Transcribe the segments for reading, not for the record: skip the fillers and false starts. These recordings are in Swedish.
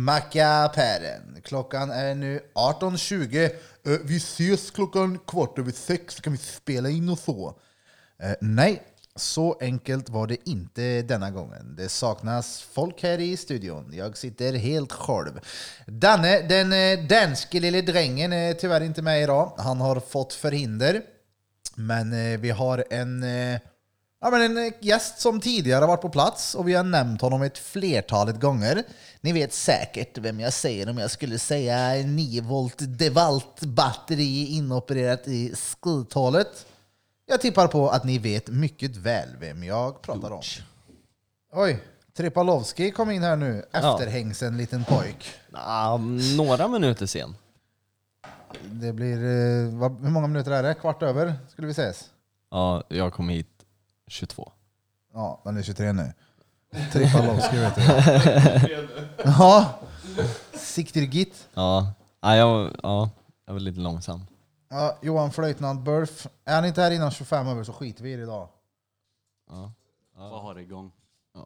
Mackapären. Klockan är nu 18:20. Vi ses klockan 5:15. Kan vi spela in och så? Nej, så enkelt var det inte denna gången. Det saknas folk här i studion. Jag sitter helt själv. Danne, den danske lille drängen, är tyvärr inte med idag. Han har fått förhinder. Men vi har en gäst som tidigare har varit på plats och vi har nämnt honom ett flertalet gånger. Ni vet säkert vem jag säger om jag skulle säga 9 volt DeWalt batteri inopererat i skuldhålet. Jag tippar på att ni vet mycket väl vem jag pratar om. Oj, Tripalovski kom in här nu. Efterhängs en liten pojk. Några minuter sen. Det blir, hur många minuter är det? Kvart över skulle vi ses. Ja, jag kom hit 22. Ja, den är 23 nu. Tripalovski vet du. Ja, sikter git. Ja, jag var lite långsam. Ja, Johan Flöjtnant Burf. Är han inte här innan 25 över så skiter vi i det idag. Ja. Vad har det igång? Ja.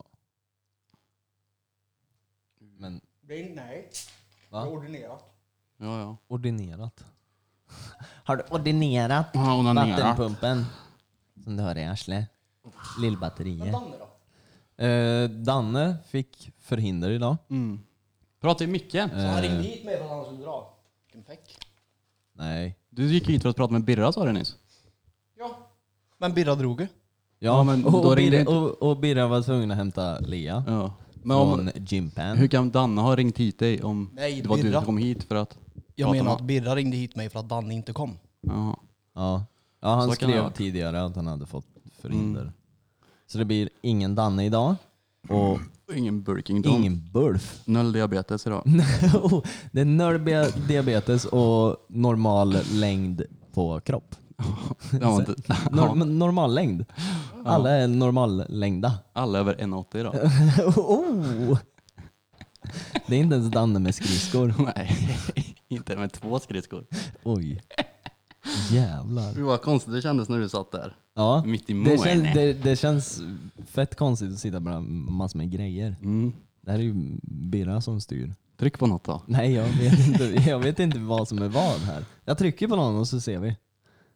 Men Nej. va? Det är ordinerat. Ja. Ordinerat. Har du ordinerat vattenpumpen? Som du har i arslet. Lillbatteriet. Danne då? Danne fick förhinder idag. Pratar ju mycket. Så han ringde hit med för att han skulle dra. Vilken fäck. Nej. Du gick hit för att prata med Birra, sa du nyss. Ja. Men Birra drog ju. Ja, men då ringde inte... och Birra var tvungen att hämta Lea. Ja. Men från Gympan. hur kan Danne ha ringt hit dig om det var du som kom hit för att... Jag menar att Birra ringde hit mig för att Danne inte kom. Jaha. Ja, han Så kan det skrev vara. tidigare att han hade fått förhinder. Så det blir ingen Danne idag. Och Ingen Burkington. ingen Bulf. 0 diabetes idag. Det är 0 diabetes och normal längd på kropp. Ja, Normal längd. Alla är normallängda. alla över 1,80 idag. Oh! Det är inte ens Danne med skridskor. Nej, inte med 2 skridskor. Oj. Jävlar. Det var konstigt det kändes när du satt där. Ja, Mitt i målen. det känns fett konstigt att sitta med massor med grejer. Det här är ju Birra som styr. Tryck på något då. Nej, jag vet inte vad som är vad här. Jag trycker på någon och så ser vi.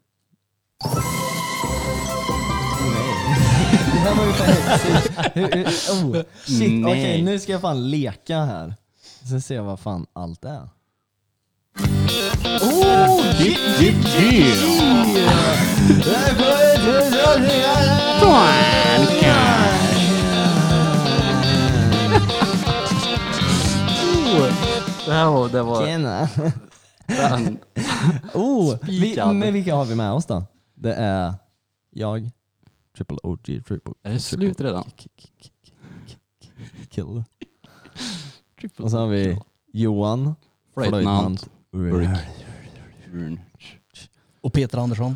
Det här var ju fan shit, okej, nu ska jag fan leka här. Så ser jag vad fan allt är. Det var Tjena. Spikad. Men vilka har vi med oss då? Det är jag, Triple OG, Triple. Är det slut redan? Kill. Och så har vi Johan, Flöjtnant Burk. Och Peter Andersson.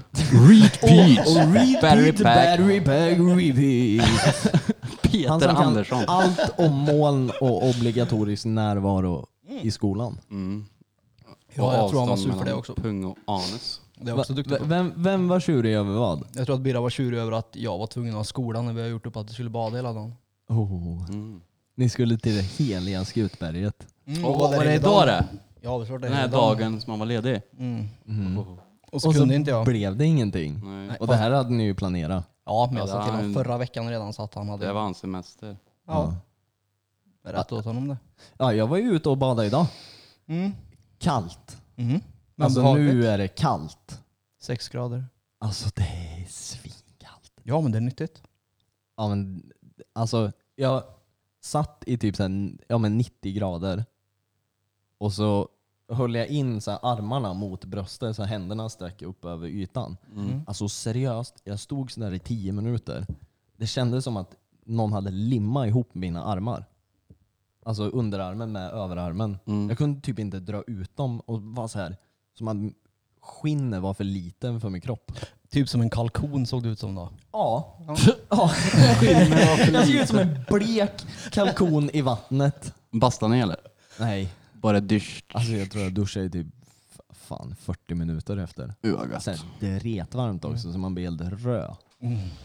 Battery pack repeat. Han Peter som Andersson. kan allt om moln och obligatorisk närvaro i skolan. Ja, jag tror han var Avstånd sur för det mellan också. Pung och anus. Det är också duktigt på. Vem var tjurig över vad? Jag tror att Birra var tjurig över att jag var tvungen att ha skolan när vi har gjort upp att du skulle bada hela dagen. Ni skulle till det heliga Skutberget. Var det idag det? Ja, det var det. Den här dagen som man var ledig? Och så kunde inte jag. Blev det ingenting. Nej. Och det här hade ni ju planerat. Ja, men jag Ja, sa till det honom var förra veckan redan så att han hade... Det var hans semester. Ja. Rätt åt honom det. Ja, jag var ju ute och badade idag. Kallt. Men Alltså behagligt. nu är det kallt. 6 grader. Alltså det är svinkallt. Ja, men det är nyttigt. Ja men alltså jag satt i typ såhär, 90 grader. Och så höll jag in så här armarna mot bröstet så händerna sträck upp över ytan. Alltså seriöst, jag stod så där i 10 minuter. Det kändes som att någon hade limmat ihop mina armar. Alltså underarmen med överarmen. Jag kunde typ inte dra ut dem och var så här som att skinnet var för liten för min kropp. Typ som en kalkon såg det ut som då. Ja. Jag ser ut som en blek kalkon i vattnet. Bastade ni eller? Nej. Bara dyrt. Alltså jag tror jag duschade i typ 40 minuter efter. Sen det är retvarmt också så man blir helt röd.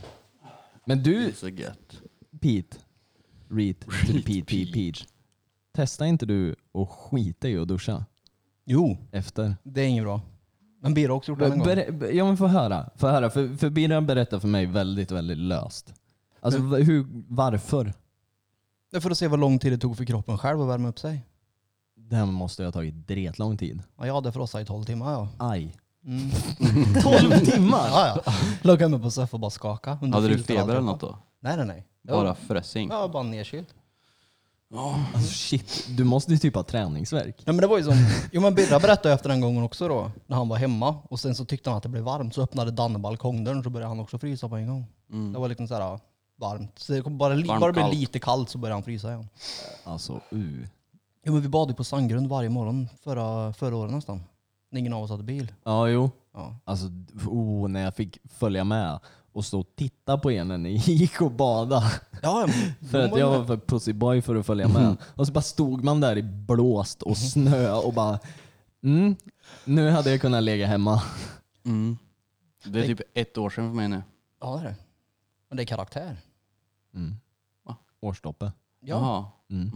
Men du, Så gött. Pete. Pete. Testa inte du och skita i att duscha Jo, efter? det är inget bra. Men Birra har också gjort det en gång. Ja men få höra. För Birra berättar för mig väldigt, väldigt löst. Alltså varför? Det är för att se vad lång tid det tog för kroppen själv att värma upp sig. Det här måste ha tagit dretlång tid. Ja, jag hade frossat i 12 timmar, ja. Aj. 12 timmar? Ja. Låg jag mig på soffan och bara skaka. Hade du feber eller något då? Nej. Bara frössing? Ja, bara nedkyld. Alltså shit, du måste ju typ ha träningsvärk. Ja, men det var ju som... Jo, men Birra berättade efter den gången också då. När han var hemma. Och sen så tyckte han att det blev varmt. Så öppnade Danne balkongdörren så började han också frysa på en gång. Det var liksom så här varmt. Så det kom bara det blev lite kallt så började han frysa igen. Alltså, Jo, men vi badade på Sandgrund varje morgon förra året nästan. När ingen av oss hade bil. Ja, jo. Ja. Alltså, när jag fick följa med och stå och titta på er när ni gick och bada. Ja, för att jag var för pussyboy för att följa med. Och så bara stod man där i blåst och snö och bara nu hade jag kunnat lägga hemma. Det är typ 1 år sedan för mig nu. Ja, det är det. Men det är karaktär. Årstoppe. Ja.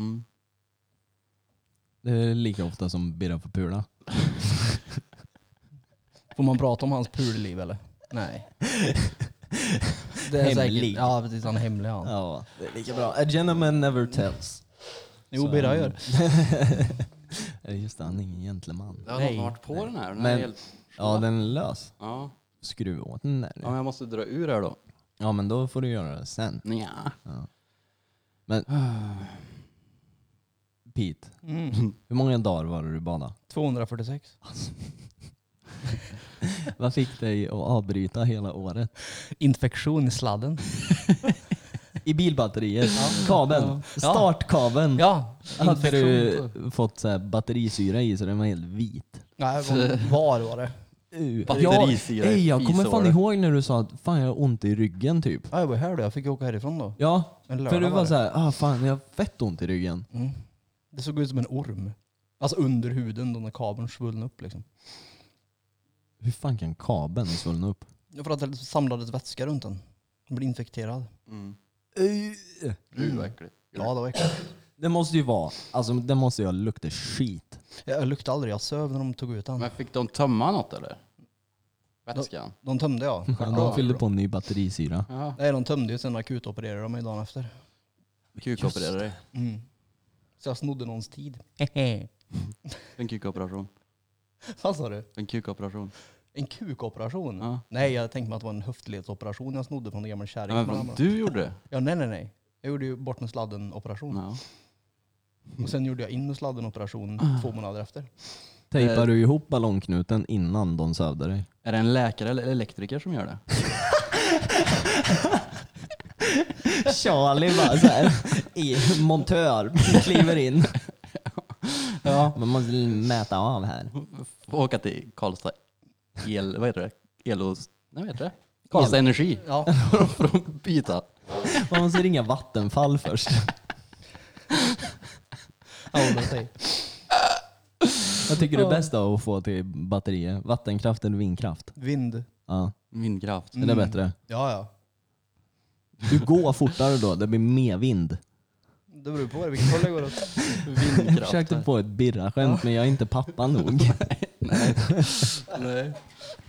Det är lika ofta som Birra får pula. Får man prata om hans pulliv eller? Nej. Det är hemlig. Säkert, ja, precis. Han är hemlig. Ja. Ja, det är lika bra. A gentleman never tells. Jo, Birra gör. Just det, han är ingen gentleman. Jag har varit på den här. Men, ja, den är lös. Ja. Skruva åt den där. Ja, men jag måste dra ur här då. Ja, men då får du göra det sen. Ja. Men Pete, hur många dagar var det du badade? 246. Vad fick dig att avbryta hela året? Infektion i sladden. I bilbatteriet? Kabeln? Startkabeln? Ja. Hade du fått så här batterisyra i så den var helt vit? Nej, var det? Batterisyra. Jag kommer fan ihåg när du sa att fan jag har ont i ryggen typ. Ja, jag var här då. Jag fick åka härifrån då. Ja, för du var så här, fan jag har fett ont i ryggen. Det såg ut som en orm. Alltså under huden då när kabeln svullnade upp liksom. Hur fan kan kabeln svullna upp? För att det samlades vätska runt den. Den blev infekterad. Det var äckligt. Ja, det var äckligt. Det måste ju vara, alltså det måste ju lukta skit. Jag luktade aldrig, jag söv när de tog ut den. Men fick de tömma något eller? Vätskan? De tömde ja. De fyllde på en ny batterisyra. Ja. Nej, de tömde ju, sen akutopererade de mig dagen efter. Kukopererade dig. Så jag snodde någons tid. En kukoperation. Vad sa du? En kukoperation. En kukoperation? Ja. Nej, jag tänkte mig att det var en höftledsoperation jag snodde från en gammal kärring. Ja, men du gjorde det? Ja, nej. Jag gjorde ju bort med sladden-operation. Ja. Och sen gjorde jag in med sladden-operation 2 månader efter. Tejpar du ihop ballongknuten innan de sövde dig? Är det en läkare eller elektriker som gör det? Charlie bara såhär, montör, kliver in. Ja. Man måste mäta av här. Får åka till Karlstad vad heter det? Nej, vad heter det? Karlstad Energi. Ja. För att byta. Man måste ringa Vattenfall först. Jag tycker det är bäst då att få till batterier. Vattenkraft eller vindkraft? Vind. Ja. Vindkraft. Är det bättre? Ja. Du går fortare då, det blir mer vind. Det beror på vilket håll det går åt. Jag försökte på ett birra-skämt men jag är inte pappa nog. Nej.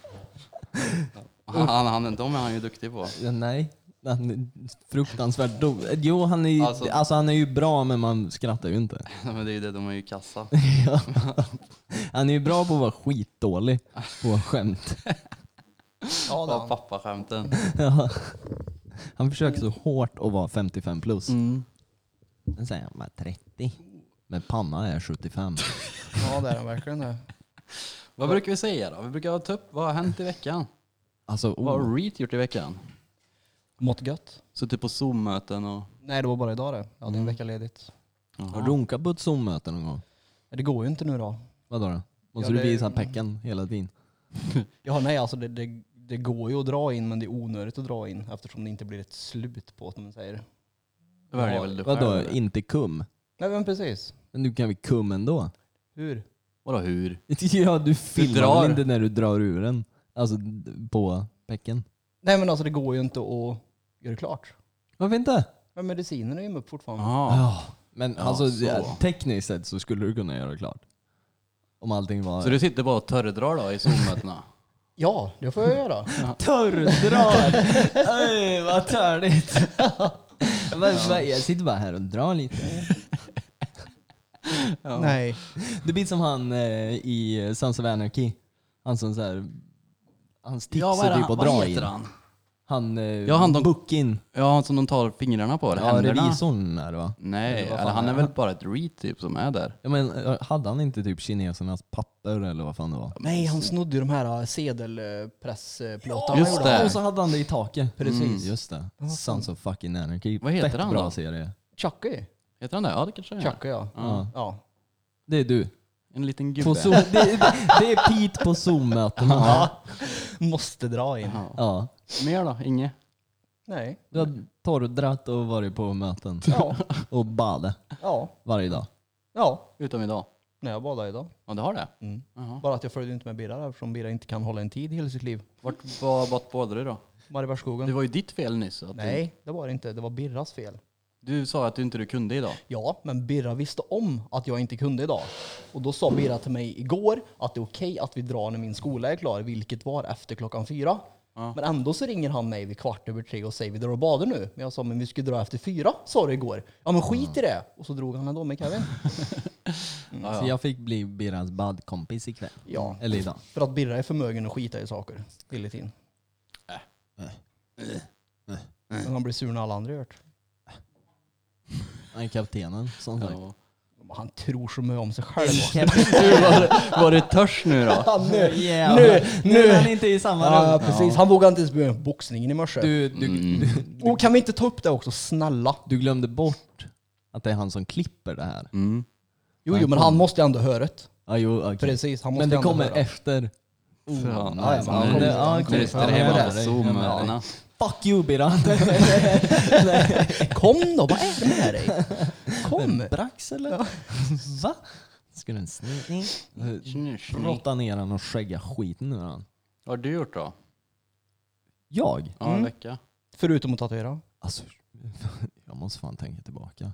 De är han ju duktig på. Nej. Han är fruktansvärt dålig. Jo, han är, alltså han är ju bra men man skrattar ju inte. Men det är ju det, de är ju kassa. Ja. Han är ju bra på att vara skitdålig på skämt. Ja, På pappa-skämten. Ja. Han försöker så hårt att vara 55 plus. Sen säger han bara 30. Men panna är 75. Ja, det är han verkligen det. Vad brukar vi säga då? Vi brukar ta upp vad har hänt i veckan? Alltså, Vad har Reet gjort i veckan? Mått gött. Så typ på Zoom-möten och... Nej, det var bara idag det. Jag hade en vecka ledigt. har du runkat på ett Zoom-möte någon gång? Det går ju inte nu då. Vadå då? Måste du visa pecken hela tiden? Ja, nej, alltså det går ju att dra in men det är onödigt att dra in eftersom det inte blir ett slut på som man säger. Det väljer väl du själv, vadå? eller? Inte kum? Nej, men precis. Men du kan väl kum ändå? Hur? Vadå hur? Ja, du filmar drar. väl inte när du drar ur den? Alltså på pecken? Nej, men alltså det går ju inte att göra klart. Varför inte? Men medicinen är ju upp fortfarande. Ja. Men Ja, alltså, så. tekniskt sett så skulle du kunna göra det klart. Om allting var... Så du sitter bara och törrdrar då i Zoom-mötena? Ja, det får jag göra. Törrdrar! Oj, vad törligt. Jag sitter bara här och drar lite. Nej. Det blir som han i Sons of Anarchy. Han som såhär... Hans tips Ja, är typ att dra in. heter han? Han Bookin. Ja, han som de tar fingrarna på. Ja, revisorn är det va? Nej, eller han är väl bara ett read typ som är där. Ja, men hade han inte typ kinesernas papper eller vad fan det var? Nej, han snodde ju de här sedelpressplåtarna. Just det. Och så hade han det i taket. Precis. Just det. Sons of fucking Anarchy. Vad heter Fett han bra då? serie. Chucky. Heter han det? Ja, det kanske är. Chucky, ja. Ja. Ja. Det är du. En liten På gubbe. Zoom, det är Pete på Zoom-mötena. Ja. Måste dra in. Ja. Ja. Mer då? Inge? Nej. Du har torrdratt och varit på möten. Ja. Och badat Ja. varje dag. Ja. Utom idag? När jag badade idag. Ja, det har det? Mm. Jaha. Bara att jag följde inte med Birra där, eftersom Birra inte kan hålla en tid hela sitt liv. Vart badade du då? Mariebergsskogen. Det var ju ditt fel nyss. Att Nej, det var det inte. Det var Birras fel. Du sa att du inte kunde idag. Ja, men Birra visste om att jag inte kunde idag. Och då sa Birra till mig igår att det är okej att vi drar när min skola är klar, vilket var efter 4:00. Ja. Men ändå så ringer han mig vid 3:15 och säger vi drar och badar nu. Men jag sa, men vi skulle dra efter 4, sa du igår. Ja, men skit i det. Och så drog han ändå med Kevin. Så jag fick bli Birrans badkompis ikväll. Ja, Eller idag. för att Birra är förmögen att skita i saker hela tiden. Men han blir sur när alla andra gör det. Han är kaptenen, som sagt. Ja. Han tror så mycket om sig själv. Var det törs nu då? Nu Nu. är han inte i samma rum. Ja, precis. Han vågade inte ens börja boxningen i morse. Och kan vi inte ta upp det också, snälla? Du glömde bort att det är han som klipper det här. Mm. Jo, men han måste ju ändå höra det. Ja, jo, okej. Precis, han måste Men det ändå kommer höra. efter. Fan, ja, alltså, men han nu- kommer- ja, nu okej. står det Ja, hemma jag på är Zoom-mötena. Fuck you, Birra. Kom då, vad är det med dig? Kom! Brax eller? Va? Ska du en snickning? Råtta ner han och skägga skiten nu han. Vad har du gjort då? Jag? Ja, en vecka. Förutom att tatuera. Alltså, jag måste fan tänka tillbaka.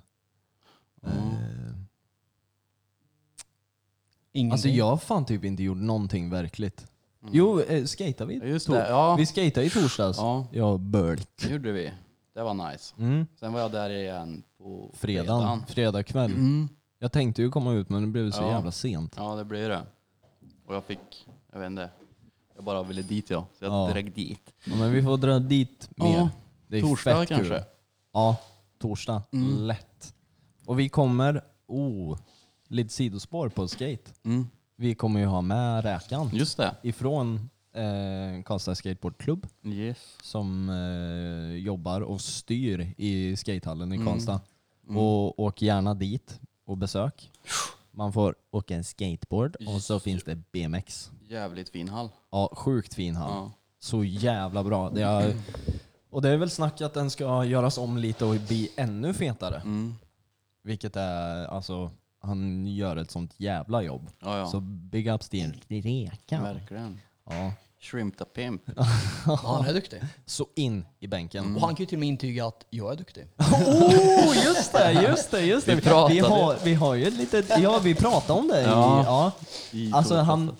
Ingenting. Alltså jag har fan typ inte gjort någonting verkligt. Jo, skatar vi? Ja, just det. Ja. Vi skatade i torsdags. Ja, Jag och Burk. det gjorde vi. Det var nice. Mm. Sen var jag där igen på Fredag kväll. Mm. Jag tänkte ju komma ut men det blev så Ja. jävla sent. Ja, det blir det. Och jag vet inte. Jag bara ville dit så jag Ja. drog dit. Ja, men vi får dra dit mer. Ja. Det är Torsdag fett kanske? Kul. Ja, torsdag. Lätt. Och vi kommer, lite sidospår på skate. Mm. Vi kommer ju ha med Räkan Just det. ifrån Karlstad Skateboardklubb Yes. som jobbar och styr i skatehallen i Karlstad. Och åk gärna dit och besök. Man får åka en skateboard och så finns det BMX. Jävligt fin hall. Ja, sjukt fin hall. Ja. Så jävla bra. Och det är väl snack att den ska göras om lite och bli ännu fetare. Mm. Vilket är, alltså, han gör ett sånt jävla jobb. Ja. Så big ups till Rekan. Verkligen. Ja. Shrimp the pimp. Ja, han är duktig. Så in i bänken. Och han kan ju till och med intyga att jag är duktig. Oh, just det. Vi pratade. Vi har ju ett litet, vi pratade om det. Ja. Alltså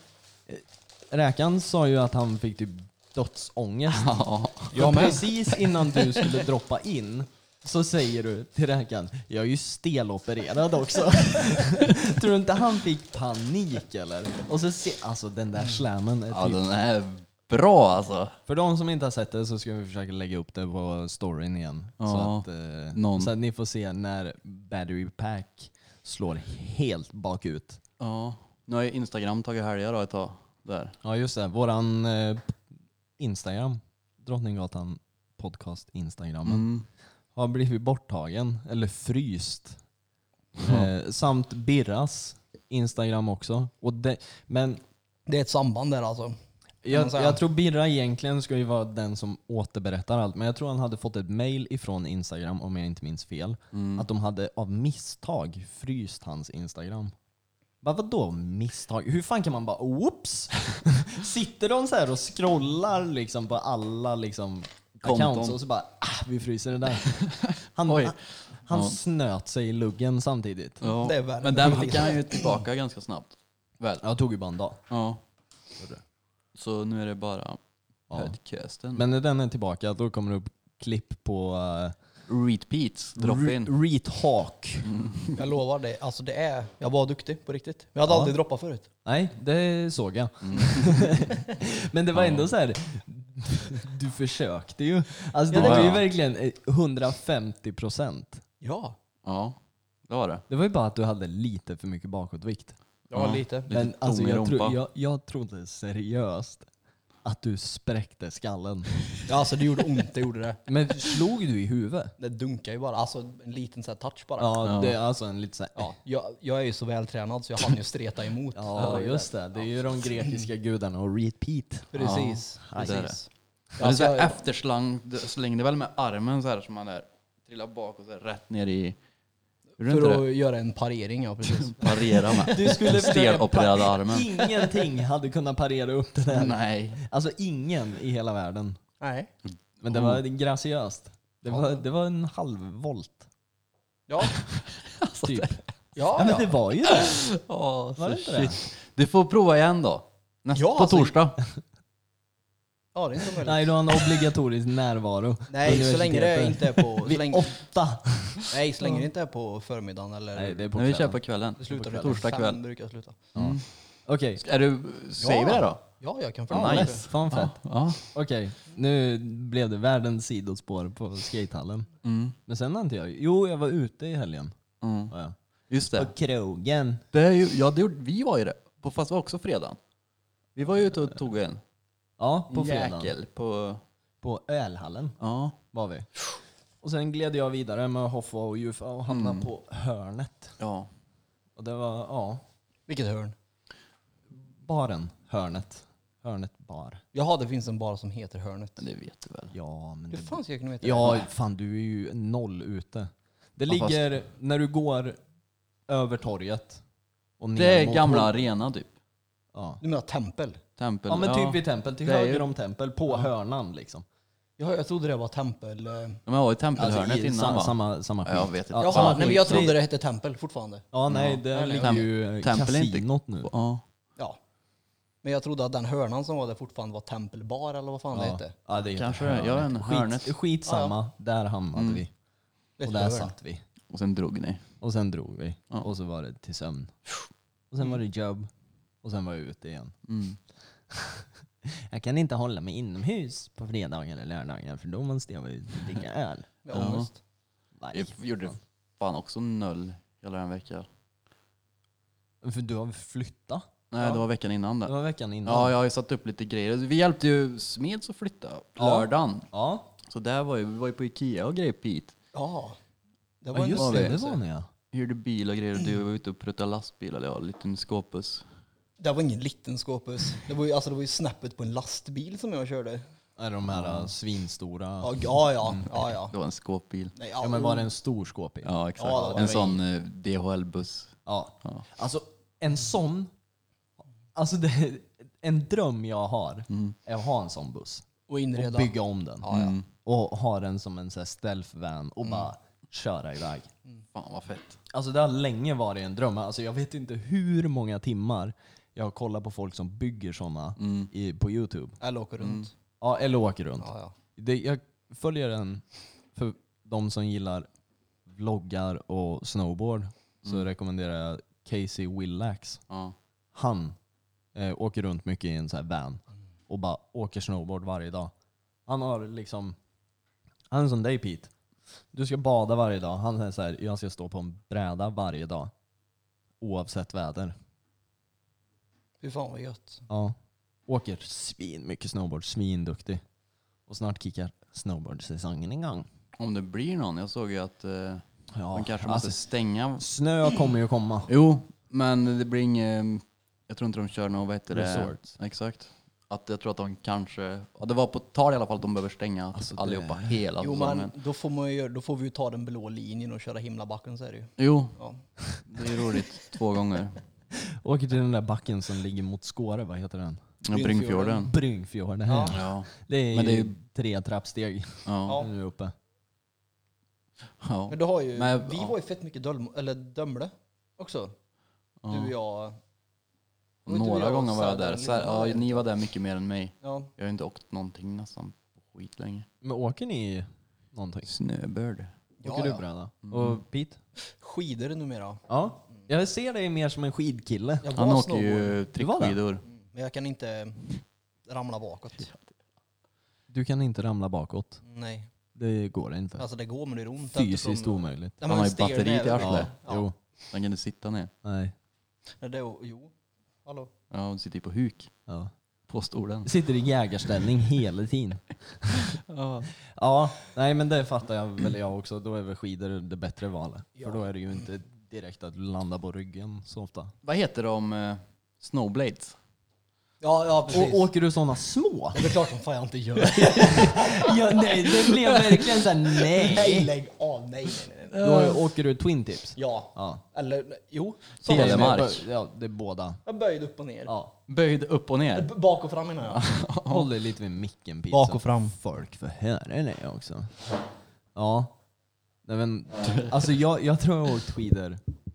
Räkan sa ju att han fick typ dödsångest. Ja, precis innan du skulle droppa in så säger du till Räkan, jag är ju stelopererad också. Tror du inte han fick panik eller? Och så alltså den där slammen är Ja, typ... den är bra alltså. För de som inte har sett det så ska vi försöka lägga upp det på storyn igen. Ja, Så att, så att ni får se när Battery Pack slår helt bakut. Ja. Nu har ju Instagram tagit helger då ett tag. Där. Ja just det, våran Instagram, Drottninggatan podcast Instagrammen, har blivit borttagen, eller fryst. Samt Birras Instagram också. Och men Det är ett samband där alltså. jag tror Birra egentligen ska ju vara den som återberättar allt. Men jag tror han hade fått ett mail ifrån Instagram, om jag inte minns fel. Att de hade av misstag fryst hans Instagram. Vadå misstag? Hur fan kan man bara, oops! Sitter de så här och scrollar liksom på alla liksom accounts och så bara, vi fryser det där. Han snöt sig i luggen samtidigt. Ja. Det är värre. Men den fick han ju tillbaka ganska snabbt. Väl? Jag tog ju bara en dag. Ja. Så nu är det bara Ja. podcasten. Men när den är tillbaka då kommer det upp klipp på Repeats, drop-in. Reet Hawk. Jag lovar det. Alltså det är... Jag var duktig på riktigt. Jag hade aldrig droppat förut. Nej, det såg jag. Men det var ändå så här. Du försökte ju. Alltså det var ju verkligen 150%. Ja. Ja, det var det. Det var ju bara att du hade lite för mycket bakåtvikt. Ja, lite. Men alltså, tom i rumpa. jag trodde seriöst att du spräckte skallen. Ja, alltså det gjorde ont, det gjorde det. Men slog du i huvudet? Det dunkar ju bara. Alltså en liten så här touch bara. Ja, det är alltså en lite så här, Ja, jag är ju så vältränad så jag hann ju streta emot. Ja, just det. Det är ju de grekiska gudarna och repeat. Precis. Ja, det är det. Precis. Det är så här efterslang, slängde väl med armen så här som man är, trillar bak och så här, rätt ner i... För att göra en parering, ja precis. Parera med. Du skulle stelopererade armen. Ingenting hade kunnat parera upp det där. Nej. Alltså ingen i hela världen. Nej. Men det var graciöst. Det var en halvvolt. Ja. Typ. Ja, Men det var ju det. Åh, Var det så inte det? shit. Du får prova igen då. Ja, på alltså- torsdag. Ja, det är inte möjligt. Nej, du har en obligatorisk närvaro. Nej, så länge det inte är på... Så Vid länge, 8. nej, så länge det inte är på förmiddagen eller... Nej, det är på När vi kör kvällen. på kvällen. det slutar redan. Torsdag 5 kväll. brukar jag sluta. Okej. Säger vi det då? Ja, jag kan Ja, följa nice. det. Fan fett. Ja. Okej, nu blev det världens sidospår på skatehallen. Mm. Men sen har inte jag... Jo, jag var ute i helgen. Mm. Ja. Just det. På krogen. Det är ju, ja, det gjorde, vi var ju det. Fast det var också fredag. Vi var ju ute och tog en Ja, på fredagen. jäkel på... På ölhallen Ja. var vi. Och sen gled jag vidare med Hoffa och Jufa och hamnade på hörnet. Ja. Och det var, ja, Vilket hörn? baren. Hörnet. Hörnet bar. Jaha, det finns en bar som heter Hörnet. Men det vet du väl. Ja, men Hur det... fan ska jag kunna veta Ja, det? fan du är ju noll ute. Det Ja, fast- ligger när du går över torget. Och ner Det är mot gamla Hol- arena typ. Ja. Du menar tempel? Tempel. Ja, men typ vid tempel. Till Det är höger ju- om tempel. På hörnan liksom. Ja, jag trodde det var tempel. De var i tempelhörnet Alltså, innan va? samma skit. Ja, jag vet inte. Ja, Samma Jaha, nej, men jag skit. trodde det hette tempel fortfarande. Ja, nej, Ja. det ligger Tem- ju tempel är inte- kasinot nu. Ja. Ja. Men jag trodde att den hörnan som var där fortfarande var tempelbar eller vad fan det hette. Ja, det är Kanske det. Jag vet inte, hörnet. Skitsamma, där hamnade vi. Det Och är där ett hörn. satt vi. Och sen drog ni. Och sen drog vi. Ja. Och så var det till sömn. Och sen var det jobb. Och sen var jag ute igen. Mm. Jag kan inte hålla mig inomhus på fredagar eller lördagar för då måste jag väl dricka öl. Med ångest. Nej. Jag gjorde fan också 0 hela den veckan. För du har flyttat. Nej, det var veckan innan Det det. var veckan innan. Ja, jag har ju satt upp lite grejer. Vi hjälpte ju Smeds att flytta lördagen. Ja, Så där var ju, vi var ju på Ikea och grejer Pete. Ja. Det var ja en just det. Det upplevelse. var ni ja. Hyrde bil och grejer. Du var ute och pruttade lastbil. Eller ja, en liten skåpbuss. Det var ingen liten skåpus. Det var ju snäppet på en lastbil som jag körde. Är de här svinstora? Ja. Det var en skåpbil. Nej, Ja, men var det en stor skåpbil? Ja, exakt. Ja, det var en det. sån DHL-buss. Ja. Ja. Alltså en sån, alltså en dröm jag har är att ha en sån buss. Och Och inreda. bygga om den. Ja, ja. Och ha den som en så här stealth van och bara köra iväg. Fan vad fett. Alltså det har länge varit en dröm. Alltså jag vet inte hur många timmar jag har kollat på folk som bygger såna på YouTube. Eller åker runt. Ja, eller åker runt. Ja. Jag följer den för de som gillar vloggar och snowboard. Så rekommenderar jag Casey Willax. Ja. Han åker runt mycket i en sån här van och bara åker snowboard varje dag. Han har liksom, han är som dig Pete. Du ska bada varje dag. Han är så här, jag ska stå på en bräda varje dag. Oavsett väder. Fy fan vad gött. Ja. Åker svin mycket snowboard, svinduktig. Och snart kickar snowboardsäsongen igång. Om det blir någon. Jag såg ju att Ja, de kanske måste stänga. snö kommer ju komma. Jo, men det blir inget. Jag tror inte de kör något, vad heter det? Resort. Exakt. Att jag tror att de kanske, ja, det var på tal i alla fall att de behöver stänga Alltså, allihopa det- hela Jo säsongen. men då får vi ju ta den blå linjen och köra himlabacken så är det ju. Jo, Ja. det är roligt 2 gånger. Åker till den där backen som ligger mot Skåre, vad heter den? Ja, Bryngfjorden. Bryngfjorden. Ja. Ja. Det är, Men det är ju ju- 3 trappsteg Ja. nu uppe. Ja. Men du har ju, Men, vi ja. har ju fett mycket Dömle också. Ja. Du och jag. Var inte Några jag gånger var jag Söder där. eller Så, ja, Lilla? ni var där mycket mer än mig. Ja. Jag har inte åkt någonting nästan på skit länge. Men åker ni någonting? Snöbird. Åker du bräda? Och Pete? Skidor numera. Ja. Jag ser dig mer som en skidkille. Jag Han var åker snowboard, ju trickskidor. men jag kan inte ramla bakåt. Du kan inte ramla bakåt. Nej. Det går inte. Alltså det går men det är ont. Fysiskt eftersom- omöjligt. Ja, Han har ju steer batteri ner. till arslet. Ja. Jo. Han kan du sitta ner. Nej. Ja. Jo. Hallå. Ja, han sitter ju på huk. Ja. På stolen. Sitter i jägarställning hela tiden. Ja. Ja, nej men det fattar jag väl jag också. Då är väl skidor det bättre valet. För då är det ju inte direkt att du landar på ryggen så ofta. Vad heter de? Snowblades? Ja, precis. Och åker du sådana små? Det är klart som fan jag inte gör. Ja, nej, det blev verkligen såhär Nej, lägg av. Nej. Då åker du twin tips? Ja. Ja. Eller, jo. Fel. Så Telemark. Ja, det är båda. jag böjd upp och ner. Ja. Böjd upp och ner. Bak och fram menar jag. Håll dig lite vid micken Pete. Bak och fram. Folk får höra det också. Ja. Nej, men, alltså jag tror jag har åkt skidor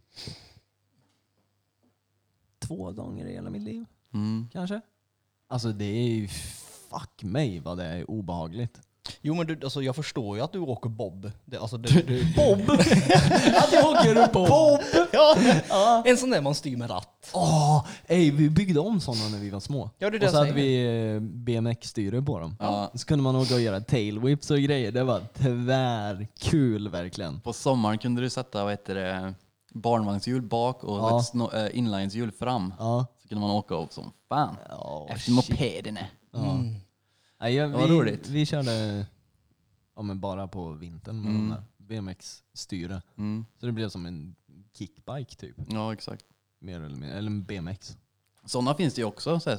2 gånger i hela mitt liv. Mm. Kanske. Alltså det är ju fuck mig vad det är obehagligt. Jo men du, alltså, jag förstår ju att du åker bob. Bob! Att jag åker bob! Ja. En sån där man styr med ratt. Vi byggde om sådana när vi var små. Ja, det är det och så jag hade vi BMX-styre på dem. Ja. Så kunde man åka och göra tailwhips och grejer. Det var tvärkul verkligen. På sommaren kunde du sätta barnvagnshjul bak och inlineshjul fram. Ja. Så kunde man åka upp som fan. Efter shit. mopederna. Ja. Nej, Vad roligt. vi körde men bara på vintern med de där BMX-styre. Mm. Så det blev som en kickbike typ. Ja, exakt. Mer eller mindre. Eller en BMX. Sådana finns det ju också. Så här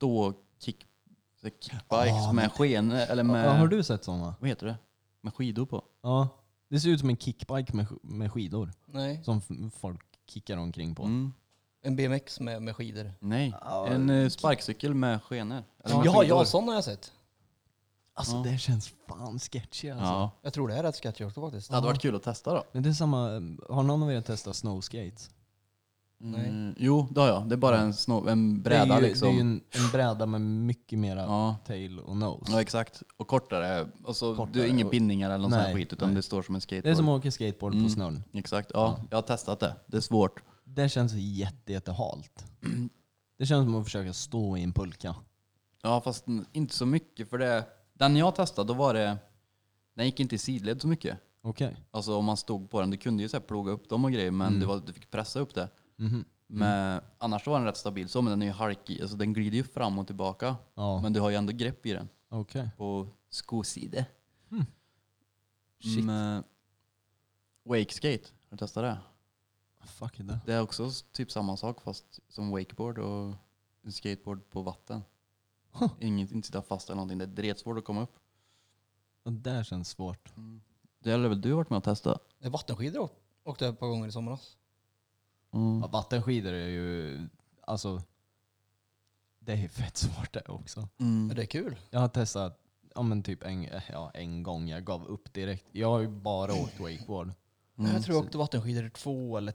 kickbikes med sken eller med... Ja, har du sett sådana? Vad heter det? Med skidor på. Ja. Det ser ut som en kickbike med skidor. Nej. Som folk kickar omkring på. Mm. En BMX med skidor. Nej, Ja, en sparkcykel med skenor. Eller med Ja, skidor. sån har jag sett. Alltså Ja. det känns fan sketchy alltså. Ja. Jag tror det är rätt sketchy också faktiskt. Det hade varit kul att testa då. Men det är samma, har någon av er testat snowskates? Mm. Jo, det har jag. Det är bara en bräda det är ju, liksom. Det är ju en bräda med mycket mera Ja. tail och nose. Ja, exakt. Och kortare. Och så Kortare du har inga och- bindningar eller någon sån här Nej, skit, utan nej. det står som en skateboard. Det är som att åka skateboard Mm. på snön. Exakt. Ja, jag har testat det. Det är svårt. Det känns jättehalt. Det känns som att försöka stå i en pulka. Ja, fast inte så mycket för det. Den jag testade, då var det... Den gick inte i sidled så mycket. Okej. Alltså om man stod på den, du kunde ju så här ploga upp dem och grejer, men du fick pressa upp det. Mhm. Men annars var den rätt stabil så, men den är ju halkig. Alltså den glider ju fram och tillbaka. Ja, Men du har ju ändå grepp i den. okej. På skoside. Shit. Men wakeskate, har du testat det? Fuck it. Det är också typ samma sak fast som wakeboard och en skateboard på vatten. Inte sitta fast eller någonting. Det är dretsvårt att komma upp. Det där känns svårt. Det har väl du varit med att testa? Vattenskidor åkte jag ett par gånger i somras. Ja, vattenskidor är ju, alltså, det är fett svårt det också. Men det är kul. Jag har testat, typ en gång. Jag gav upp direkt. Jag har ju bara åkt wakeboard. Jag tror jag åkte vattenskidor 2 eller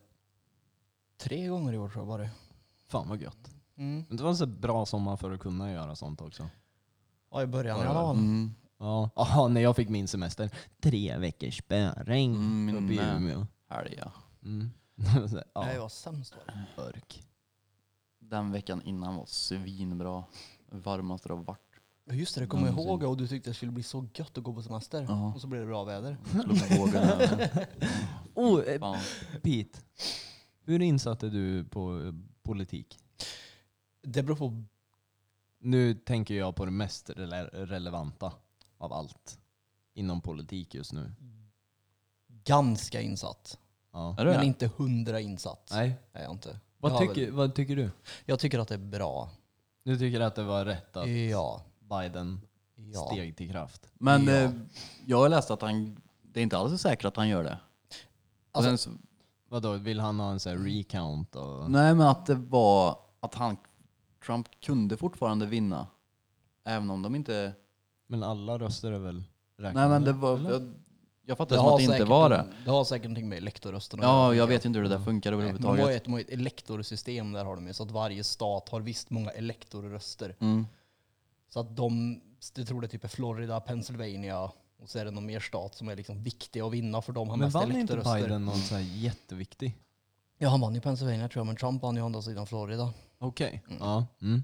3 gånger i år tror jag bara. Fan vad gött. Mm. Men det var en så bra sommar för att kunna göra sånt också. Ja, i början i alla fall. Ja, aha, när jag fick min semester. 3 veckors spöregn min uppe i med. Umeå. Härliga. Så, Nej, det ja, var sämst var det. örk. Den veckan innan var svinbra. Varmast det har varit. Just det, det kommer jag ihåg och du tyckte det skulle bli så gött att gå på semester. Ja. Och så blev det bra väder. Slå på vågorna. Fan. Pete, hur insatt är du på politik? Det beror på. Nu tänker jag på det mest relevanta av allt inom politik just nu. Ganska insatt. Ja. Är du Men det? inte 100 insatt. Nej. Är jag inte. Vad Jag har vad tycker du? Jag tycker att det är bra. Du tycker att det var rätt att Ja. Biden Ja. steg till kraft? Men Ja. jag har läst att det är inte alls säkert att han gör det. Och Alltså- sen så, Vadå, vill han ha en sån här recount? Och... nej, men att det var att Trump kunde fortfarande vinna. Även om de inte... Men alla röster är väl räknade? Nej, men det var... eller? Jag fattar som att det inte var det. Det har säkert någonting med elektorrösterna. Ja, jag vet inte hur det där funkar överhuvudtaget. De har ett elektorsystem där har de ju, så att varje stat har visst många elektorröster. Så att jag tror det är typ Florida, Pennsylvania och så är det någon mer stat som är liksom viktig att vinna för de har mest elektorröster. Men vann inte Biden någon så här jätteviktig? Ja, han vann ju Pennsylvania tror jag, men Trump vann ju andra sidan Florida. Okej. Ja. Mm.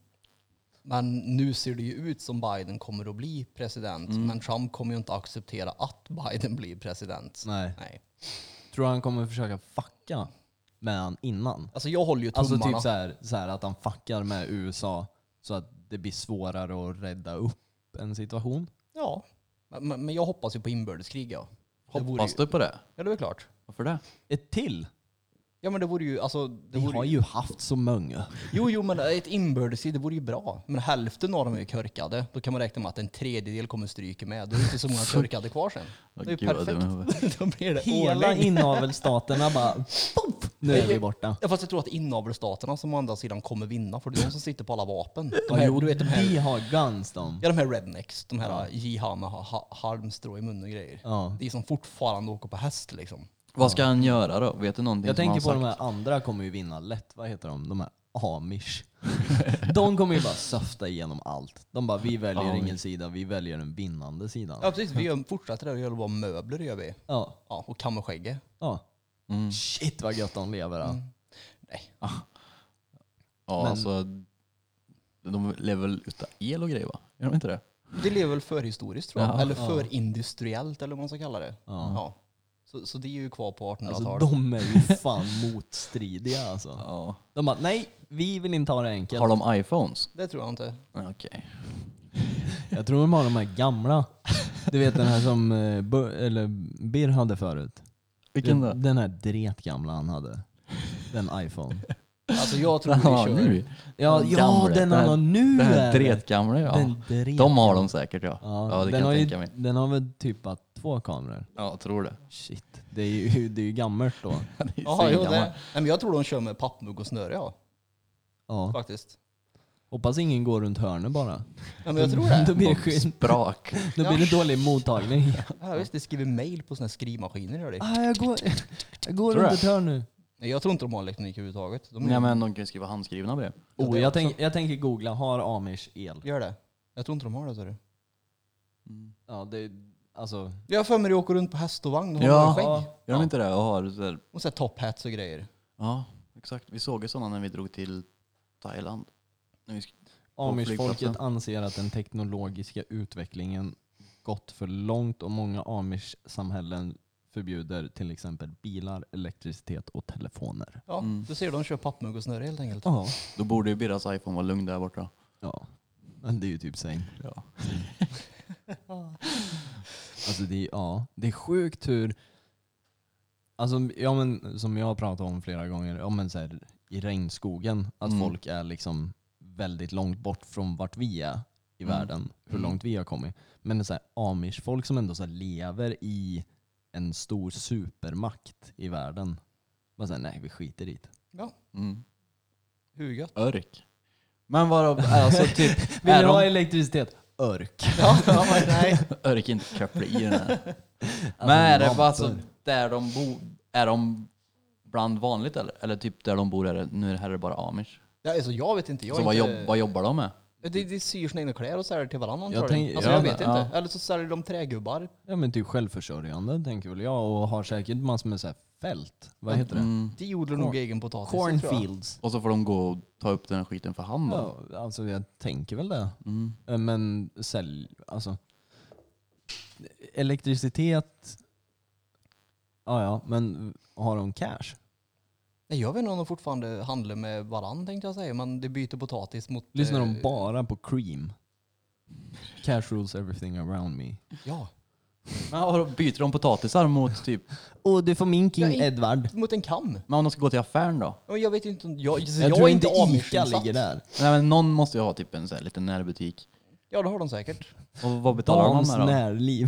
Men nu ser det ju ut som Biden kommer att bli president. Men Trump kommer ju inte acceptera att Biden blir president. Nej. Tror du han kommer försöka fucka med han innan? Alltså jag håller ju tummarna. Alltså typ så här att han fuckar med USA så att det blir svårare att rädda upp en situation? Ja, men jag hoppas ju på inbördeskrig. Ja. Hoppas du på det? Ja, det är klart. Varför det? Ett till? Ja, men det vore ju... Alltså, Vi har ju haft så många. Jo, men ett inbördeskrig, det vore ju bra. Men hälften av dem är ju körkade. Då kan man räkna med att en tredjedel kommer stryka med. Då är det inte så många körkade kvar sen. Det är ju perfekt. Då blir det hela inavelsstaterna bara... Poof, nu är vi borta. Ja, fast jag tror att inavelsstaterna som å andra sidan kommer vinna. För det är de som sitter på alla vapen. Du vet, vi har guns de. Ja, de här rednecks. De här jihad med halmstrå i munnen och grejer. Ja. De som fortfarande åker på häst liksom. Vad ska han göra då? Vet du någonting? Jag tänker på de här andra kommer ju vinna lätt. Vad heter de? De här Amish. De kommer ju bara söfta igenom allt. De bara, vi väljer ingen sida, vi väljer den vinnande sidan. Ja, precis. Vi fortsätter där och gör bara möbler gör vi. Ja. Och kammerskägge. Ja. Shit vad gött de lever då. Nej. Ja, Men- alltså... De lever väl utav el och grejer va? Gör de inte det? Det lever väl förhistoriskt tror jag. Ja. Eller förindustriellt eller vad man ska kalla det. Ja. Ja. Så det är ju kvar på 1800-talet. Alltså de är ju fan motstridiga alltså. Ja. De bara, nej, vi vill inte ha det enkelt. Har de iPhones? Det tror jag inte. Okej. Jag tror de har de här gamla. Du vet den här som Bir hade förut. Vilken då? Den här dretgamla han hade. Den iPhone. Alltså jag tror Den vi har kör. nu. Ja, Gamla. den han har nu. Den här är det. dretgamla ja. Den dret- De har de säkert ja. Ja, det den, kan har jag ju, tänka mig. den har väl typ bara 2 kameror. Ja, jag tror det. Shit, det är ju gammalt då. Det är Jaha, jo, svingammal. Nej, men jag tror de kör med pappmugg och snöre ja. Ja. Faktiskt. Hoppas ingen går runt hörnet bara. Ja, men jag tror det. Då blir det skit. Sprak. Då blir det dålig mottagning. Ja, visst, det skriver mail på såna här skrivmaskiner gör det. Jag går Tror runt du? ett hörn nu. Nej, jag tror inte de har elektronik överhuvudtaget. De Nej men de kan skriva handskrivna brev. Jag tänker googla, har Amish el? Gör det. Jag tror inte de har det, så du. Ja, det alltså... Jag har för mig att åker runt på häst och vagn. De har Ja. skägg. Gör de inte det? Och har så här, Och så här top hats och grejer. ja, exakt. Vi såg ju sådana när vi drog till Thailand. När vi på Amish-folket flygplatsen. anser att den teknologiska utvecklingen gått för långt och många Amish-samhällen förbjuder till exempel bilar, elektricitet och telefoner. Ja, du ser de kör pappmugg och snöre helt enkelt. Ja. Då borde ju Birras iPhone vara lugn där borta. Ja, men det är ju typ same. Ja. Alltså det är sjukt hur... Alltså, ja, men, som jag har pratat om flera gånger, ja, men, så här, i regnskogen, att folk är liksom väldigt långt bort från vart vi är i världen, hur långt vi har kommit. Men det är så här, Amish-folk som ändå så här, lever i en stor supermakt i världen. Bara så här, nej, vi skiter i det. Ja, Mm. hur gött? Örk. Men vadå, alltså typ... Vill är du ha de, elektricitet? Örk. Ja, men nej. Örk är inte kopplat i den här. Alltså, Men är det bara lampor. så där de bor, är de bland vanligt eller? Eller typ där de bor är det, nu är det här bara Amish. Ja, alltså, jag vet inte. Jag Så är vad, inte... vad jobbar de med? De syr sina egna kläder och säljer till varandra Jag antagligen. tänk- Alltså ja, jag vet men- inte. Eller så säljer de trägubbar. Ja, men typ självförsörjande tänker väl jag, och har säkert massor med så här fält. Vad heter det? Mm. De odlar nog egen potatis. tror jag. Cornfields. Och så får de gå och ta upp den här skiten för hand då. Ja, alltså jag tänker väl det. Mm. Men alltså elektricitet, ja, men har de cash? Nej, jag vet inte om de fortfarande handlar med varandra tänkte jag säga. Men de byter potatis mot... Lyssnar de bara på cream? Cash rules everything around me. Ja. Men vadå, byter de potatisar mot typ... Och du får min King Ja, Edward. Mot en kam. Men om de ska gå till affären då? Och jag vet inte... Jag Jag är tror inte Ica Amish-insatt. ligger där. Nej men någon måste ju ha typ en sån här liten närbutik. Ja, det har de säkert. Och vad betalar de Dans med då? närliv.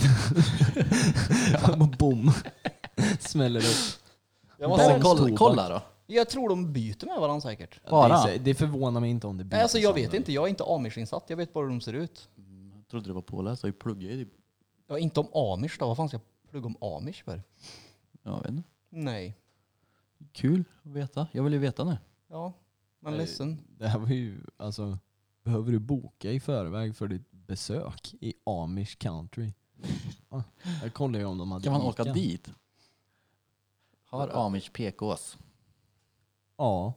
Boom. Smäller upp. Jag, Men måste, Barns- kolla då. jag tror de byter med varandra säkert. Bara? Det förvånar mig inte om det blir Nej, alltså jag så. vet inte. Jag är inte Amish-insatt. Jag vet bara hur de ser ut. Jag trodde det var påläst, jag pluggar ju typ. Ja, inte om Amish då. Vad fan ska jag Plugga om amish för? Jag vet inte. Nej. Kul att veta. Jag vill ju veta nu. Ja, men ledsen. Det här var ju, alltså, behöver du boka i förväg för ditt besök i Amish country? Jag kollar ju om de hade Kan man åka Ica. dit? Har Amish PKs? Ja.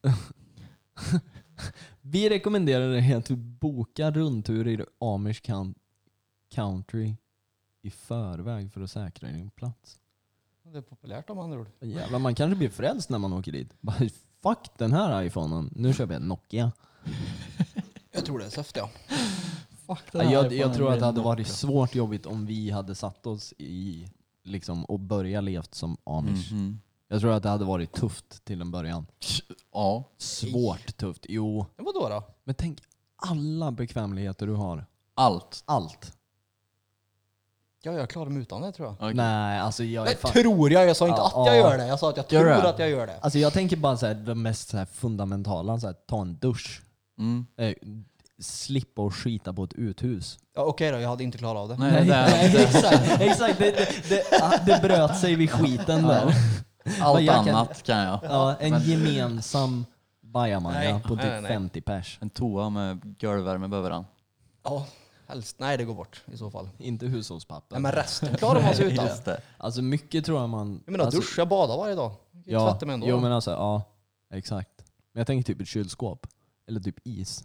Vi rekommenderar dig att du bokar rundtur i Amish country i förväg för att säkra din plats. Det är populärt om andra ord. Jävlar, man kanske blir frälst när man åker dit. Bara, fuck den här iPhonen, nu köper jag en Nokia. Jag tror det är söft, ja. Jag tror att det hade varit svårt jobbigt om vi hade satt oss i liksom, och börjat levt som Amish. Mhm. Jag tror att det hade varit tufft till en början. Ja. Svårt tufft, jo. Men vadå då? Men tänk alla bekvämligheter du har. Allt. Allt. Ja, jag klarar mig utan det tror jag. Okej. Nej, alltså jag är Nej, fan... tror jag sa inte Ja, att jag ja. gör det. Jag sa att jag Gör tror det? att jag gör det. Alltså jag tänker bara så här, det mest så här fundamentala, så här, ta en dusch. Mm. Slippa och skita på ett uthus. Ja, okej då, jag hade inte klarat av det. Nej, exakt. Det bröt sig vid skiten där. allt Jag kan- annat kan jag. Ja, en gemensam bajamaja Nej, på typ nej, nej. 50 pers. En toa med golvvärme behöver han. Ja, helst. Nej, det går bort i så fall. Inte hushållspapper. Nej, men resten klarar man sig utan. Just det. Alltså mycket tror jag man... Jag menar alltså, duscha, bada varje dag. ja, Tvätta mig ändå. jo men alltså, ja. Exakt. Men jag tänker typ ett kylskåp. Eller typ is.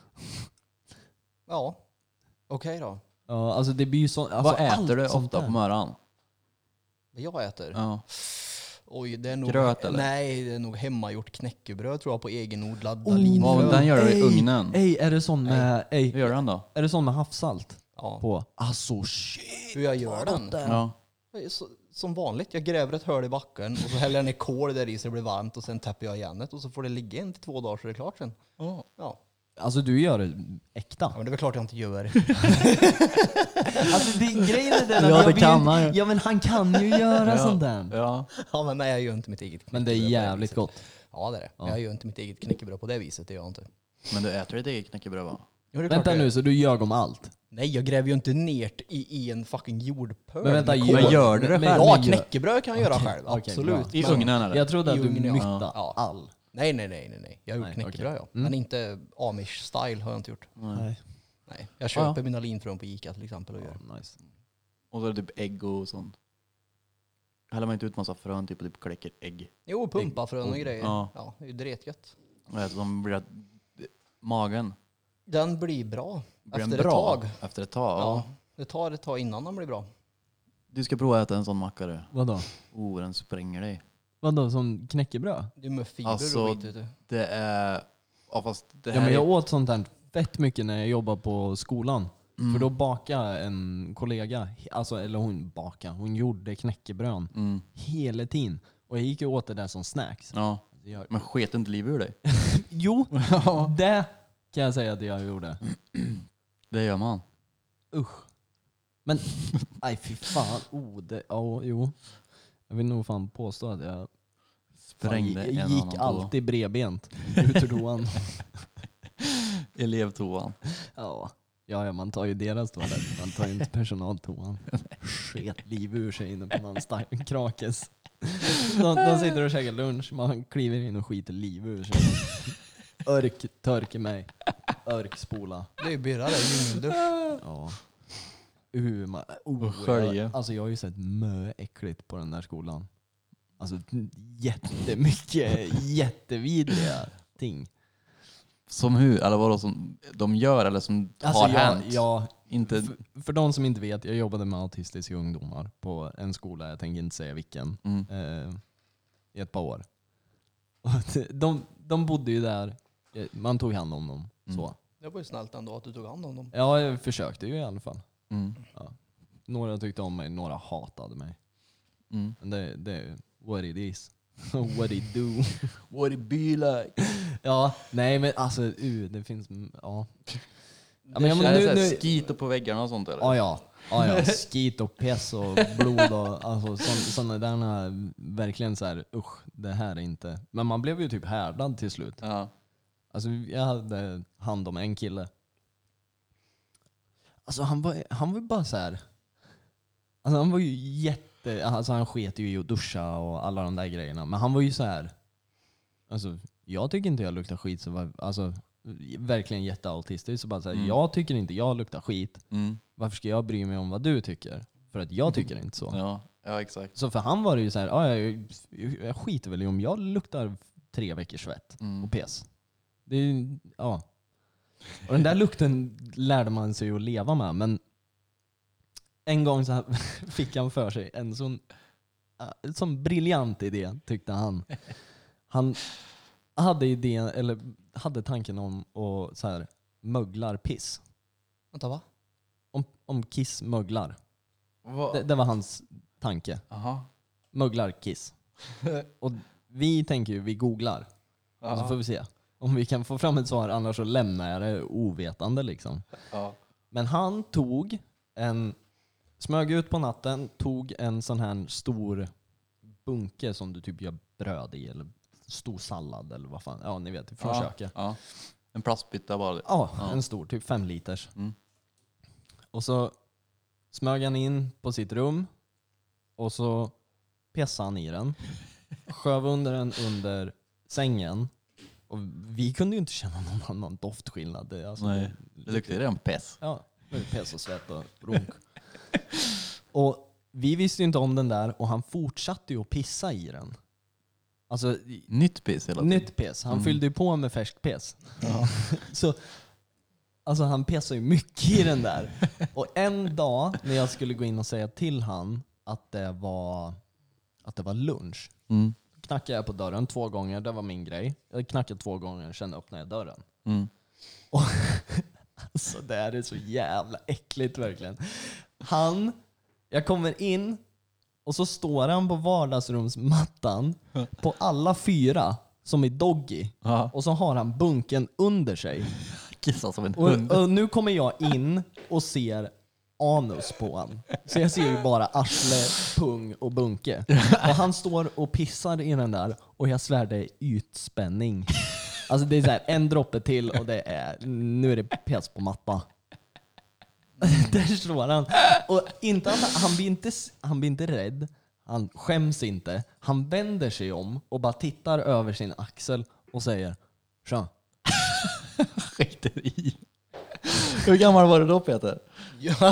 Ja, okej då. Ja, alltså det blir ju så... Alltså, Vad äter du allt sånt ofta där. på morgonen? Vad jag äter? Ja. Oj, det är nog... Gröt, eller? Nej, det är nog hemmagjort knäckebröd tror jag på egenodlad Oh, Ja, men dalinfrö. den gör du i Ey, ugnen. Är det sån med... Hur gör den då? Är det sån med havssalt Ja. på? Alltså shit! Hur jag gör den? Ja. Som vanligt, jag gräver ett hål i backen och så häller jag ner kol där i så det blir varmt och sen täpper jag igen det och så får det ligga 1 till 2 dagar så det är klart sen. Ja. Alltså du gör det äkta. Ja, men det är väl klart jag inte gör. Alltså grejen är den att Ja, jag det vill kan inte- han ju. Ja men han kan ju göra sånt där. Ja. Ja, men nej, jag gör inte mitt eget Men det är knäckebröd på jävligt viset. gott. Ja, det är det. Men jag gör inte mitt eget knäckebröd på det viset, det gör jag inte. Men du äter ditt eget knäckebröd va? Jo, det är klart Vänta jag nu, gör. så du ljög om allt? Nej, jag gräver ju inte ner i en fucking jordpöl. Men vänta, med kol. Men gör du det men- själv? Ja, men- knäckebröd kan jag göra själv, okej, absolut. I Men- ugnen eller? Jag trodde att I du ugnen, ja. myktade Ja. all. Nej. Jag har gjort Nej, knäckebröd, okej. ja. Men inte amish-style har jag inte gjort. Nej. Nej. Jag köper mina linfrön på Ica till exempel och gör. Ja, nice. Och så är det typ ägg och sånt. Häller man inte ut massa frön typ och typ kläcker ägg. Jo, pumpafrön och grejer. Ja. Ja, det är ju dretgött. Och äter de blir magen Den blir bra blir den efter ett bra tag. efter ett tag. Ja. Ja. Det tar ett tag innan den blir bra. Du ska prova att äta en sån macka du. Vadå? Den spränger dig. Vadå, som knäckebröd? Det är med fibrer Alltså, och skit ute. Det är... Ja fast det Ja här men jag är... åt sånt här fett mycket när jag jobbade på skolan. Mm. För då bakade en kollega, alltså, eller hon gjorde knäckebröd Mm. hela tiden. Och jag gick och åt det där som snacks. Ja. Jag, Men sket inte liv ur dig? jo, det kan jag säga att jag gjorde. Det gör man. Usch. Men, nej fy fan. Jo. Jag vill nog fan påstå att jag Sprängde fan, en jag gick annan alltid bredbent ut ur toan. Elevtoan. Ja, man tar ju deras toalett. Man tar ju inte personaltoan. Sket liv ur sig inne på någon krakes. De sitter och käkar lunch. Man kliver in och skiter liv ur sig. Örk, törker mig. Örk, spola. Det är ju Birra det, djungeldusch. Ja. skölja. Alltså jag har ju sett äckligt på den där skolan. Alltså jättemycket jättevidriga ting. Som hur? Eller vadå som de gör eller som har hänt? Inte... För de som inte vet, jag jobbade med autistiska ungdomar på en skola, jag tänker inte säga vilken, i ett par år. Och de bodde ju där, man tog hand om dem. Så. Det var ju snällt ändå att du tog hand om dem. Ja, jag försökte ju i alla fall. Mm. Ja. Några tyckte om mig, några hatade mig. Mm. Men det är what it is. What it do. What it be like? Ja, nej men alltså det finns, ja. Ja, Men, men är det nu- så här nu- skit på väggarna och sånt eller? Ja. Skit och pess och blod och alltså sådana där verkligen så här, usch, det här är inte. Men man blev ju typ härdad till slut. Ja. Alltså jag hade hand om en kille. Alltså han var bara så här. Alltså han var ju alltså han sket ju i att duscha och alla de där grejerna. Men han var ju så här. Alltså jag tycker inte jag luktar skit. Så alltså verkligen jätteautistisk. Så bara så här, jag tycker inte jag luktar skit. Varför ska jag bry mig om vad du tycker? För att jag tycker inte så. Ja, exakt. Så för han var det ju så här, jag skiter väl i om jag luktar 3 veckors svett och pes. Det är, ja. Och den där lukten lärde man sig att leva med. Men en gång så fick han för sig en sån briljant idé, tyckte han. Han hade idén, eller hade tanken om att så här, möglar piss. Vänta, va? Om kiss möglar. Det var hans tanke. Aha. Möglar kiss. Och vi tänker ju, vi googlar. Och så får vi se om vi kan få fram ett svar, annars så lämnar jag det ovetande liksom. Men han smög ut på natten, tog en sån här stor bunke som du typ gör bröd i, eller stor sallad eller vad fan. Ja, ni vet, från köket. Ja. En plastbytta bara. Ja, en stor, typ 5 liters. Och så smög han in på sitt rum och så pessade han i den. Sköv under den under sängen. Och vi kunde ju inte känna någon doftskillnad. Alltså, nej, det luktade redan pess. Ja, pess och svett och runk. Och vi visste ju inte om den där och han fortsatte ju att pissa i den. Alltså, nytt piss hela tiden. Nytt piss. Han fyllde ju på med färsk piss. Så alltså han pissade ju mycket i den där. Och en dag när jag skulle gå in och säga till han att det var lunch. Knackade jag på dörren 2 gånger, det var min grej. Jag knackade 2 gånger, sen öppnade jag dörren. Och alltså det här är så jävla äckligt verkligen. Jag kommer in och så står han på vardagsrumsmattan på alla 4 som är doggy. Och så har han bunken under sig. Kissar som en hund. Och nu kommer jag in och ser anus på han. Så jag ser ju bara arsle, pung och bunke. Och han står och pissar i den där och jag svär det är ytspänning. Alltså det är så här, en droppe till och nu är det piss på matta. Där står han. Och inte att han blir inte rädd. Han skäms inte. Han vänder sig om och bara tittar över sin axel och säger tja. Skiter i. Hur gammal var du då, Peter? Ja.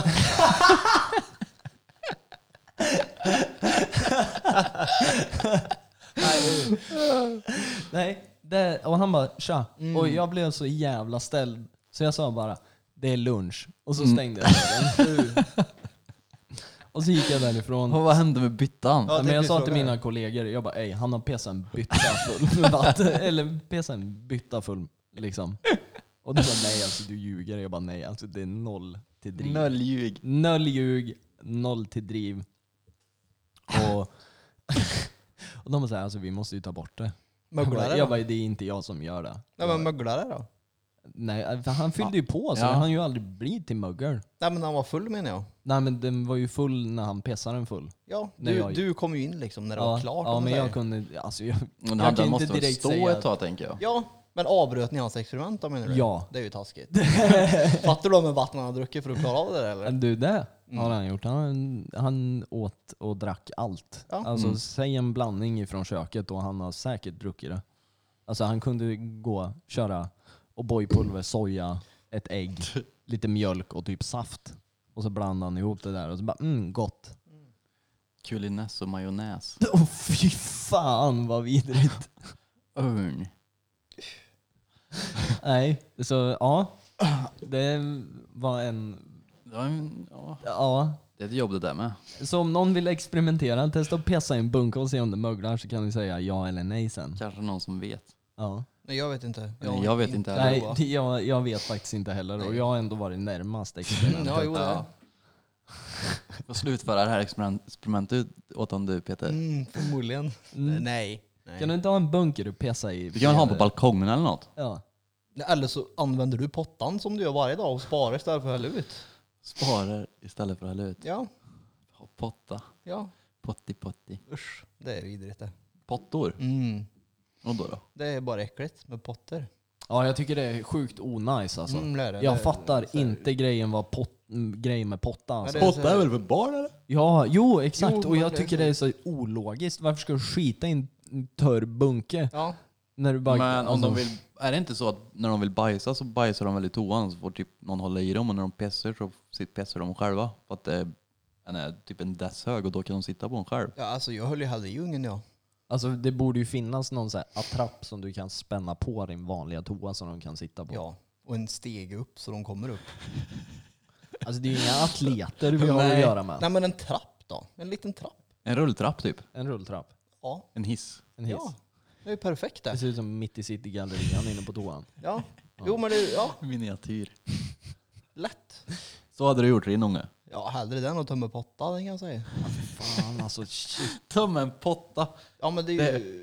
Nej, och han bara tja. Och jag blev så jävla ställd. Så jag sa bara, det är lunch. Och så stängde jag dörren. Och så gick jag därifrån. Och vad hände med byttan? Ja, men jag sa till mina kollegor, jag bara, han har pessat en bytta full med vatten. Eller pessat en bytta full liksom. Och du bara, nej alltså du ljuger. Jag bara, nej alltså det är 0 till driv. 0 ljug, 0 till driv. Och de säger alltså vi måste ju ta bort det. Jag bara, det är inte jag som gör det. Nej, men möglare då? Nej, för han fyllde ju på så han ju aldrig blivit till mögel. Nej, men han var full menar jag. Nej, men den var ju full när han pessade den full. Ja, du kom ju in liksom när det var klart. Ja, men jag kunde, alltså jag kan måste inte direkt stå ett tag, tänker jag. Ja, men avbröt ni hans experiment då, menar du? Ja. Det är ju taskigt. Fattar du med vatten han har druckit för att klara av det där, eller? Du, det har han gjort. Han åt och drack allt. Ja. Alltså säg en blandning ifrån köket och han har säkert druckit det. Alltså han kunde köra och bojpulver, soja, ett ägg, lite mjölk och typ saft. Och så blandade han ihop det där och så bara, gott. Kuliness och majonnäs. Fy fan vad vidrigt. Örn. Nej, så ja. Det var en... Ja. Det är ett jobb det där med. Så om någon vill experimentera, testa att pessa i en bunke och se om det möglar, så kan ni säga ja eller nej sen. Kanske någon som vet. Ja. Nej, jag vet inte. Jag vet inte heller. Nej, jag vet faktiskt inte heller. Och jag har ändå varit närmast experimentet. Ja, jo, det. Får slutföra det här experimentet åt om du, Peter. Förmodligen. Nej. Kan du inte ha en bunker och pessa i? Du kan ha på balkongen eller något. Ja. Eller så använder du pottan som du gör varje dag och sparar istället för att hälla ut. Sparar istället för att hälla ut. Ja. Potta. Ja. Potti. Usch, det är vidrigt det. Pottor? Och då? Det är bara äckligt med potter. Ja, jag tycker det är sjukt onajs alltså. Det. Jag fattar inte grejen med potta. Alltså. Potta är väl för barn eller? Ja, jo exakt. Jo, och men jag det är tycker så. det är så ologiskt. Varför ska du skita i en törr bunke? Ja. När du bara, Men om alltså, de vill, är det inte så att när de vill bajsa så bajsar de väl i toan så får typ någon hålla i dem och när de pissar så pissar de själva. För att det är typ en dess-hög och då kan de sitta på en själv. Ja, alltså jag höll ju hellre i djungeln, ja. alltså det borde ju finnas någon så här attrapp som du kan spänna på din vanliga toa som de kan sitta på. Ja. Och en steg upp så de kommer upp. Alltså det är ju inga atleter vi har att göra med. Nej, men en trapp då. En liten trapp. En rulltrapp typ. En rulltrapp, Ja. En hiss. en hiss. Ja. Det är perfekt Det det. ser ut som mitt i city-gallerian inne på toan. Ja. Jo, men det ja, Miniatyr. lätt. Så hade du gjort din unge. Ja, hellre den och tömma potta, den kan jag säga. Fan alltså shit. Töm en potta. Ja, men det är ju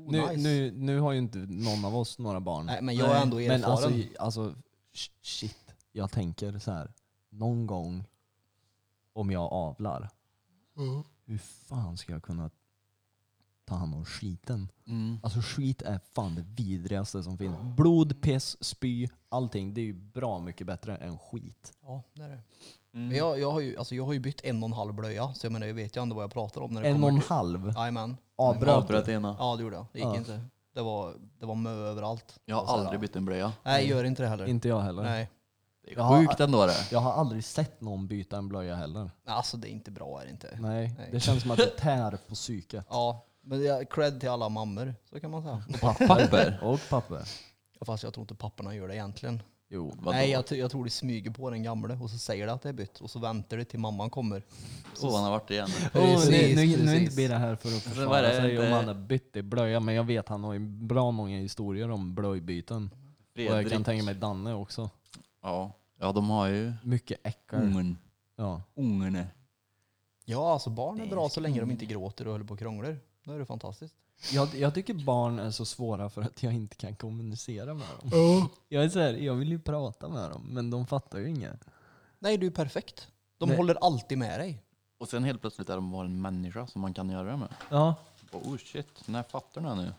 Nu har ju inte någon av oss några barn. Nej, men jag är ändå erfaren. Men alltså shit. Jag tänker så här. Någon gång om jag avlar. Hur fan ska jag kunna ta hand om skiten? Alltså skit är fan det vidrigaste som finns. Blod, piss, spy, allting. Det är ju bra mycket bättre än skit. Ja, det är det. Men jag har ju bytt 1,5 blöja, så jag menar, jag vet ju ändå vad jag pratar om när det 1,5. Jajamän. Avbröt. ena. Ja, det gjorde jag. Det gick inte. Det var mö överallt. Jag har Och så här, aldrig bytt en blöja. Nej, gör inte det heller. Inte jag heller. Nej. Det Jag är har- sjukt ändå det. Jag har aldrig sett någon byta en blöja heller. Alltså det är inte bra, är det inte. Nej, Nej. det känns som att det tär på psyket. Ja, men jag cred till alla mammor, så kan man säga. Papper. Och papper. Fast jag tror inte papporna gör det egentligen. Jo. Vadå? Nej, jag tror det smyger på den gamle och så säger det att det är bytt och så väntar det till mamman kommer. Han har varit igen. Precis, nu är precis. inte Birra här för att vad är försvara det? sig om Det- han har bytt i blöja, men jag vet han har ju bra många historier om blöjbyten. Och jag kan tänka mig Danne också. Ja, de har ju Mycket äckel. Ja. Ungarna. Ja, alltså barn är bra så länge de inte gråter och håller på och krånglar. Då är det fantastiskt. Jag tycker barn är så svåra för att jag inte kan kommunicera med dem. Jag är så här, jag vill ju prata med dem, men de fattar ju inget. Nej, du är perfekt. De Nej. håller alltid med dig. Och sen helt plötsligt är de bara en människa som man kan göra det med. Ja. Oh shit, när fattar du nu?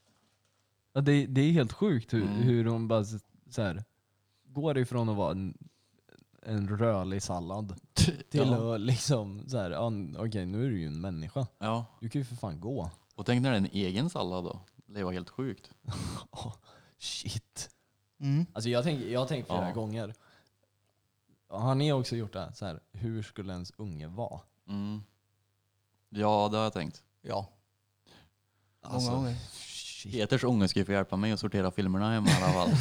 Ja, det är helt sjukt hur de bara så här, går ifrån att vara en rörlig sallad till att liksom så här, okej, nu är du ju en människa. Ja, Du kan ju för fan gå. och tänk när det är en egen sallad då. Det var helt sjukt. Shit. Mm. Alltså jag har tänkt flera Ja. gånger. Har ni också gjort det? Så här, hur skulle ens unge vara? Mm. Ja, det har jag tänkt. Ja, Alltså, många gånger. shit. Peters unge ska ju få hjälpa mig att sortera filmerna hemma i alla fall.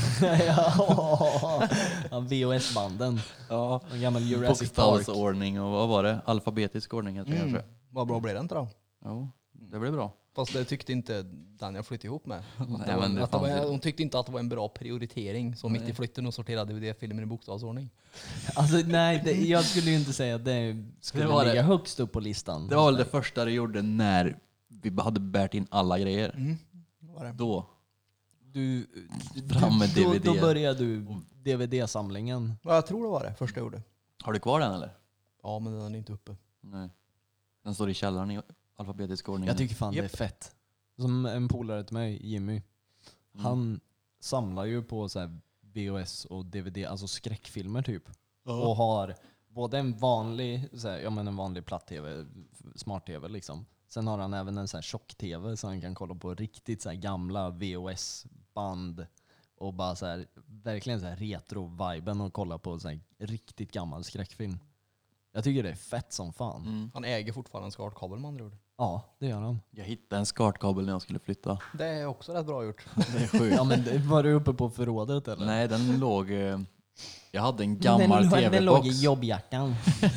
Ja, VHS-banden. Ja. En gammal Jurassic Park. Bokstavsordning och vad var det? Alfabetisk ordning heter det kanske. Vad bra blev det inte då? Jo, det blir bra. Fast det tyckte inte den jag flyttade ihop med. Nej, men det fanns ju- Hon tyckte inte att det var en bra prioritering. Så mitt i flytten och sorterade DVD-filmer i bokstavsordning. Alltså nej, jag skulle ju inte säga att det skulle Det var ligga det. högst upp på listan. Det var väl det första du gjorde när vi hade bärt in alla grejer. Var det? Då. Du, Fram med då DVD. började du DVD-samlingen. Ja, jag tror det var det första jag gjorde. Har du kvar den eller? Ja, men den är inte uppe. Nej. Den står i källaren i alfabetisk ordning. Jag tycker fan det är Japp. fett. Som en polare till mig, Jimmy. Han samlar ju på så här VHS och DVD, alltså skräckfilmer typ. Och har både en vanlig, så här, en vanlig platt-tv, smart-tv liksom. Sen har han även en så här tjock-tv så han kan kolla på riktigt så här gamla VHS-band och bara så här, verkligen så här retro-viben och kolla på så här riktigt gammal skräckfilm. Jag tycker det är fett som fan. Han äger fortfarande en skartkabel med andra ord. Ja, det gör han. Jag hittade en skartkabel när jag skulle flytta. Det är också rätt bra gjort. Det är sjukt. Ja, men var du uppe på förrådet eller? Nej, den låg... Jag hade en gammal Den låg tv-box. i jobbjackan.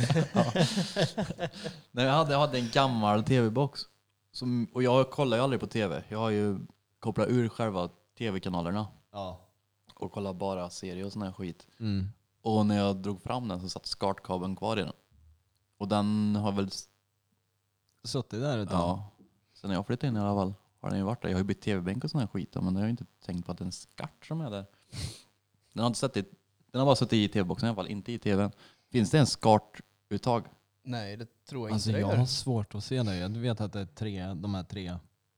Nej, jag hade en gammal tv-box. Och jag kollar ju aldrig på tv. Jag har ju kopplat ur själva tv-kanalerna. Ja. Och kollar bara serier och sån här skit. Mm. Och när jag drog fram den så satt skartkabeln kvar i den. Och den har väl... Suttit där ett tag. Ja. Sen när jag flyttade in i alla fall har den ju varit där. Jag har ju bytt tv-bänk och sån här skit. Men jag har ju inte tänkt på att det är en skart som är där. Den har bara suttit i tv-boxen i alla fall, inte i tvn. Finns det en skartuttag? Nej, det tror jag Alltså inte det jag gör. har svårt att se det. Jag vet att det är de här tre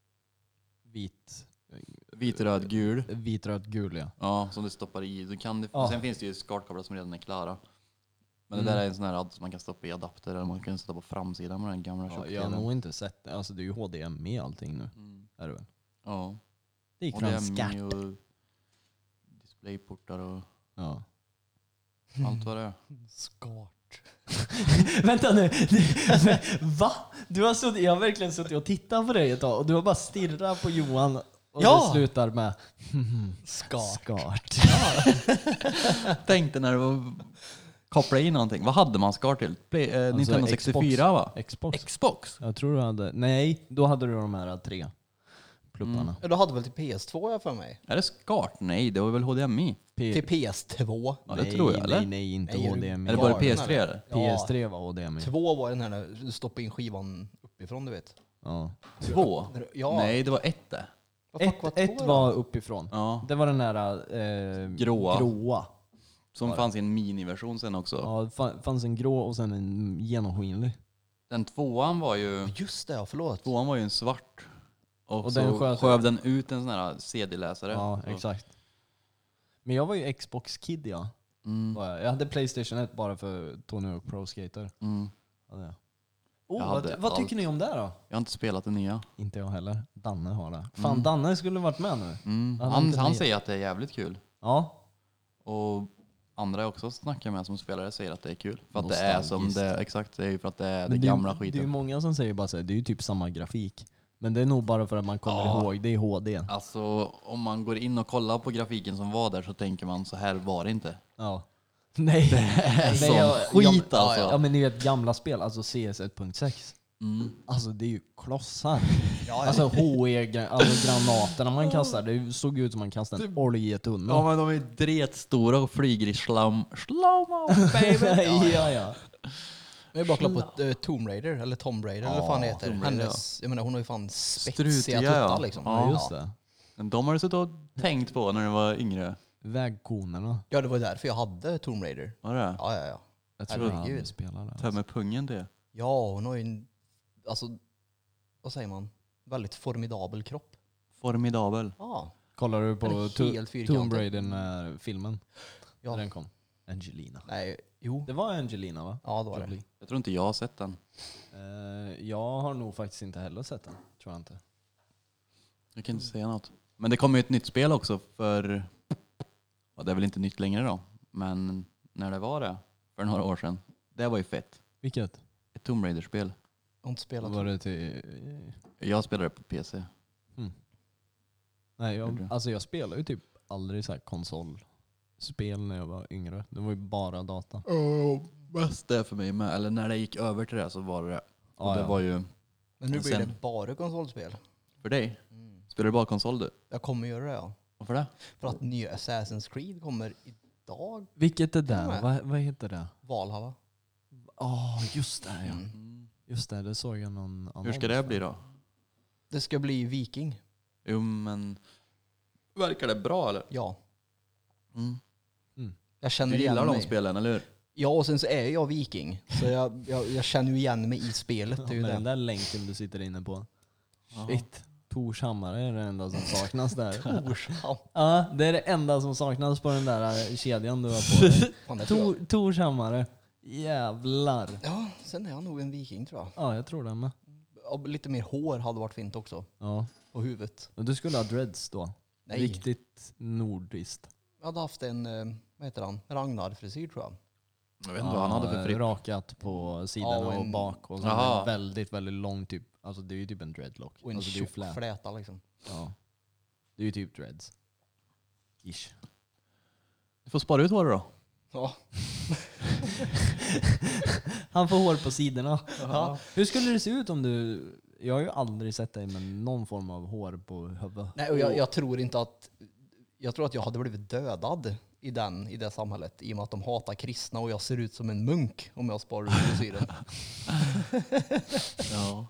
Vit, röd, gul. vit, röd, gul ja. Ja, som du stoppar i. Då kan det, Ja. Sen finns det ju skartkablar som redan är klara. Men det där är en sån här som man kan stoppa i adapter eller man kan sätta på framsidan med den gamla Ja, jag har tjock-tvn. nog inte sett det. Alltså det är ju HDMI allting nu. Är det väl? Ja. Det gick Och från det är skatt. och displayportar och Ja. allt vad det är. Skart. Vänta nu. Va? Jag har verkligen suttit och tittat på dig ett tag och du har bara stirrat på Johan och Ja! det slutar med Skart. Tänkte när det var koppla in någonting. Vad hade man skar till? Nintendo 64 va? Xbox. Xbox? Jag tror du hade... Nej, då hade du de här 3 plupparna. Ja, du hade väl till PS2 jag för mig? Är det skart? Nej, det var väl HDMI? Till PS2. Ja, det tror jag, eller? Nej, inte Nej, HDMI. Är det bara Ja, PS3 eller? PS3 var HDMI. 2 var den här när du stoppade in skivan uppifrån, du vet. Ja. 2? Ja. Nej, det var 1 det. Vad fuck var Ett två var då? uppifrån. Ja. Det var den där Gråa. gråa. Som fanns i en miniversion sen också. Ja, det fanns en grå och sen en genomskinlig. Den 2:an var ju... Just det, ja, förlåt. 2:an var ju en svart. Och så den sköv den ut en sån här CD-läsare. Ja, Så- exakt. Men jag var ju Xbox-kid, ja. Mm. Var jag hade Playstation 1 bara för Tony Hawk Pro Skater. Mm. Ja, det. Jag hade Vad allt. tycker ni om det då? Jag har inte spelat det nya. Inte jag heller. Danne har det. Fan, Danne skulle varit med nu. Mm. Ja, Han, inte han nya. säger att det är jävligt kul. Ja. Och andra jag också snackar med som spelare säger att det är kul. För att det är som Nostalgiskt. det, exakt, det är ju för att det är det Men gamla det är ju skiten. många som säger bara så här, det är ju typ samma grafik. Men det är nog bara för att man kommer ihåg, det är HD. Alltså om man går in och kollar på grafiken som var där så tänker man så här var det inte. Ja. Nej. Det är sån skit alltså. Ja, men ni vet gamla spel, alltså CS 1.6. Mm. Alltså det är ju klossar. Ja, Alltså HE, alltså granaterna man kastar, det såg ut som man kastade en oljetunna. Ja men de är dretstora och flyger i slow-mo baby. ja. Jag är bara kolla på Tomb Raider, eller Tomb Raider, eller vad fan det heter. Tomb Raider, Hennes, jag menar, hon har ju fan Strutiga, spetsiga ja. tuttar liksom. Ja, Just det. Men de har du suttit och tänkt på när du var yngre. Vägkonerna. Ja, det var därför jag hade Tomb Raider. Var det? Ja. Jag tror jag Herregud. aldrig spelade det. Ta med pungen det. Ja, hon har ju en, alltså, vad säger man? Väldigt formidabel kropp. Formidabel. Ja. Kollar du Den på är helt fyrkantig. Tomb Raider när filmen? Ja. När den kom? Angelina. Nej, jo. Det var Angelina va? Ja, det var det. Jolie. Jag tror inte jag har sett den. Jag har nog faktiskt inte heller sett den. Tror jag inte. Jag kan inte säga något. Men det kommer ju ett nytt spel också för... Ja, det är väl inte nytt längre då. Men när det var det, för några år sedan. Det var ju fett. Vilket? Ett Tomb Raider-spel. Jag har inte spelat. Var det till... Jag spelade på PC. Nej, Gjorde du? jag spelade ju typ aldrig så här konsolspel när jag var yngre. Det var ju bara data. Bäst det för mig med. Eller när det gick över till det så var det. Och Ja, det ja. var ju Men nu Och blir sen- det bara konsolspel. för dig. Spelar du bara konsol du? Jag kommer göra det, ja. Varför det? För att nya Assassin's Creed kommer idag. Vilket är det? Ja. Vad heter det? Valhalla. Just det ja. Mm. Just det såg jag någon annan. Hur ska det bli då? Det ska bli viking. Jo men... Verkar det bra eller? Ja. Mm. Jag känner Du igen gillar de mig. spelen, eller hur? Ja, och sen så är jag viking. Så jag känner ju igen mig i spelet. Det är ju Med den det. där länken du sitter inne på. Shit. Tors hammare är det enda som saknas där. Torshamn. Ja, det är det enda som saknas på den där kedjan du har på dig. Fan, det tror jag. Tors hammare. Jävlar. Ja, sen är jag nog en viking tror jag. Ja, jag tror det med. Och lite mer hår hade varit fint också. Ja. På huvudet. Men du skulle ha dreads då? Nej. Riktigt nordiskt. Jag hade haft en, vad heter han? Ragnar-frisyr tror jag. Jag vet inte vad han hade för fritt. Rakat på sidorna Ja, och och en- bak. Och så Jaha. en väldigt, väldigt lång typ. Alltså det är ju typ en dreadlock. Och en alltså, det är ju tjock flät. fläta liksom. Ja. Det är ju typ dreads. Ish. Du får spara ut håret då. Ja. Han får hår på sidorna. Ja. Hur skulle det se ut om du... Jag har ju aldrig sett dig med någon form av hår på huvudet. Nej, och jag tror inte att... Jag tror att jag hade blivit dödad i det samhället i och med att de hatar kristna och jag ser ut som en munk om jag sparar ut frisyren. Ja.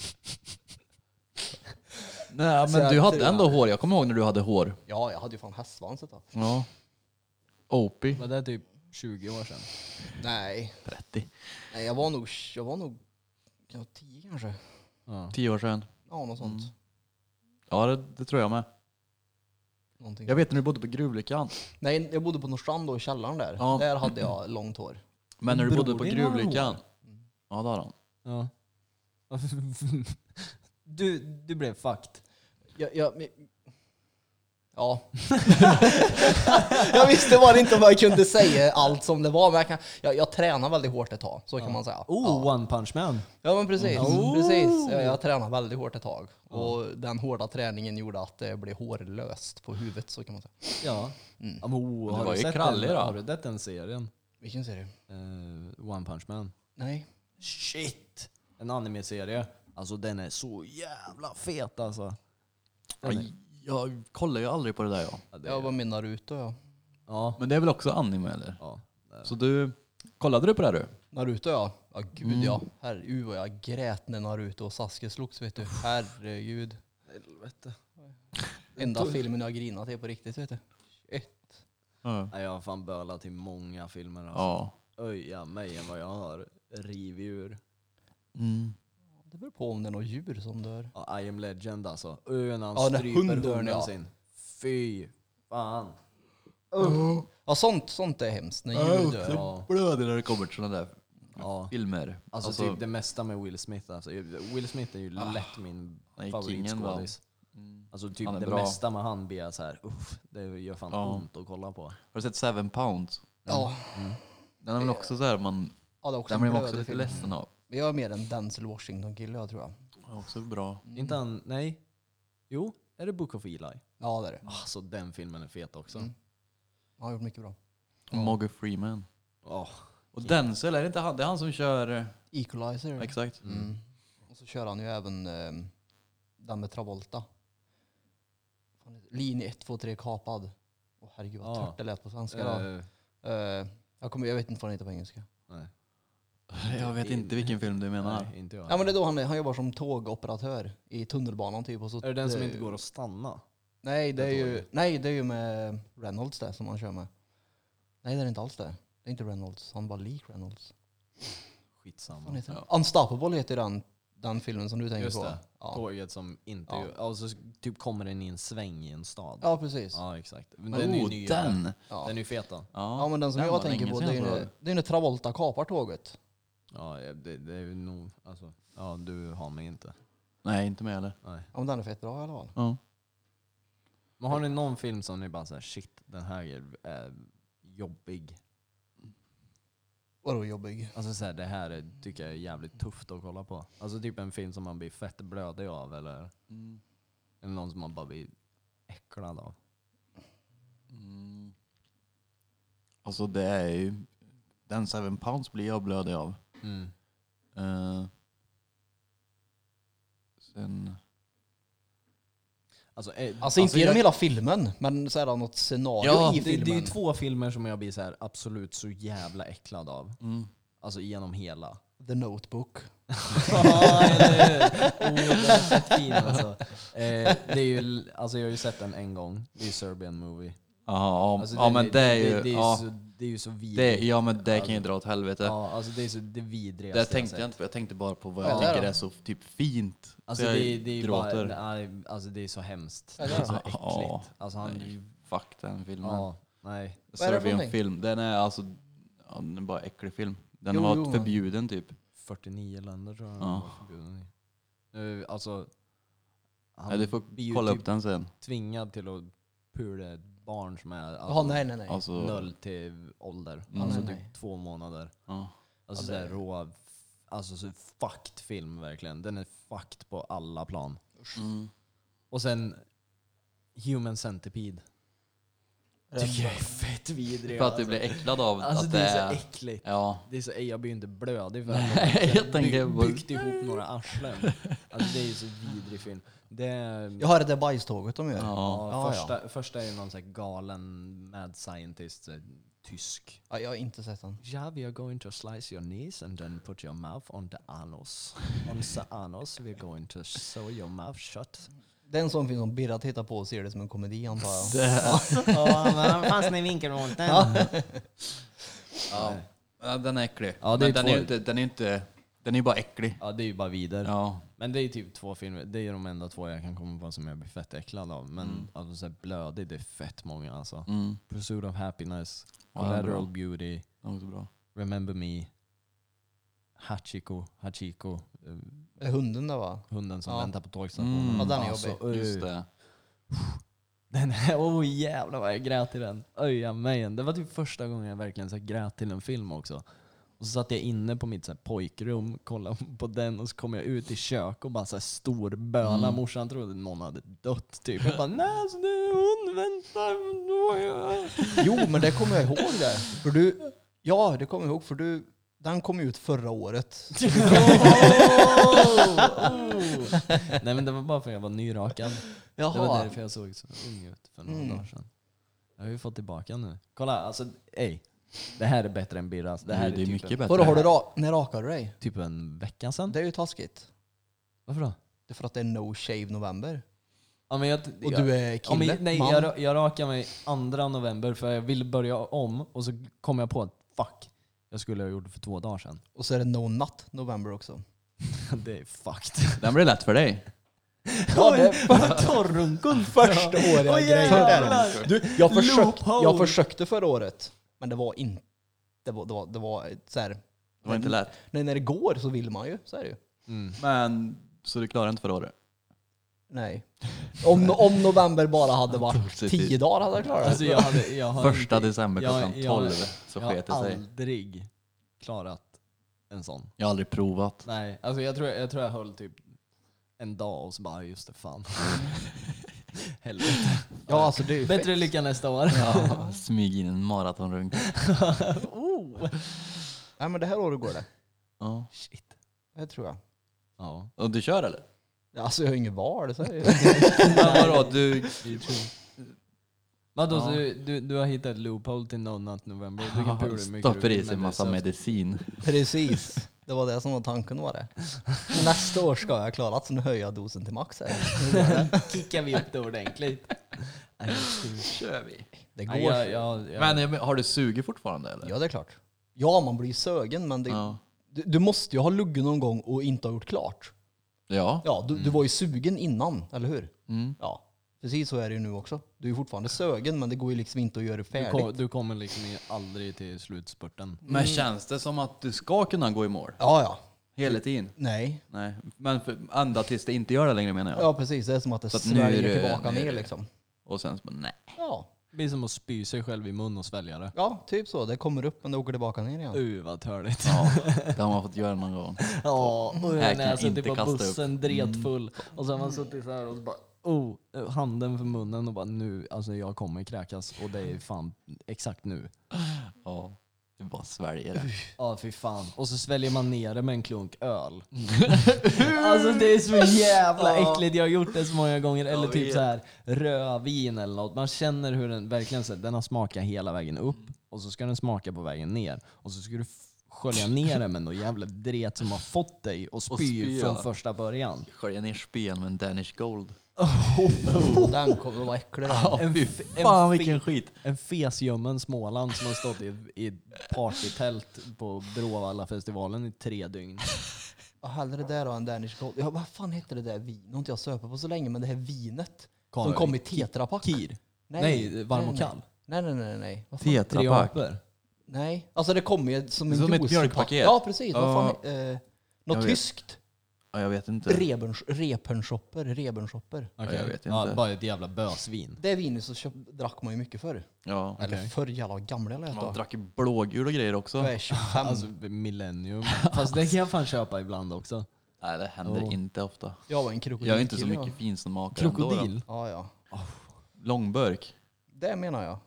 Nej Så men jag du hade tror- ändå hår. Jag kommer ihåg när du hade hår. Ja, jag hade ju fan hästsvans ett tag. Ja. Opie. Var det typ 20 år sedan? Nej, 30. nej jag var nog 10 kanske. Ja. 10 år sedan. Ja, något sånt. Ja det tror jag med. Någonting. Jag vet när du bodde på Gruvlyckan. Nej, jag bodde på Norrstrand då i källaren där. Ja. Där hade jag långt hår. Men när du bodde på Bror din har gruvlyckan? hår. Ja, det har han. Ja. Du blev fucked. Ja. Jag visste bara inte om jag kunde säga allt som det var, men jag tränar väldigt hårt ett tag, så kan man säga. One Punch Man. Ja men precis, precis. Jag tränar väldigt hårt ett tag. Och den hårda träningen gjorde att det blev hårlöst på huvudet, så kan man säga. Ja. Ja, men, Du har var du ju sett krallig den? då. Har du sett den serien? Vilken serie? One Punch Man. Nej. Shit! En anime-serie. Alltså den är så jävla fet alltså. Den är- Aj, jag kollar ju aldrig på det där Ja, det Jag är- var med Naruto, ja. ja. Men det är väl också anime eller? Ja. det är- Så du, kollade du på det du? Naruto, ja. Ja gud ja. Herregud vad jag grät när Naruto och Sasuke slogs, vet du. Herregud. Helvete. Enda filmen jag grinat är på riktigt, vet du. Shit. Ja. Nej, jag har fan bölat till många filmer alltså. Ja. Öja mig än vad jag har rivit ur. Mm. Det beror på om det är något djur som dör. Ja, I am legend alltså. När han Ja, den stryper hunden, hunden ja. sin. Fy fan. Ja, sånt är hemskt när djur dör. Ja. Blöder när det kommer till sådana där Ja. filmer. Alltså typ det mesta med Will Smith alltså. Will Smith är ju lätt min han är kingen då. favoritskådis. Alltså typ Han är det bra. mesta med han blir jag så här, det gör fan Ja. ont att kolla på. Har du sett 7 pounds? Ja. Den är väl också så här, man, Ja, det är också den en blir man också blödig lite film. ledsen av. Jag är mer en Denzel Washington-kille, jag tror jag. Den är också bra. Inte han, nej. Jo, är det Book of Eli? Ja, det är det. Alltså den filmen är fet också. Mm. Han har gjort mycket bra. Och Morgan Freeman. Åh, Och Denzel, är det inte han? Det är han som kör... Equalizer. Exakt. Mm. Och så kör han ju även den med Travolta. Linje 1, 2, 3 kapad. Åh herregud vad Ja. tört det lät på svenska då. Jag vet inte vad den heter på engelska. nej. Jag vet inte vilken film du menar. Nej, inte jag. Ja men det är då han jobbar som tågoperatör i tunnelbanan typ. Och så, Är det den som inte går att stanna? Nej det är ju med Reynolds det som han kör med. Nej det är inte alls det. Det är inte Reynolds, han var lik Reynolds. Skitsamma. Vad heter den? Unstoppable heter den filmen som du tänker Just på. det. Ja. Tåget som inte... Ja. Och så typ kommer den i en sväng i en stad. Ja precis. Ja, exakt. Men den är ju nyare. Den! Ja. Den är ju fet då. Ja men den som jag var tänker länge på sedan det är ju jag såg när- det är när Travolta kapar tåget. Ja, det är ju nog... Alltså, ja, du har mig inte. Nej, inte med heller. Nej. Ja men den är fett bra i alla fall. Ja. Men har ni någon film som ni bara säger shit, den här är jobbig? Vadå jobbig? Alltså så här, det här tycker jag är jävligt tufft att kolla på. Alltså typ en film som man blir fett blödig av eller någon som man bara blir äcklad av. Mm. Alltså det är ju... Den 7 pounds blir jag blödig av. Mm. Sen... Alltså inte genom hela filmen, men så är det något scenario Ja, i det filmen. är ju 2 filmer som jag blir så här absolut så jävla äcklad av. Mm. Alltså genom hela. The Notebook. Ja, eller hur? Den är fett fin alltså. Det är ju, alltså jag har ju sett den en gång. Det är ju Serbian Movie. Ja, Alltså ja men det är ju... det är ja, det är ju så det, vidrigt. ja, men det kan ju dra åt helvete. Ja, alltså det är så det vidrigaste Det tänkte sett. jag inte på. Jag tänkte bara på vad Ja, jag det är tycker det. är så typ fint. Alltså så jag det är ju gråter. bara, nej, alltså det är så hemskt. Ja, Det det är så är. äckligt. Ja. Alltså han, Nej, fuck den filmen. ja, nej. Vad är det för Serbian någonting? film. Den är alltså... Ja, den är bara äcklig film. Den Jo, var jo. förbjuden typ. 49 länder tror jag Ja. var förbjuden i. Alltså, han Nej, du får blir ju kolla typ upp den sen. tvingad till att pula ett barn som är Jaha, nej. Alltså, 0 till ålder. Mm. Alltså Nej, typ nej. 2 månader. ja. Alltså Ja, så det här är- rå, alltså så fucked film verkligen. Den är fucked på alla plan. Mm. Och sen Human Centipede. Tycker jag är fett vidrig. För att du blir äcklad av Alltså att det är så äckligt. Ja. Det är så, jag blir ju inte blödig för Nej, jag tänker på- byggt ihop några arslen. Alltså det är ju så vidrig film. Det är, Jag hörde det bajståget de gör. Ja. ja, första är någon sån här galen mad scientist, så här, tysk. Ja, jag har inte sett den. Yeah, we are going to slice your knees and then put your mouth on the anus. On the anus we're going to sew your mouth shut. Det är en sån film som Birra tittar på och ser det som en komedi antar jag. Ja, men fanns ni vinkelmålten? Ja, den är äcklig. Ja, det är men den är två- ju inte, den är inte, den är ju bara äcklig. Ja, det är ju bara vidare. Ja. Men det är typ 2 filmer, det är de enda 2 jag kan komma på som jag blir fett äcklad av. Men alltså så här, blödig, det är fett många alltså. Mm. Pursuit of Happiness, Ja, det är Collateral bra. Beauty, Den är också bra. Remember Me, Hachiko, Det är hunden där va? hunden som Ja. väntar på tågstationen. Ja, den är jobbig. Just det. Den här, jävlar vad jag grät i den. Öja mig. Det var typ första gången jag verkligen så här grät till en film också. Och så satt jag inne på mitt så här pojkrum, kollade på den och så kom jag ut i kök och bara så här stor böla. Morsan trodde någon hade dött typ. Jag bara, nej alltså det är hon, vänta. Jo, men det kommer jag ihåg där. För du, ja, det kommer jag ihåg för du, den kom ut förra året. Nej men det var bara för att jag var nyrakad. Det var Jaha. därför jag såg så ung ut för några dagar sedan. Jag har ju fått tillbaka nu. Kolla, alltså ej. Det här är bättre än Birras. Det här Det är typ mycket en, bättre. Vadå, har du när rakar du dig? typ en vecka sedan. Det är ju taskigt. Varför då? Det är för att det är no shave november. Ja, men Och du är ja, men, kille, nej, man. jag rakade mig 2 november för jag ville börja om och så kom jag på att fuck, jag skulle ha gjort det för 2 dagar sedan. Och så är det no nut november också. Det är fucked. Den blir lätt för dig. Ja, det Torrunkun första året jag grejer. Du, Loophole. jag försökte förra året, men det var inte... Det var så här. Det var inte lätt. Nej, när det går så vill man ju, så är det ju. Men, så du klarar inte förra året? Nej. Om november bara hade varit Positivt. 10 dagar hade jag klarat det. Alltså jag har Första inte- december jag- klockan jag- 12 så Jag sket det har sig. aldrig klarat en sån. Jag har aldrig provat. Nej, alltså jag tror jag höll typ en dag och så bara, just det, fan. Helvete. Ja, alltså det är ju Bättre lycka nästa år. Ja, smyg in en maratonrunk. Nej, men det här året går det. Ja. Shit. Det tror jag. Ja. Och du kör eller? Alltså jag har inget val, så är det ju. Men vadå, du... Vadå, Ja. så du har hittat ett loophole till No Nut November? Du kan pula hur mycket Stoppar du i vill, sig men massa det är så- medicin. Precis. Det var det som var tanken var det. Nästa år ska jag klara att nu höjer jag dosen till max här. Kickar vi upp det ordentligt. Kör vi. Det går. Nej, Men har du suger fortfarande eller? Ja, det är klart. Ja, man blir sögen, men det, Ja. du måste ju ha luggen någon gång och inte ha gjort klart. Ja. Ja, du var ju sugen innan, eller hur? Mm. Ja, precis så är det ju nu också. Du är ju fortfarande sögen, men det går ju liksom inte att göra det färdigt. du kommer liksom aldrig till slutspurten. Men känns det som att du ska kunna gå i mål? Ja, ja. Hela tiden? Nej. Nej. Men ända tills det inte gör det längre menar jag. Ja, precis. Det är som att det Så att nu är sväljer det tillbaka nere. ner liksom. Och sen så bara, nej. Ja. Det blir som att spy sig själv i mun och svälja det. Ja, typ så. Det kommer upp men det åker tillbaka ner igen. Vad törligt. Ja, det har man fått göra någon gång. Ja, och Nej, när jag kan suttit inte på kasta upp. bussen dretfull och så har man suttit så här och så bara handen för munnen och bara nu, alltså jag kommer kräkas och det är fan exakt nu. Ja, du bara sväljer det. Ja, fy fan. Och så sväljer man ner det med en klunk öl. Alltså det är så jävla äckligt. Jag har gjort det så många gånger. Eller Jag typ vet. så här rödvin eller något. Man känner hur den verkligen så här, den har smakat hela vägen upp och så ska den smaka på vägen ner. Och så ska du skölja ner det med något jävla dret som har fått dig och spy spy, från ja. första början. Skölja ner spel med en Danish Gold. Den kommer att vara äcklig. Den. Fan vilken skit. En fesljummen Småland som har stått i ett partytält på Bråvalla-festivalen i 3 dygn. Ja, hellre det då än Danish Gold. Ja, vad fan heter det där vin? Nu har inte jag söpt på så länge, men det här vinet som kom i tetrapack. Kir. Nej, varm och kall. Nej. Vad fan? Tetrapack. Apor. Nej. Alltså det kommer ju som en Som ett juice- mjölkpaket. Ja, precis. Vad fan? Jag Något vet. tyskt. Ja, jag vet inte. Rebenshopper. Okej. jag vet Ja, inte. bara ett jävla bösvin. Det vinet så drack man ju mycket förr. Ja. Eller Okej. förr, jävla gamla jag lät Man då. drack ju blågul och grejer också. Jag är 25. Alltså millennium. Fast det kan jag fan köpa ibland också. Nej, det händer Oh. inte ofta. Jag var en krokodil. Jag är inte så mycket finsmakare ändå då. Krokodil. Ja. Långburk. Det menar jag.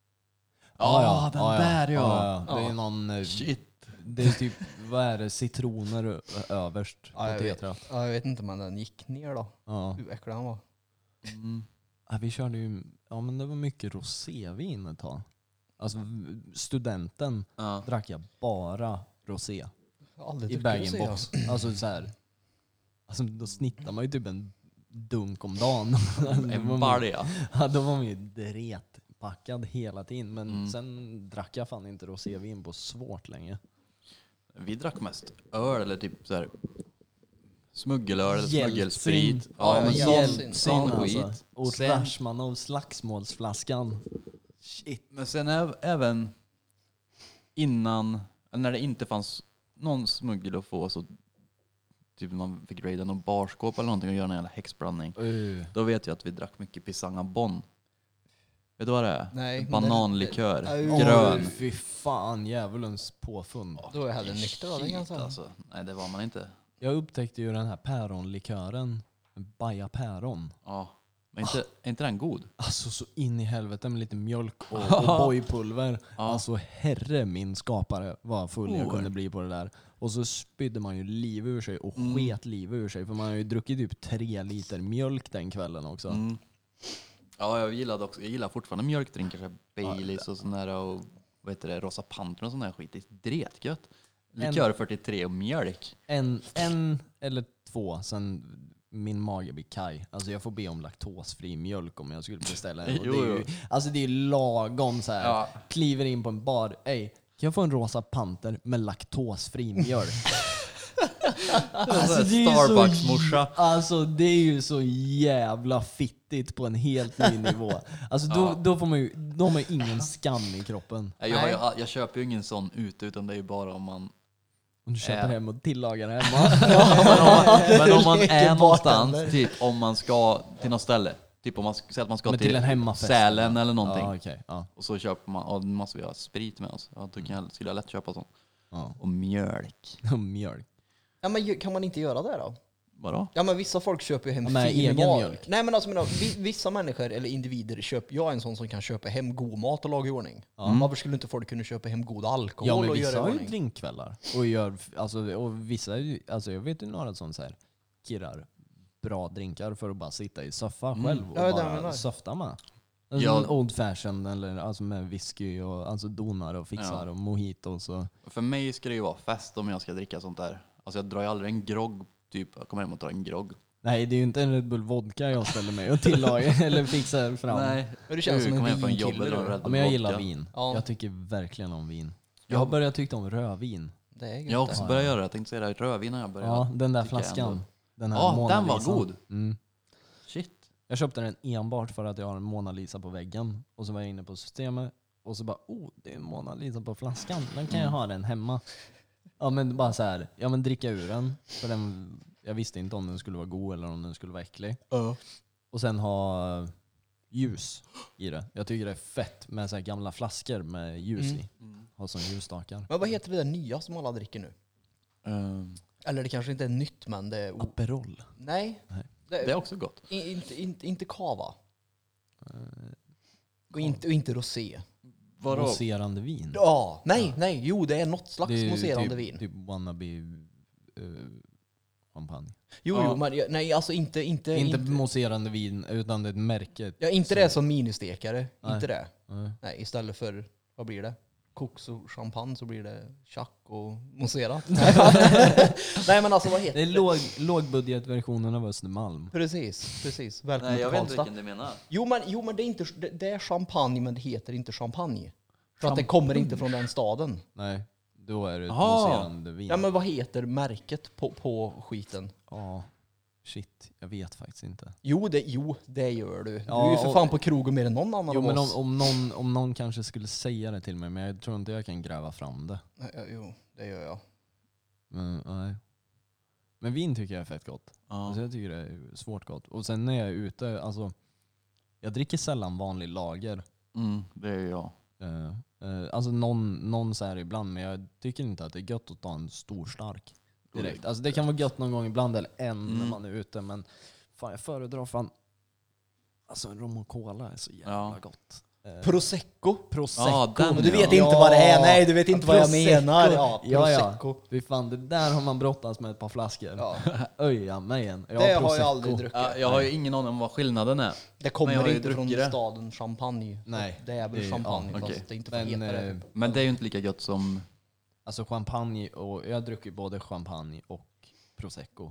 Ja, den där ja. ja. Det är någon... Shit. Det är typ, vad är det? Citroner överst på Ja, jag vet. tetra. Ja, jag vet inte, men den gick ner då. Ja. Hur äcklig han var. Mm. Ja, vi körde ju... Ja, men det var mycket rosévin ett tag. Alltså studenten Ja. drack jag bara rosé. Jag har aldrig I druckit rosé, bag-in-box. Alltså så här. Alltså då snittar man ju typ en dunk om dagen. En balja. Ja, då var man ju dretpackad hela tiden. Men Mm. sen drack jag fan inte rosévin på svårt länge. Vi drack mest öl eller typ så här smuggelöl eller Jeltsin. smuggelsprit. Ja, men men Jeltsin sån alltså. skit. Och Sen- Rashmanov slagsmålsflaskan. Shit. Men sen även innan, När det inte fanns någon smuggel att få så typ man fick raida någon barskåp eller någonting och göra en jävla häxblandning. Då vet jag att vi drack mycket Pisanga Bon. Vet du vad det är? Nej, bananlikör. men Grön. Fy fan, djävulens påfund. Då är jag hellre nykter då, det kan jag säga. Alltså. Nej, det var man inte. Jag upptäckte ju den här päronlikören. Baja päron. Ja. Men är inte den god? Alltså så in i helvete med lite mjölk och bojpulver. Ja. Alltså herre min skapare vad full jag kunde bli på det där. Och så spydde man ju liv ur sig och sket liv ur sig. För man har ju druckit typ 3 liter mjölk den kvällen också. Mm. Ja, jag gillar fortfarande mjölkdrinkar, så här Baileys och sån där och vad heter det, Rosa Panther och sån där skit. Det är dretgött. Likör 43 och mjölk. En eller 2 sen min mage blir kaj. Alltså jag får be om laktosfri mjölk om jag skulle beställa en. Och det är ju, alltså det är lagom så här. Ja. Kliver in på en bar. Ey, kan jag få en Rosa Panther med laktosfri mjölk? Alltså, det är Starbucks-morsa. Alltså det är ju så jävla fittigt på en helt ny nivå. Alltså då får man ju, då har man ju ingen skam i kroppen. Jag köper ju ingen sån ute, utan det är ju bara om man... Om du köper hem och tillagar hemma. Men om man är Vilken någonstans, bartender. typ om man ska till något ställe. Typ om man säger att man ska Men till till en hemmafest. Sälen eller någonting. Ja, okej. Ja. Och så köper man, och då måste vi ha sprit med oss. Ja, då skulle jag lätt köpa sånt. Ja. Och mjölk. Och mjölk. Ja, men kan man inte göra det då? Vadå? Ja, men vissa folk köper ju hem Med fin egen mat. mjölk. Nej, men alltså vissa människor eller individer köper, jag är en sån som kan köpa hem god mat och laga i ordning. Varför skulle inte folk kunna köpa hem god alkohol Ja men och vissa göra i har ju ordning? drinkkvällar. Och gör, alltså, och vissa, alltså jag vet ju några som säger kirrar bra drinkar för att bara sitta i soffa själv och Ja, det menar bara jag. softa med. Alltså Ja. en old fashion eller alltså med whisky och alltså donar och fixar och mojitos och... För mig ska det ju vara fest om jag ska dricka sånt där. Alltså jag drar ju aldrig en grogg, typ. Jag kommer hem och tar en grogg. Nej, det är ju inte en Red Bull vodka jag ställer mig och tillagar eller fixar fram. Nej. Men det känns som en kommer hem från vinkille, jobbet och drar du. Red Ja, Bull men jag vodka. gillar vin. Ja. Jag tycker verkligen om vin. Jag har börjat tycka om rödvin. Det är gött. Jag har också börjat göra det. Jag tänkte säga det. Rödvin har jag börjat. Ja, den där tycker jag flaskan. ändå. Den här Ja, Mona den var Lisa. god. Mm. Shit. Jag köpte den enbart för att jag har en Mona Lisa på väggen. Och så var jag inne på systemet. Och så bara, det är en Mona Lisa på flaskan. Den kan jag ha den hemma. Ja men bara så här, ja men dricka ur den. För den, jag visste inte om den skulle vara god eller om den skulle vara äcklig. Och sen ha ljus i det. Jag tycker det är fett med så här gamla flaskor med ljus i. Ha som ljusstakar. Men vad heter det där nya som alla dricker nu? Eller det kanske inte är nytt, men det är... Aperol. Nej. Nej. Det är också gott. Inte kava. Och inte rosé. Vadå? Mousserande vin. Ja, nej, jo det är något slags Det är ju mousserande vin. Typ wannabe champagne. Jo, men nej, alltså Inte mousserande vin utan det är ett märke. ja, inte det som ministekare. Nej. Inte det. Nej. Nej, istället för, vad blir det? Koks och champagne så blir det chack och mousserat. Nej men alltså vad heter Det är lågbudgetversionen av Östermalm. Precis. Välkommen Nej, till jag vet inte Karlstad. vilken du menar. Jo men det är inte, det är champagne men det heter inte champagne. För att det kommer inte från den staden. Nej, då är det ett Aha. mousserande vin. Ja men vad heter märket på skiten? Ja, shit, jag vet faktiskt inte. Jo det gör du. Ja, du är ju för och- fan på krogen mer än någon annan Jo av men oss. om någon kanske skulle säga det till mig, men jag tror inte jag kan gräva fram det. Jo, det gör jag. Men, nej. Men vin tycker jag är fett gott. Ja. Alltså jag tycker det är svårt gott. Och sen när jag är ute, alltså jag dricker sällan vanlig lager. Det är jag. Alltså någon så här ibland, men jag tycker inte att det är gött att ta en stor stark direkt. Alltså det kan vara gött någon gång ibland eller när man är ute, men fan jag föredrar fan alltså en rom och cola är så jävla gott. Prosecco. Prosecco. Ja, den, Och du vet ja. inte vad det är. Nej, du vet inte vad jag Prosecco. menar. Ja, Ja. prosecco. Fy fan, det där har man brottats med ett par flaskor. Ja. Öja mig en. Det har jag Prosecco. aldrig druckit. Ja, jag har ju ingen aning om vad skillnaden är. Det Men jag kommer har ju inte från druckit det. staden Champagne. Nej. Det är väl Det är- champagne ja, fast okej. det inte får Men, heta det. Men det är ju inte lika gött som... Alltså champagne, och jag dricker både champagne och prosecco.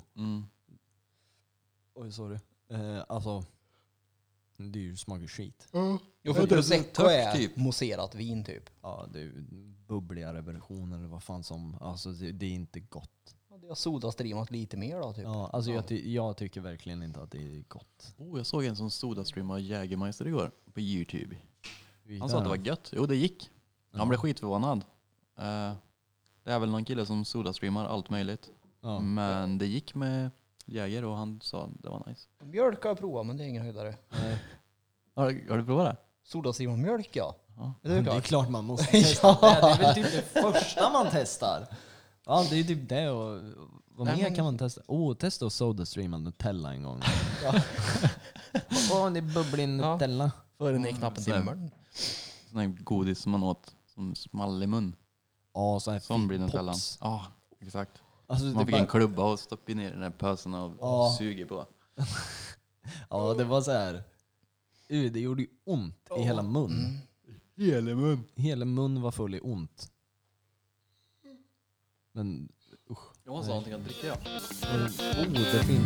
Oj, sorry. Alltså, det är ju smakar skit. Jo, för det är prosecco tört, är typ. mousserat vin typ. Ja, det är ju bubbligare version eller vad fan som, alltså det är inte gott. Ja, det har sodastreamat lite mer då typ. Ja, alltså jag tycker verkligen inte att det är gott. Jag såg en som sodastreamade Jägermeister igår på YouTube. Vi Han sa att det var gött. Jo, det gick. Han blev skitförvånad. Det är väl någon kille som sodastreamar allt möjligt. Ja. Men det gick med Jäger och han sa det var nice. Mjölk har jag provat, men det är ingen höjdare. Har du provat det? Sodastream och mjölk, ja. Ja. Är det Det är klart? klart man måste testa. Det är väl typ det första man testar. Ja, det är typ det. Och vad Nej, mer men- kan man testa? Testa att sodastreama Nutella en gång. Det är bubblig Nutella. Före ni knappt en timme. Sån här godis som man åt som small i mun. Ja, så här Sån blir Nutellan. pops. Ja, exakt. Alltså, Man det, fick en bara, klubba och stoppa ner i den där pösen och Ja. suger på. ja, det var så här. Det gjorde ju ont i hela mun. Hela mun. Hela mun var full i ont. Men Jag måste ha någonting att dricka, ja. det finns...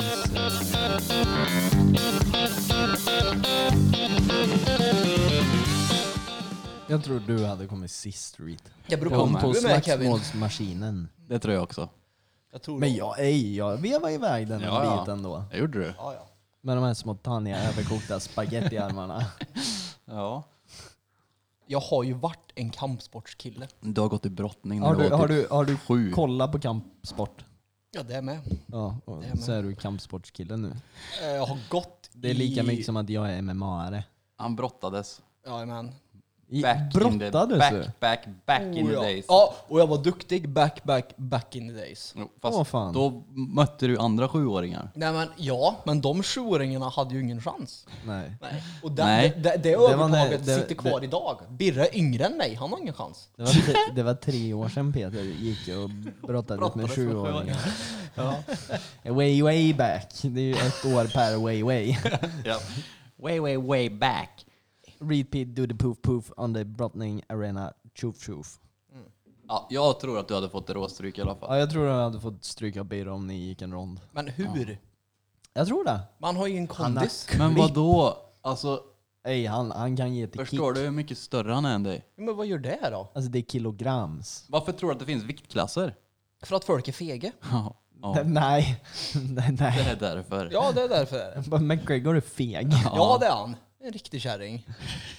Jag tror du hade kommit sist, Reed. Jag brukar Kom komma på med Kevin. slagsmålsmaskinen. Det tror jag också. Jag tror Men jag vevade iväg den Ja, ja. biten då. Jag gjorde det. Ja, ja. Med de här små tanniga överkokta spagettiarmarna. Ja. Jag har ju varit en kampsportskille. Du har gått i brottning när Har du du, var har, typ du, har du 7. kollat på kampsport? Ja, det är med. Ja, och Det är med. så är du kampsportskille nu. Jag har gått Det är lika mycket som att jag är MMA-are. Han brottades. Ja, men. Brottades du? Back in the days. Ja, och jag var duktig back in the days. Jo, fast Åh, fan. då mötte du andra 7-åringar. Nej men ja, men de 7-åringarna hade ju ingen chans. Nej. Nej. Och Nej. det var övertaget det- sitter kvar idag. Birre är yngre än mig, han har ingen chans. Det var 3 år sedan Peter gick och brottades med 7-åringar. Ja. Way back. Det är ju 1 år per way. Ja. Way back. Repeat do the poof on the brottning arena. Tjoff. Ja, jag tror att du hade fått det råstryk i alla fall. Ja, jag tror jag hade fått stryka Birre om ni gick en rond. Men hur? Jag tror det. Man har ju en kondis. Men vadå? Alltså, Ej, han kan ge till förstår kick. du hur mycket större han är än dig? Men vad gör det då? Alltså det är kilograms. Varför tror du att det finns viktklasser? För att folk är fega? Ja, ja, Nej. det är därför. Ja, det är därför. Bara McGregor är feg. Ja, det är han. En riktig kärring.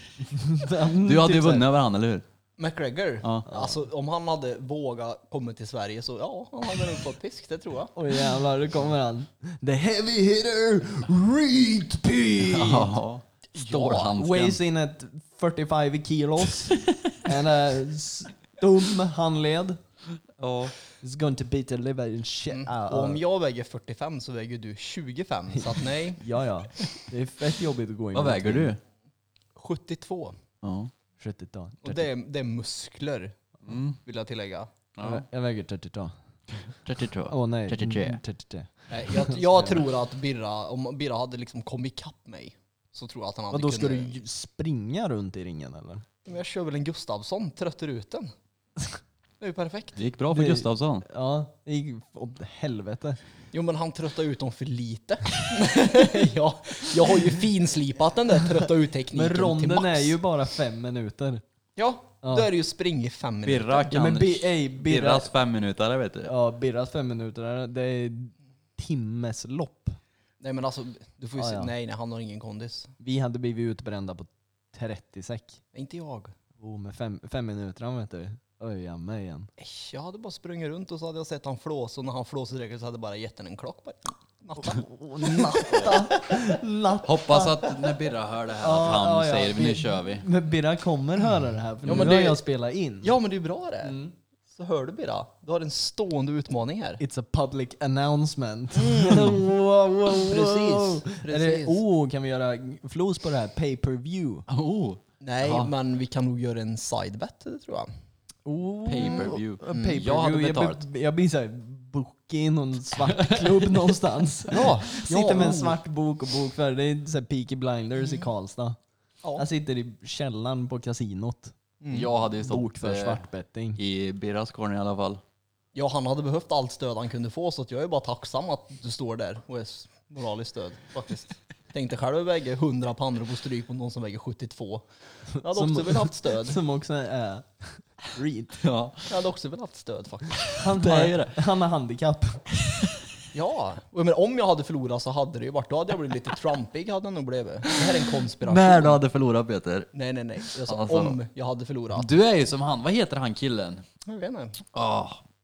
Du hade ju Typ så här- vunnit över han, eller hur? McGregor. Ja. Alltså om han hade vågat komma till Sverige så ja, han hade nog fått pisk, det tror jag. Oj jävlar, nu kommer han. The heavy hitter, Repeat! Ja. Stålhandsken. Weighs in at 45 kilos. And a stum handled. Ja. It's going to beat the liver and shit out. Och om jag väger 45 så väger du 25, så att nej. Ja. Det är fett jobbigt att gå in. Vad väger du? 72. Ja. 32. Och det är muskler, Mm. vill jag tillägga. Ja. Jag väger 32. 32. Åh nej. 33. 33. Nej, jag tror att om Birra hade liksom kommit ikapp mig så tror jag att han hade Och då ska kunnat... du springa runt i ringen eller? Men jag kör väl en Gustavsson, tröttar ut den. Det är ju perfekt. Det gick bra för Det- Gustavsson. Ja, det gick åt helvete. Jo men han tröttar ut dem för lite. Jag har ju finslipat den där trötta ut-tekniken Men till ronden max. är ju bara 5 minuter. Ja, Ja. då är det ju spring i 5 minuter. Birra kan... Ja, men Birra, Birras 5 minuter, vet du. ja, Birras 5 minuter, det är timmes lopp. Nej men alltså, du får ju Ja, se. ja. Nej, han har ingen kondis. Vi hade blivit utbrända på 30 säck. Inte jag. Med 5 minuter, vet du. Oj, ja, mig igen. Äsch, jag hade bara sprungit runt och så hade jag sett han flås och när han flåsade direkt så hade jag bara gett den en klock. Bara, natta. Natta. Hoppas att när Birra hör det här att han säger nu kör vi. Men Birra kommer höra det här, för Ja, nu men har det- jag spelat in. Ja men det är bra det. Så hör du Birra, du har en stående utmaning här. It's a public announcement. Precis, Är det, precis. kan vi göra flos på det här? Pay-per-view. Oh. Nej, Ja. men vi kan nog göra en sidebet, det tror jag. Pay-per-view. Pay-per-view. Jag hade Jag betalt. jag blir såhär, boka in någon svart klubb någonstans. Ja, Sitter med en svart bok och bokför. Det är såhär Peaky Blinders i Karlstad. Ja. Jag sitter i källaren på kasinot. Jag hade ju stått Bokför svartbetting. i Birras korn i alla fall. Ja, han hade behövt allt stöd han kunde få, så att jag är bara tacksam att du står där och är moraliskt stöd faktiskt. Tänkte själv att väga 100 pannor på stryk på någon som väger 72. Jag hade Som- också velat haft stöd. Som också är Reed. Ja. Jag hade också velat haft stöd faktiskt. Han, Det är ju det. han har handikapp. Ja, men om jag hade förlorat så hade det ju varit, då hade jag blivit lite trumpig hade jag nog blivit. Det här är en konspiration. När du hade förlorat Peter. Nej. Jag sa Alltså. om jag hade förlorat. Du är ju som han, vad heter han killen? Jag vet inte.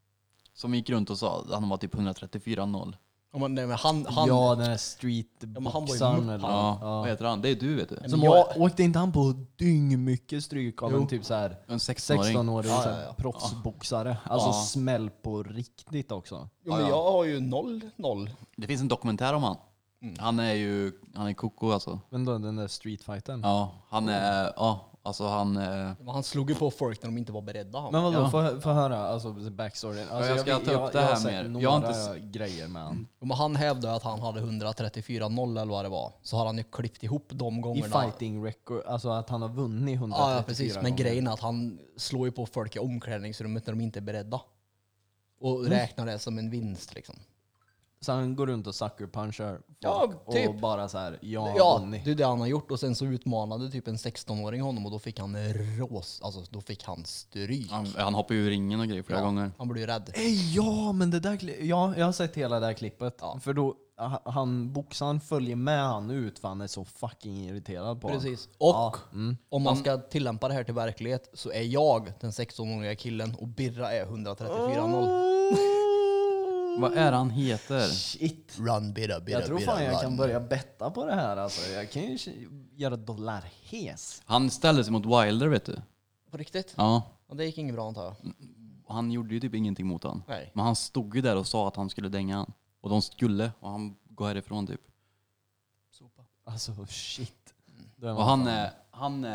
som gick runt och sa att han var typ 134-0. Ja, men, nej, men han, Ja, den här men han var ju streetboxaren. mupp, eller Ja, ja. vad heter han? Det är du, vet du. Men Som åkte inte han på mycket stryk av en typ så här En 16-åring. 16-årig Ja, så ja, här ja. proffsboxare. Alltså smäll på riktigt också. Jo, men jag har ju 0-0. Det finns en dokumentär om han. Han är koko alltså. Men då den där streetfighten. Ja, han är, alltså han... Men han slog ju på folk när de inte var beredda. Men vadå, Ja. få höra alltså backstoryn. Alltså, jag ska ta upp det jag här har sett mer. några Jag har inte grejer med han. Jo, men han hävdade att han hade 134-0 eller vad det var. Så har han ju klippt ihop de I gångerna. fighting record, alltså att han har vunnit 134 Ja, precis. Men gånger. grejen är att han slår ju på folk i omklädningsrummet när de inte är beredda. Och räknar det som en vinst liksom. Så han går runt och sucker punchar folk Ja, typ. och bara så här, jag har Ja, vunnit. det är det han har gjort. Och sen så utmanade typ en 16-åring honom och då fick han då fick han stryk. Han hoppar ju ur ringen och grejer flera gånger. Han blev ju rädd. Ja, men det där ja, jag har sett hela det här klippet. Ja. För då, boxaren följer med han ut för han är så fucking irriterad på Precis. honom. Och Ja, mm. om man ska tillämpa det här till verklighet så är jag den 16-åriga killen och Birra är 134-0. Vad är han heter? Shit. Run, Birra, Birra, Jag tror Birra, fan jag run. kan börja betta på det här alltså. Jag kan ju göra dollarhes. Han ställde sig mot Wilder, vet du. På riktigt? Ja. Ja, det gick inget bra antar jag. Han gjorde ju typ ingenting mot han. Nej. Men han stod ju där och sa att han skulle dänga han. Och de skulle, och han går härifrån typ. Sopa. Alltså shit. Då är man Och fan- han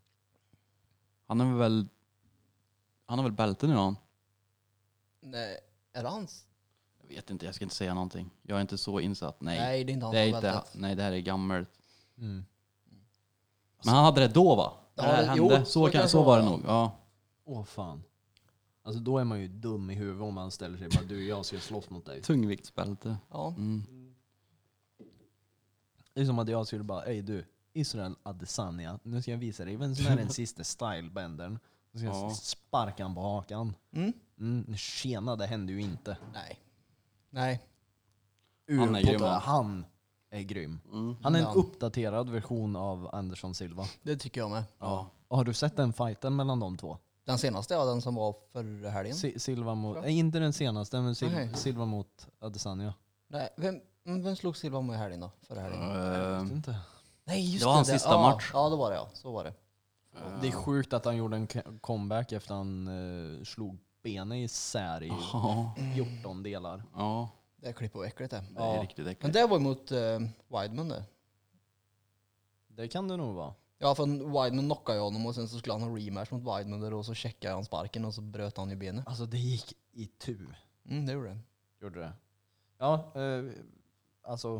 är väl... Han har väl bälte nu han? Nej, är det hans? Jag vet inte, jag ska inte säga någonting. Jag är inte så insatt. Nej, Nej, det är inte hans det är som inte, bältet. nej, det här är gammalt. Mm. Men han hade det då, va? Ja, När det här jo, hände. så kan Så det var det vara. nog. Ja. Åh fan. Alltså då är man ju dum i huvudet om man ställer sig bara du, jag ska slåss mot dig. Tungviktsbälte. Ja. Mm. Det är som att jag skulle bara, ey du, Israel Adesanya, nu ska jag visa dig vem som är den sista stylebändern. Nu ska jag Ja. sparka han på hakan. Tjena, det hände ju inte. Nej. Nej. Han är grym. Han är grym. Mm. Han är en Ja. uppdaterad version av Anderson Silva. Det tycker jag med. Ja. Och har du sett den fighten mellan de två? Den senaste var den som var förra helgen. Silva mot, inte den senaste, men Nej. Silva mot Adesanya. Nej, vem slog Silva med i helgen då? Förra helgen? Jag vet inte. Nej, just det var hans sista match. Ja, det var det ja. Så var det. Det är sjukt att han gjorde en comeback efter han slog benet isär i Ja. 14 delar. Ja. Det är klipp och äckligt det. Det är riktigt Men äckligt. det var mot Weidman det. Det kan det nog vara. Ja, för Weidman knockade ju honom och sen så skulle han ha rematch mot Weidman där och så checkade han sparken och så bröt han i benet. Alltså det gick i tu. Det gjorde det. Gjorde det. Ja, alltså.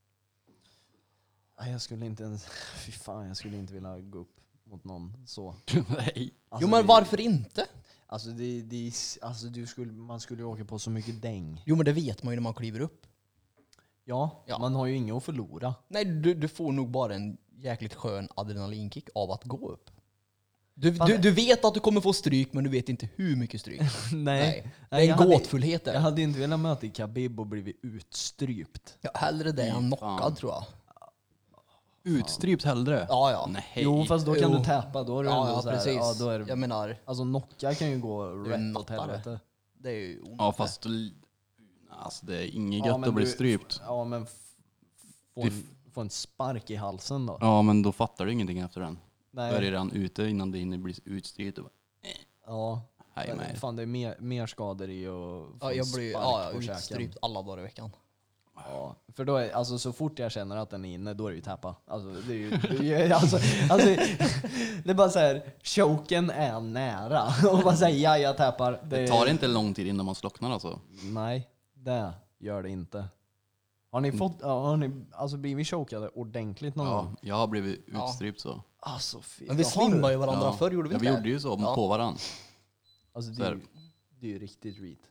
Nej, jag skulle inte ens, fy fan, jag skulle inte vilja gå upp mot någon så. Nej. Alltså, Jo men det- varför inte? Alltså, alltså man skulle ju åka på så mycket däng. Jo men det vet man ju när man kliver upp. Ja, Ja. man har ju inget att förlora. Nej, du får nog bara en jäkligt skön adrenalinkick av att gå upp. Du vet att du kommer få stryk men du vet inte hur mycket stryk. Nej. Det är jag en hade- gåtfullhet där. Jag hade inte velat möta Khabib och blivit utstrypt. Ja, hellre det än Fy knockad fan. tror jag. Utstrypt hellre? Ja, ja. Nej. Jo, fast då kan Jo. du täppa. Då är du Ja, ändå ja så här, precis. ja, då är det, Jag menar, alltså knocka kan ju gå är rätt åt nattare. helvete. det är ju ont. Ja, fast alltså, det är inget Ja, gött men att bli du- strypt. Ja, men få en spark i halsen då. Ja, men då fattar du ingenting efter den. Då är det Nej. redan ute innan det hinner bli utstrypt. Och bara, Ja. hej med. Fan, det är mer skador i att få Ja, en jag blir spark på käken. utstrypt alla dagar i veckan. Ja, för då är, alltså, så fort jag känner att den är inne, då är det ju tappa. Alltså, det är ju, alltså, det är bara så här, choken är nära. Och bara säga ja, jag tappar. Det tar inte lång tid innan man slocknar alltså. Nej, det gör det inte. Har ni fått, har ni alltså blivit chokade ordentligt någon Ja, gång? jag har blivit Ja. utstrypt så. Alltså, fy, Men vi har svimmade du? ju varandra Ja. förr, gjorde vi Ja, inte vi det? gjorde ju så Ja. på varandra. Alltså, Så här. det är ju riktigt reet.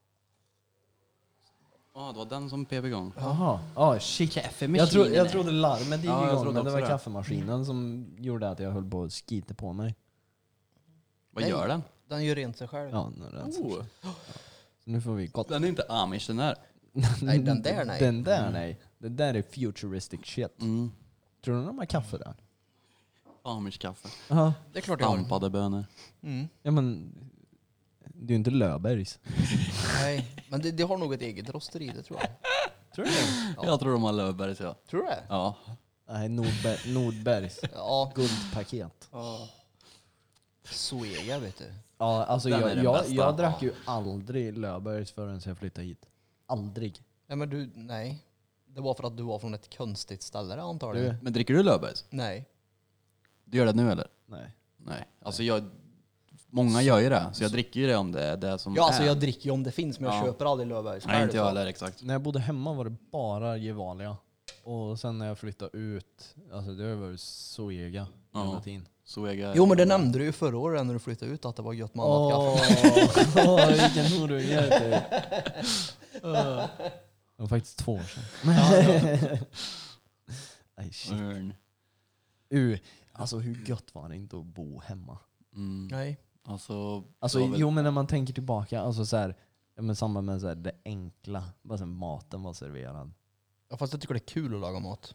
Ja, det var den som pep igång. Jaha, shit. Jag trodde larmet gick Ja, jag igång, trodde men det också var det. kaffemaskinen som gjorde att jag höll på att skita på mig. Vad Nej. gör den? Den gör rent sig själv. Ja, nu är det alltså. Oh, Så nu får vi gott. den är inte amish den här. Nej, den där nej. Den där nej. Det där är futuristic shit. Mm. Tror du de har kaffe där? Amish-kaffe. Ja. Det är klart jag har. Dampade bönor. Mm. Ja men, det är ju inte Löfbergs. Nej, men det har nog ett eget rosteri, det tror jag. Tror du det? Ja. Jag tror de har Löfbergs, ja. Tror du det? Ja. Nej, Nordbergs. Ja. Guldpaket. Zoega, vet du. Ja, alltså Den är den jag bästa. drack ju aldrig Löfbergs förrän jag flyttade hit. Aldrig. Nej, men du, nej. Det var för att du var från ett konstigt ställe antagligen. Du? Men dricker du Löfbergs? Nej. Du gör det nu eller? Nej. Nej. Alltså många gör ju det. Så jag dricker ju det om det är det som Ja, alltså är. jag dricker ju om det finns, men jag Ja. köper aldrig Löfbergs Nej, själv, inte jag så. heller, exakt. När jag bodde hemma var det bara Gevalia. Och sen när jag flyttade ut, alltså det var Zoega hela Ja. tiden. Så jag Jo, men det nämnde du ju förra året när du flyttade ut, att det var gött med annat kaffe. Vilken horunge du. Det var faktiskt 2 år sedan. Nej, shit. Alltså hur gött var det inte att bo hemma? Nej. Alltså Alltså det var väl- jo, men när man tänker tillbaka, alltså så här, ja, men samma med så här, det enkla, bara så här, maten var serverad. Ja, fast jag tycker det är kul att laga mat.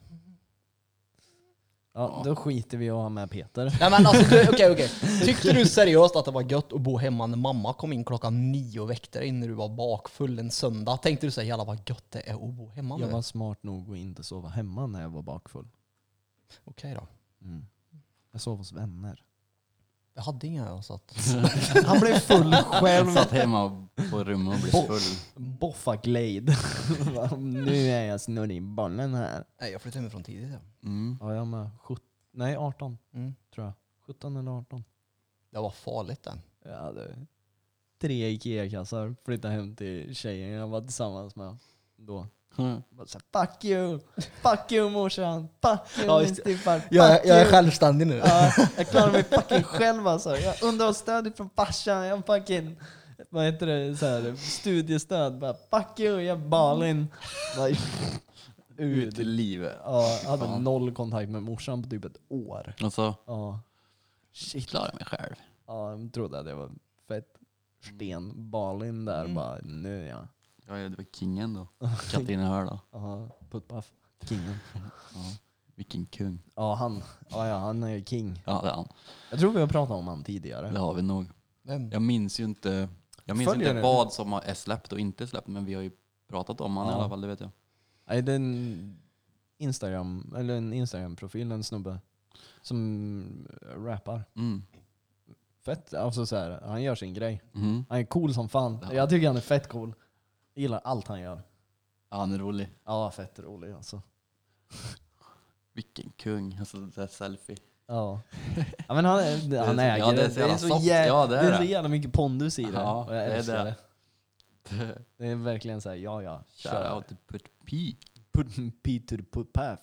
Ja, då skiter vi att ha med Peter. Nej, men alltså, okej. Tyckte du seriöst att det var gött att bo hemma när mamma kom in 9:00 och väckte dig när du var bakfull en söndag? Tänkte du säga jävlar vad gött det är att bo hemma Jag nu? var smart nog att inte sova hemma när jag var bakfull. Okej då. Jag sov hos vänner. Jag hade inga jag satt. Han blev full själv. satt hemma på rummet och blev full. Boffa Glade. Nu är jag snurrig i bollen här. Nej, jag flyttade hemifrån tidigt. Ja. Ja, jag med. 18 Mm. tror jag. 17 eller 18. Det var farligt den. Jag hade 3 Ikea-kassar. Flyttade hem till tjejen jag var tillsammans med då. Bara så här, fuck you morsan, fuck you Ja, min just det. stiffar, Jag är självständig nu. Ja, jag klarar mig fucking själv alltså. Jag underhållsstöd från farsan, jag fucking, vad heter det, så här, studiestöd. Bara, fuck you, jag är Balin. Bara, Ut i livet. Ja, jag hade 0 kontakt med morsan på typ ett år. Alltså, Ja, shit, klarar mig själv. ja, jag trodde att det var fett sten. Balin där bara, nu ja. Ja, det var kingen då. Katarina Hör då. Ja, puttpaff. Kingen. Vilken kung. Ja, han är king. Ja, det är han. Jag tror vi har pratat om han tidigare. Det har vi nog. Vem? Jag minns inte Följer det? vad som är släppt och inte släppt, men vi har ju pratat om han i Ja. alla fall, det vet jag. Nej, det är en Instagram-profil, en snubbe som rappar. Fett, alltså så här, han gör sin grej. Han är cool som fan. Ja. Jag tycker han är fett cool. Jag gillar allt han gör. Ja, han är rolig. Ja, fett rolig alltså. Vilken kung. Alltså det där selfie. Ja. Ja, men han äger ja, det är så jävla soft. Ja, det är det är det. så jävla mycket pondus i det. Ja, och jag det är älskar det. det. Det är verkligen så här, ja, kör. Shoutout till Put P. Put P to the put path.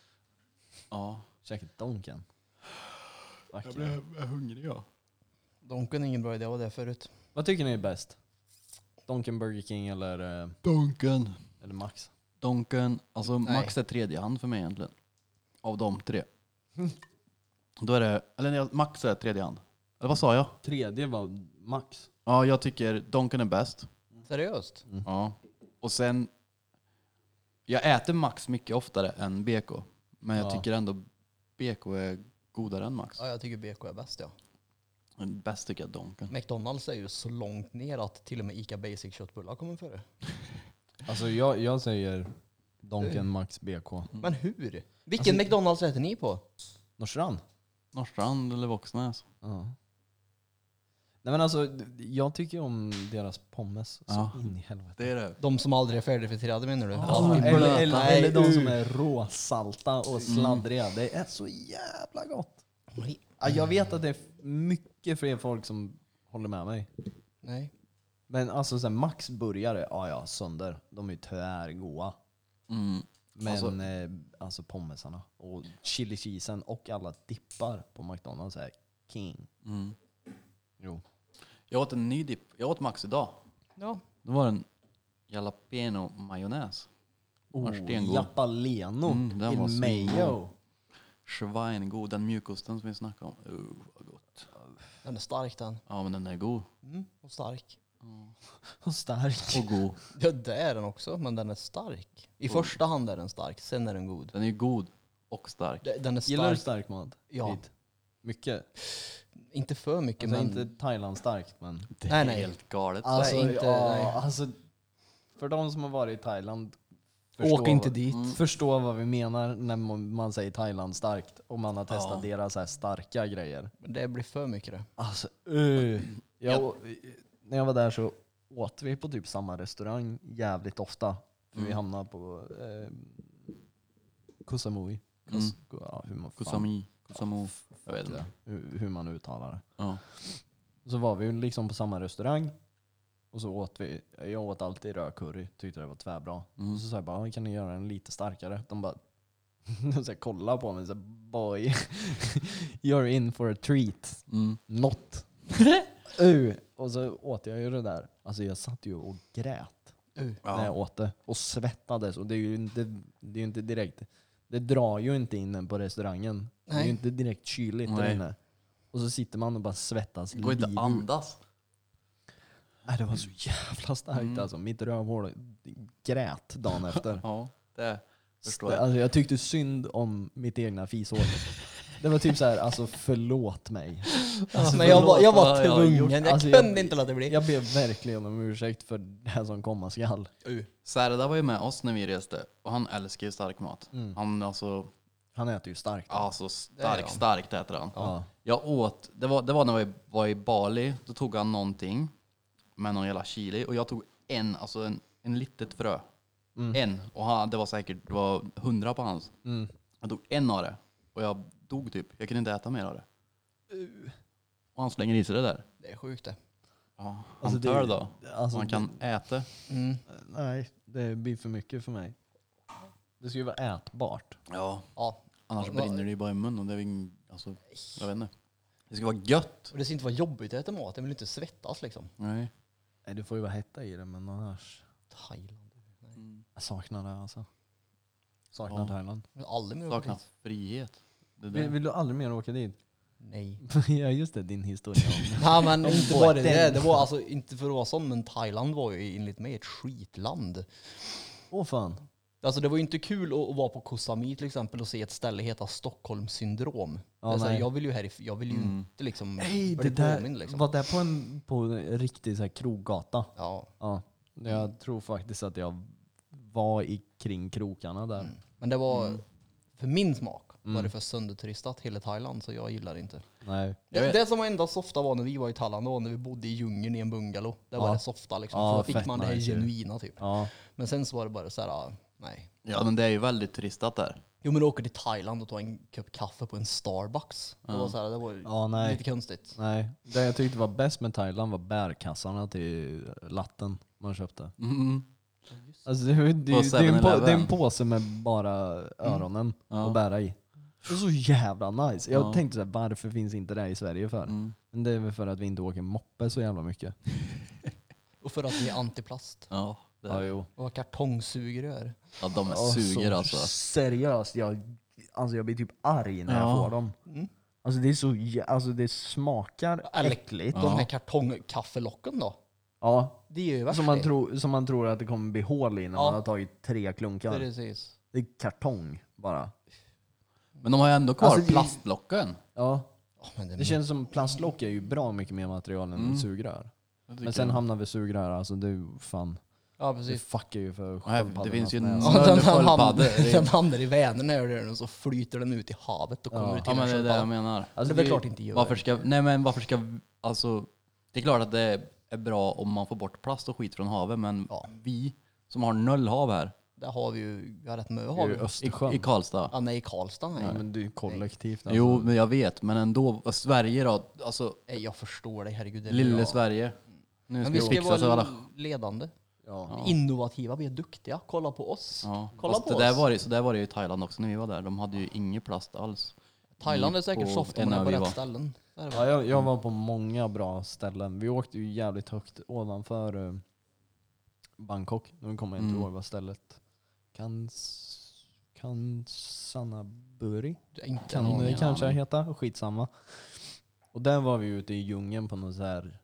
Ja. Käka Donken. Jag blev hungrig, ja. Donken är ingen bra idé, vad det är förut. Vad tycker ni är bäst? Donken, Burger King eller Max? Donken. Alltså Nej. Max är tredje hand för mig egentligen. Av de 3. Då är det, eller nej, Max är tredje hand. Eller vad sa jag? Tredje var Max. Ja, jag tycker Donken är bäst. Seriöst? Ja. Och sen, jag äter Max mycket oftare än BK. Men jag Ja. tycker ändå BK är godare än Max. Ja, jag tycker BK är bäst, ja. Men bäst tycker jag Donken. McDonalds är ju så långt ner att till och med Ica Basic köttbullar kommer före. Alltså jag säger Donken, Max, BK. Men hur? Vilken McDonalds äter ni på? Norrstrand? Norrstrand eller Våxnäs. Ja. Nej men alltså, jag tycker om deras pommes så Ja. in i helvete. Det är det. De som aldrig är färdigfriterade menar du? Ja, Alltid blöta. eller de som Nej, är råsalta och sladdriga. Det är så jävla gott. Ja, jag vet att det är mycket fler folk som håller med mig. Nej. Men alltså så här, Max burgare, ja sönder. De är ju tvärgoda. Men alltså pommesarna och chili cheesen och alla dippar på McDonalds är king. Jo. Jag åt en ny dipp. Jag åt Max idag. Ja. Det var en jalapeno majonnäs. stengod. Japaleno Den i var mayo. Svingod. Den mjukosten som vi snackade om. Vad gott. Den är stark den. Ja, men den är god. Och stark. Och stark. Och god. Ja, det är den också, men den är stark. I första hand är den stark, sen är den god. Den är god och stark. Den är stark. Gillar du stark mat? Ja. Mycket? Inte för mycket, Alltså men... inte Thailand starkt, men... Det Nej, är nej. helt galet. Alltså, inte- nej. alltså, för de som har varit i Thailand, Åk inte vad, dit. förstå vad vi menar när man säger Thailand starkt och man har testat deras så här starka grejer. Det blir för mycket det. Alltså, när jag var där så åt vi på typ samma restaurang jävligt ofta. För vi hamnade på Koh Samui. Kusamo. Jag vet inte. Hur man uttalar det. Ja. Så var vi liksom på samma restaurang. Och så åt vi, jag åt alltid rödcurry, tyckte det var tvärbra. Och så sa jag bara, kan ni göra den lite starkare? De bara, så jag kollade på mig så här, boy, you're in for a treat. Not. Och så åt jag ju det där. Alltså jag satt ju och grät när jag åt det. Och svettades. Och det är ju inte direkt, det drar ju inte in på restaurangen. Det är ju inte direkt kyligt där inne. Och så sitter man och bara svettas. Det går inte att andas. Nej, det var så jävla starkt alltså. Mitt rövhål grät dagen efter. Ja, det förstår jag. Alltså, jag tyckte synd om mitt egna fishål. Det var typ så här, alltså förlåt mig. Alltså, Men jag var jag har gjort. tvungen. Jag Alltså, kunde inte låta det bli. Jag ber verkligen om ursäkt för det här som komma skall. Särda var ju med oss när vi reste. Och han älskar ju stark mat. Han Han äter ju starkt. alltså starkt äter han. Ja. Jag åt, det var när vi var i Bali. Då tog han någonting med någon jävla chili. Och jag tog en litet frö. En. Och det var 100 på hans. Jag tog en av det. Och jag dog typ. Jag kunde inte äta mer av det. Och han slänger i sig det där. Det är sjukt det. Ja, Alltså, han tör då. Alltså, Man kan äta. nej, det blir för mycket för mig. Det ska ju vara ätbart. Ja. Ja. Annars brinner det ju bara i munnen. Och det är jag vet inte. Det ska vara gött. Och det ska inte vara jobbigt att äta mat. Det vill inte svettas liksom. Nej. Nej, det får ju vara hetta i det, men annars... Thailand. Jag saknar det alltså. Saknar Thailand. Aldrig mer åka Saknar dit. frihet. Det där. Vill du aldrig mer åka dit? Nej. Ja, just det, din historia om... Nej, men inte bara det. Det var alltså inte för att vara sån, men Thailand var ju enligt mig ett skitland. Åh fan. Alltså det var ju inte kul att vara på Koh Samui till exempel och se ett ställe heta Stockholmssyndrom. Ja, Det är så här, nej. jag vill ju inte liksom Nej, bli det där påmind, liksom. var det på en riktig så här kroggata. Ja. Ja. Jag tror faktiskt att jag var kring krokarna där. Men det var, för min smak, var det för sönderturistat hela Thailand, så jag gillar det inte. Nej. Det som endast softa var när vi var i Thailand, var när vi bodde i djungeln i en bungalow. Det var det softa liksom. Ja, För då fick fett man det här nice ju. genuina typ. Ja. Men sen så var det bara så här, nej. Ja, men det är ju väldigt turistat där. Jo, men åka till Thailand och ta en kopp kaffe på en Starbucks. Det var så här, det var nej. lite konstigt. Nej. Det jag tyckte var bäst med Thailand var bärkassarna till latten man köpte. Alltså det är en påse med bara öronen att bära i. Det är så jävla nice. Jag tänkte så här, varför finns inte det i Sverige för? Men det är väl för att vi inte åker moppe så jävla mycket. Och för att vi är antiplast. Ja, Ja, jo. Och kartongsugrör. ja de suger så alltså. Seriöst, jag blir typ arg när jag får dem. Alltså det är så, alltså det smakar äckligt. De här kartongkaffelocken då. Ja. Det är ju värst. Som man tror att det kommer bli hål i när man har tagit 3 klunkar. Precis. Det är kartong bara. Men de har ju ändå kvar Alltså, plastlocken. Ja. Men Det känns som plastlock är ju bra mycket mer material än sugrör. Men sen hamnar vi sugrör, alltså det är ju fan... Ja, Det precis. fuckar ju för Nej, sköldpaddornas det finns ju näsa. en sköldpaddor. Den hamnar i Vänern när det är och så flyter den ut i havet och kommer ut till Ja, men det är det jag sköldpadda. menar. Alltså, det är klart inte gör. Varför ska, alltså, det är klart att det är bra om man får bort plast och skit från havet, men vi som har 0 hav här, Där har vi ju, vi har rätt med Det är hav. ju Östersjön. i Karlstad. Ja, nej, i Karlstad, nej. Ja, men det är ju kollektivt. Alltså. Jo, men jag vet, men ändå, Sverige då, alltså Nej, jag förstår dig, herregud. Det är lille bra. Sverige. Nu Men ska vi vi ska fixa så vara alla... ledande. Ja. Innovativa, vi är duktiga. Kolla på oss. Ja. Kolla Fast på det där oss. var det, så där var det ju i Thailand också när vi var där. De hade ju ingen plast alls. Thailand är säkert på soft om en man är ö på vi rätt var. ställen. Så är det Ja, bara. jag var på många bra ställen. Vi åkte ju jävligt högt ovanför Bangkok. Nu kommer jag inte ihåg vad stället. Kanchanaburi Det är inte kan någon det aning. kanske heta. Skitsamma. Och där var vi ute i djungeln på något så här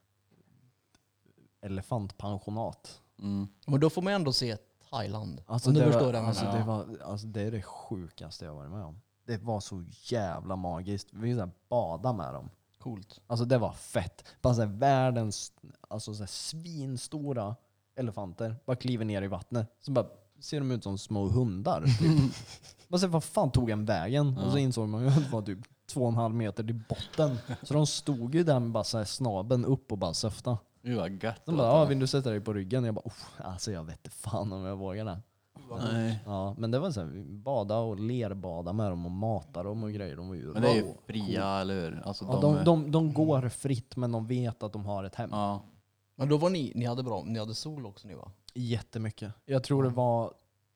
elefantpensionat. Men då får man ändå se Thailand. Alltså Om du det förstår var, det. alltså det är det sjukaste jag varit med om. Det var så jävla magiskt. Vi så här badade med dem. Coolt. Alltså det var fett. Bara så här, världens alltså så här, svinstora elefanter bara kliver ner i vattnet. Så bara ser de ut som små hundar. Typ. Bara så här, vad fan tog en vägen? Och så insåg man att det var typ 2,5 meter till botten. Så de stod ju där med bara så här, snabeln upp och bara söfta. Det var gött. De bara, vill du sätta dig på ryggen? Jag bara, alltså jag vet inte fan om jag vågar det. Nej. Ja, men det var så här, vi badade och lerbada med dem och matade dem och grejer. De var ju Men det är ju fria, eller hur? Alltså, ja, de går fritt, men de vet att de har ett hem. Ja. Men då var ni hade bra, ni hade sol också ni va? Jättemycket. Jag tror det var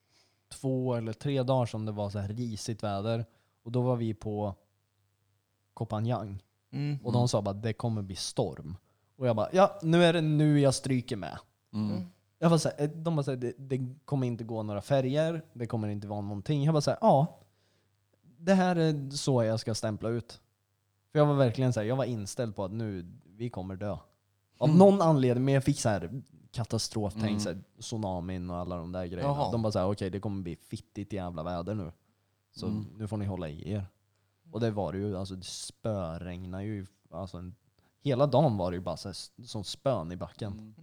2 eller 3 dagar som det var så här risigt väder. Och då var vi på Koh Phangan. Och de sa bara, det kommer bli storm. Och jag bara, ja, nu är det nu jag stryker med. Jag var så här, de bara så här, det kommer inte gå några färger, det kommer inte vara någonting. Jag var så här, ja, det här är så jag ska stämpla ut. För jag var verkligen så här, jag var inställd på att nu, vi kommer dö. Av någon anledning, men jag fick så här katastroftänk, så här, tsunamin och alla de där grejerna. Jaha. De bara så här, okej, det kommer bli fittigt jävla väder nu. Så nu får ni hålla i er. Och det var det ju, alltså det spöregnade ju, alltså hela dagen var det ju bara så här, som spön i backen.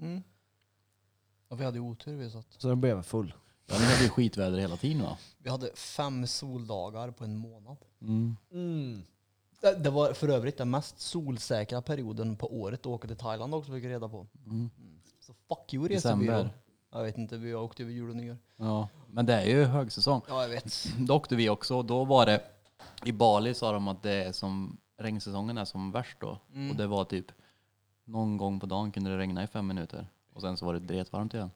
Ja, vi hade ju otur vi satt. Så då blev jag full. Ja, ni hade ju skitväder hela tiden va? Vi hade 5 soldagar på en månad. Mm. Det var för övrigt den mest solsäkra perioden på året att åka till Thailand också, fick jag reda på. Så fuck you resebyrå. December. Jag vet inte, vi åkte över jul och nyår. Ja, men det är ju högsäsong. Ja, jag vet. Då åkte vi också, och då var det i Bali sa de att det är som regnsäsongen är som värst då. Och det var typ någon gång på dagen kunde det regna i 5 minuter. Och sen så var det dretvarmt igen.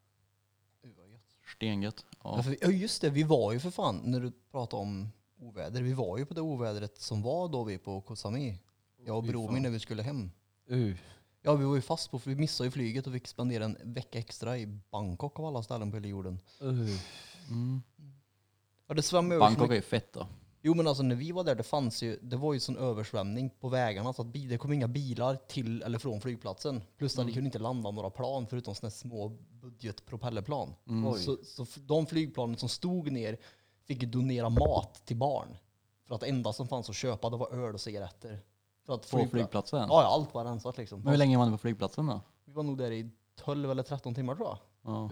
Vad gött. Stengött. Ja. Ja, just det, vi var ju för fan, när du pratade om oväder, vi var ju på det ovädret som var då vi på Koh Samui. Jag och bror min när vi skulle hem. Ja, vi var ju fast på, vi missade ju flyget och fick spendera en vecka extra i Bangkok av alla ställen på hela jorden. Ja, det svämmade över så Bangkok är mycket. ju fett då. Jo men alltså när vi var där, det var ju sån översvämning på vägarna så att det kom inga bilar till eller från flygplatsen. Plus att det kunde inte landa några plan förutom såna små budgetpropellerplan. Så de flygplanen som stod ner fick donera mat till barn. För att det enda som fanns att köpa det var öl och cigaretter. För att På flygplatsen? Ja, allt var rensat liksom. Men hur länge var ni på flygplatsen då? Vi var nog där i 12 eller 13 timmar tror jag. Ja.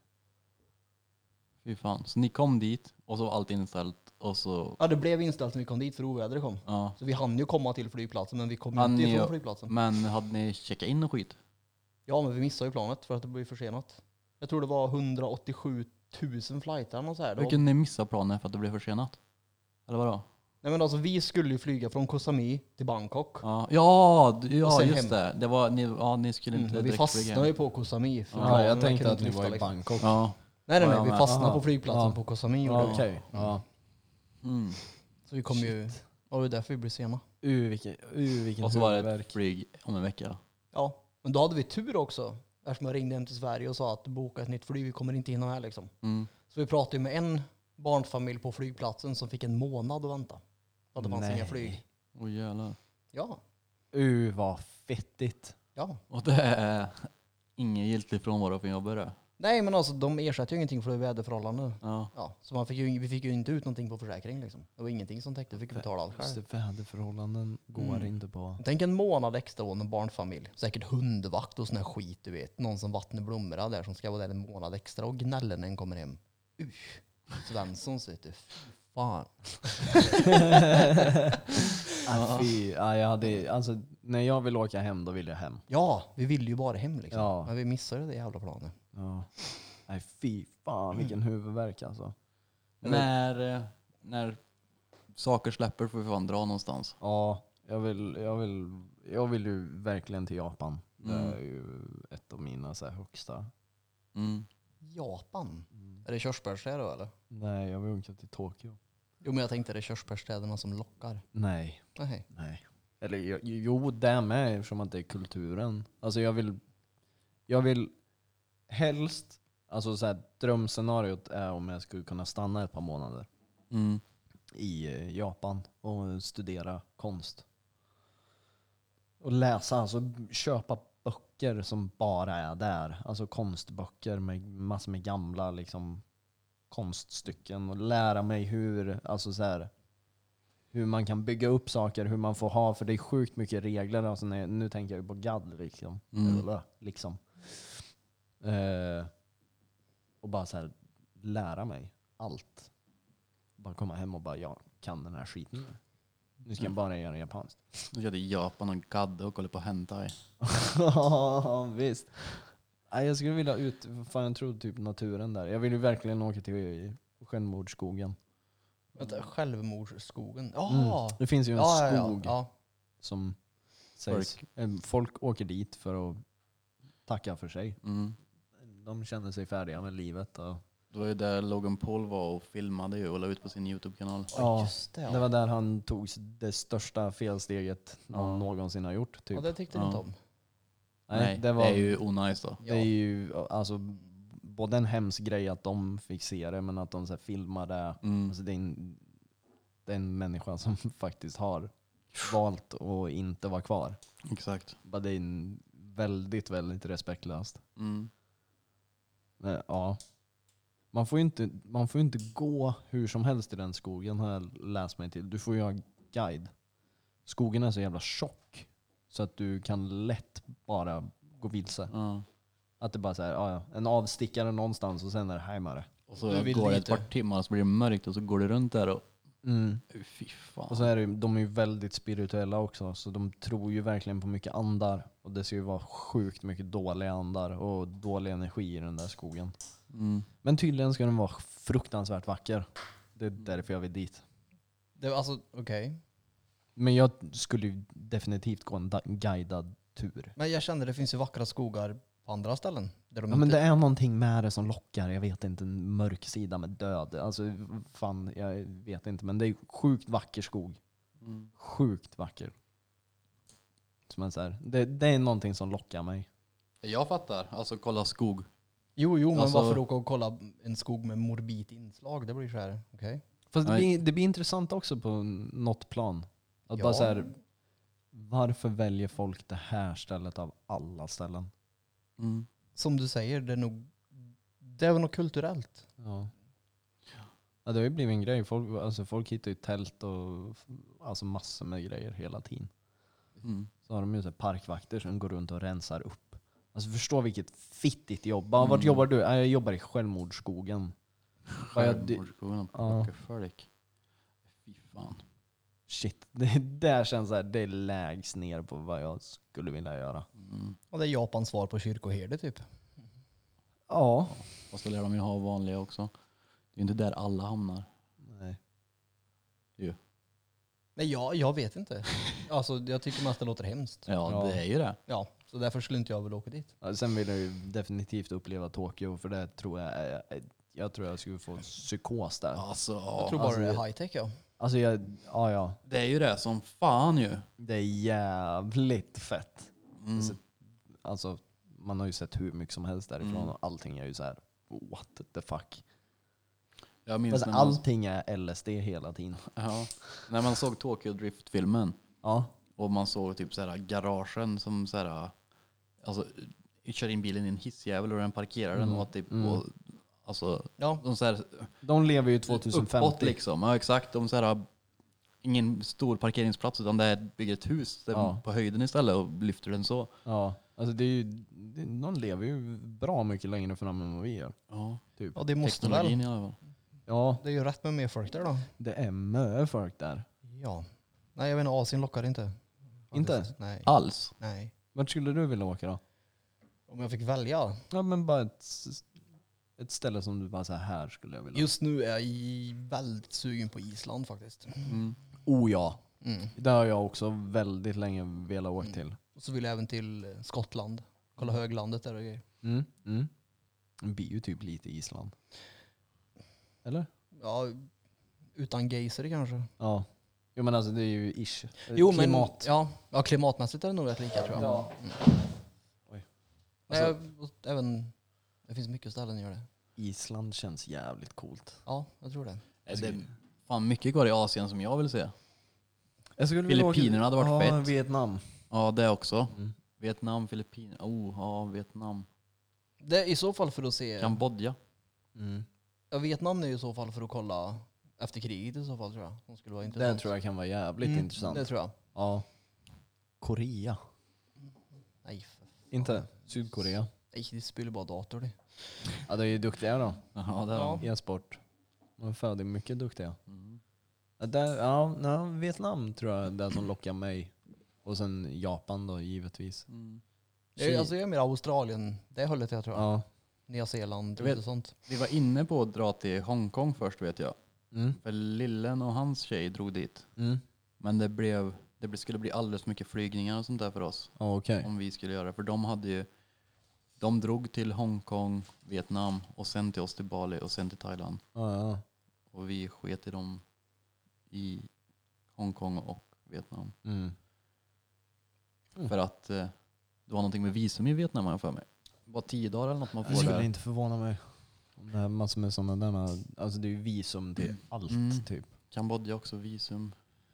Fy fan. Så ni kom dit och så var allt inställt och så... Ja, det blev inställt när vi kom dit för ovädret kom. Ja. Så vi hann ju komma till flygplatsen men vi kom Hann inte ni- ifrån flygplatsen. Men hade ni checkat in och skit? Ja, men vi missade ju planet för att det blev försenat. Jag tror det var 187 000 flightar och så här. Hur kunde ni missa planen för att det blev försenat? Eller vadå? Nej men alltså vi skulle ju flyga från Koh Samui till Bangkok. Ja, Och sen just hem. det. Det var, ni skulle inte Men vi direkt fastnade flyga. ju på Koh Samui. för Ja, planen jag tänkte kunde att ni inte var i lyfta, liksom. Bangkok. Ja. Nej, Ja, vi men- fastnade aha. på flygplatsen Ja. på Koh Samui. Ja, gjorde vi. okej. Ja. Mm. Så vi kom ju... Ja, det är därför vi blev sena. Vilken Och så var det ett huvudvärk. flyg om en vecka. Ja, men då hade vi tur också. Eftersom jag ringde hem till Sverige och sa att boka ett nytt flyg, vi kommer inte hinna med liksom. Så vi pratade ju med en barnfamilj på flygplatsen som fick en månad att vänta. För att det fanns Nej. inga flyg. Åh jävlar. Ja, Vad fettigt. ja. Och det är ingen giltig frånvaro från jobbet det. Nej men alltså de ersätter ju ingenting för det väderförhållanden. Ja. Ja, så vi fick ju inte ut någonting på försäkring liksom. Det var ingenting som täckte, vi fick betala allt själv. Just det, väderförhållanden går inte på. Tänk en månad extra och en barnfamilj. Säkert hundvakt och sån här skit du vet. Någon som vattnar blommorna där som ska vara där en månad extra och gnäller när en kommer hem. Svensson sitter. Fan. Alltså, när jag vill åka hem, då vill jag hem. Ja, vi vill ju bara hem liksom. Ja. Men vi missade det jävla planet. Ja. Nej, fy fan vilken huvudvärk alltså. När saker släpper får vi fan dra någonstans. Ja, jag vill ju verkligen till Japan. Det är ju ett av mina så här, högsta. Mm. Japan? Är det körsbärsträd då eller? Nej, jag vill åka till Tokyo. Jo men jag tänkte det är körsbärsträderna som lockar. Nej. Nej. Eller jo, det med eftersom att det är kulturen. Alltså jag vill helst, alltså så här, drömscenariot är om jag skulle kunna stanna ett par månader i Japan och studera konst. Och läsa, alltså köpa böcker som bara är där. Alltså konstböcker med massor med gamla liksom konststycken och lära mig hur, alltså så här, hur man kan bygga upp saker, hur man får ha, för det är sjukt mycket regler. Alltså nu tänker jag ju på GAD liksom. liksom. Och bara så här lära mig allt. Bara komma hem och bara, jag kan den här skiten nu. Nu ska jag bara göra japanskt. Nu körde Japan och gadde och kollade på hentai. Ja, visst. Nej, jag skulle vilja ut, fan jag tror typ naturen där. Jag vill ju verkligen åka till självmordsskogen. Vänta, självmordsskogen? Ja! Det finns ju en skog Ja. som sägs, folk åker dit för att tacka för sig. De känner sig färdiga med livet. Och Det var ju där Logan Paul var och filmade ju och la ut på sin YouTube-kanal. ja, just det, ja. det var där han tog det största felsteget någon någonsin har gjort. Typ. Ja, det tyckte jag inte om. Nej, det är ju onajs då. Det är ju alltså både en hemsk grej att de fick se det, men att de så här filmade. Alltså det är en människa som faktiskt har valt att inte vara kvar. Exakt. Bara det är väldigt, väldigt respektlöst. Men, ja. Man får ju inte gå hur som helst i den skogen, har jag läst mig till. Du får ju ha guide. Skogen är så jävla tjock så att du kan lätt bara gå vilse. Att det bara så här, en avstickare någonstans och sen är det hejmare. Och så går det ett par timmar så blir det mörkt och så går det runt där och fy fan. Och så är det, de är ju väldigt spirituella också, så de tror ju verkligen på mycket andar. Och det ska ju vara sjukt mycket dåliga andar och dålig energi i den där skogen. Men tydligen ska den vara fruktansvärt vacker. Det är därför jag vill dit. Det var alltså, okej. Men jag skulle ju definitivt gå en guidad tur. Men jag kände det finns ju vackra skogar på andra ställen. Där de Ja, men det är någonting med det som lockar. Jag vet inte, en mörk sida med död. Alltså fan, jag vet inte. Men det är sjukt vacker skog. Sjukt vacker. Som är så här, det är någonting som lockar mig. Jag fattar. Alltså kolla skog. Jo, men Alltså- varför åka och kolla en skog med morbid inslag? Det blir så här, okej. Fast det blir intressant också på något plan. Att bara så här, varför väljer folk det här stället av alla ställen? Som du säger, det är väl något kulturellt. Ja. Ja, det har ju blivit en grej. Folk hittar ju tält och alltså massor med grejer hela tiden. Så har de ju så här parkvakter som går runt och rensar upp. Alltså förstå vilket fittigt jobb. Vart jobbar du? Jag jobbar i självmordsskogen. Självmordsskogen Ja. och folk. Fy fan. Shit, det där känns så här, det är lägst ner på vad jag skulle vilja göra. Och det är Japans svar på kyrkoherde typ. Ja. Fast då lär de ju ha vanliga också. Det är inte där alla hamnar. Nej. Nej, jag vet inte. Alltså, jag tycker mest det låter hemskt. Ja, det är ju det. Ja, så därför skulle inte jag vilja åka dit. Ja, sen vill jag ju definitivt uppleva Tokyo, för det tror jag tror jag skulle få psykos där. Alltså, Jag tror bara det är high-tech, ja. Alltså ja. det är ju det som fan ju. Det är jävligt fett. Alltså, man har ju sett hur mycket som helst därifrån och allting är ju så här: what the fuck. Jag minns Fast när allting är LSD hela tiden. när man såg Tokyo Drift-filmen Ja. och man såg typ såhär garagen som såhär, alltså kör in bilen i en hissjävel och den parkerar den och typ och, alltså Ja. de såhär De lever ju 2050. uppåt liksom. Ja exakt, de såhär ingen stor parkeringsplats utan det är bygger ett hus på höjden istället och lyfter den så. Ja, alltså de lever ju bra mycket längre fram än vad vi gör. Ja, Typ. Ja, det måste teknologin väl. i alla fall. Ja, Det är ju rätt med mer folk där då. det är mycket folk där. Ja. Nej, jag vet inte, Asien lockar inte. Inte? Nej. Alls. Nej. Vart skulle du vilja åka då? Om jag fick välja. Ja, men bara ett ställe som du bara så här skulle jag vilja. Just nu är jag väldigt sugen på Island faktiskt. Oh ja. Mm. Det har jag också väldigt länge velat åka till. Och så vill jag även till Skottland. Kolla höglandet där och grejer. Det blir ju typ lite Island. Eller? Ja, utan geyser kanske. Ja. Jo men alltså det är ju ish. Jo, Klimat. Men, ja, klimatmässigt är det nog rätt lika tror jag. Ja. Nej, Alltså- även, det finns mycket ställen som gör det. Island känns jävligt coolt. Ja, jag tror det. Det är fan mycket kvar i Asien som jag vill se. Jag skulle vilja Filippinerna hade varit ja, fett. Vietnam. Ja, det också. Vietnam, Filippinerna. Vietnam. Det är i så fall för att se... Kambodja. Ja, Vietnam är ju i så fall för att kolla efter kriget i så fall tror jag. Som skulle vara intressant. Det tror jag kan vara jävligt intressant. Det tror jag. Ja. Korea. Nej, Inte Sydkorea. nej, det spelar bara dator det. Ja, de är ju duktiga då. Ja, det är de. E-sport. Man föder mycket duktiga. Mm. Vietnam tror jag det som lockar mig. Och sen Japan då, givetvis. Mm. Alltså jag är mer Australien. Det hållet jag tror jag. Ja. Nya Zeeland vet- och sånt. Vi var inne på att dra till Hongkong först vet jag. Mm. För Lillen och hans tjej drog dit. Mm. Men det skulle bli alldeles mycket flygningar och sånt där för oss. Ja, okej. Om vi skulle göra det. För de drog till Hongkong, Vietnam och sen till oss till Bali och sen till Thailand. Ja. Och vi sket i dem i Hongkong och Vietnam. Mm. För att det var någonting med visum i Vietnam har jag för mig. Det var 10 dagar eller något man Det får skulle där. inte förvåna mig. Om det är massor med sådana där. Alltså det är ju visum till allt typ. Kambodja också visum.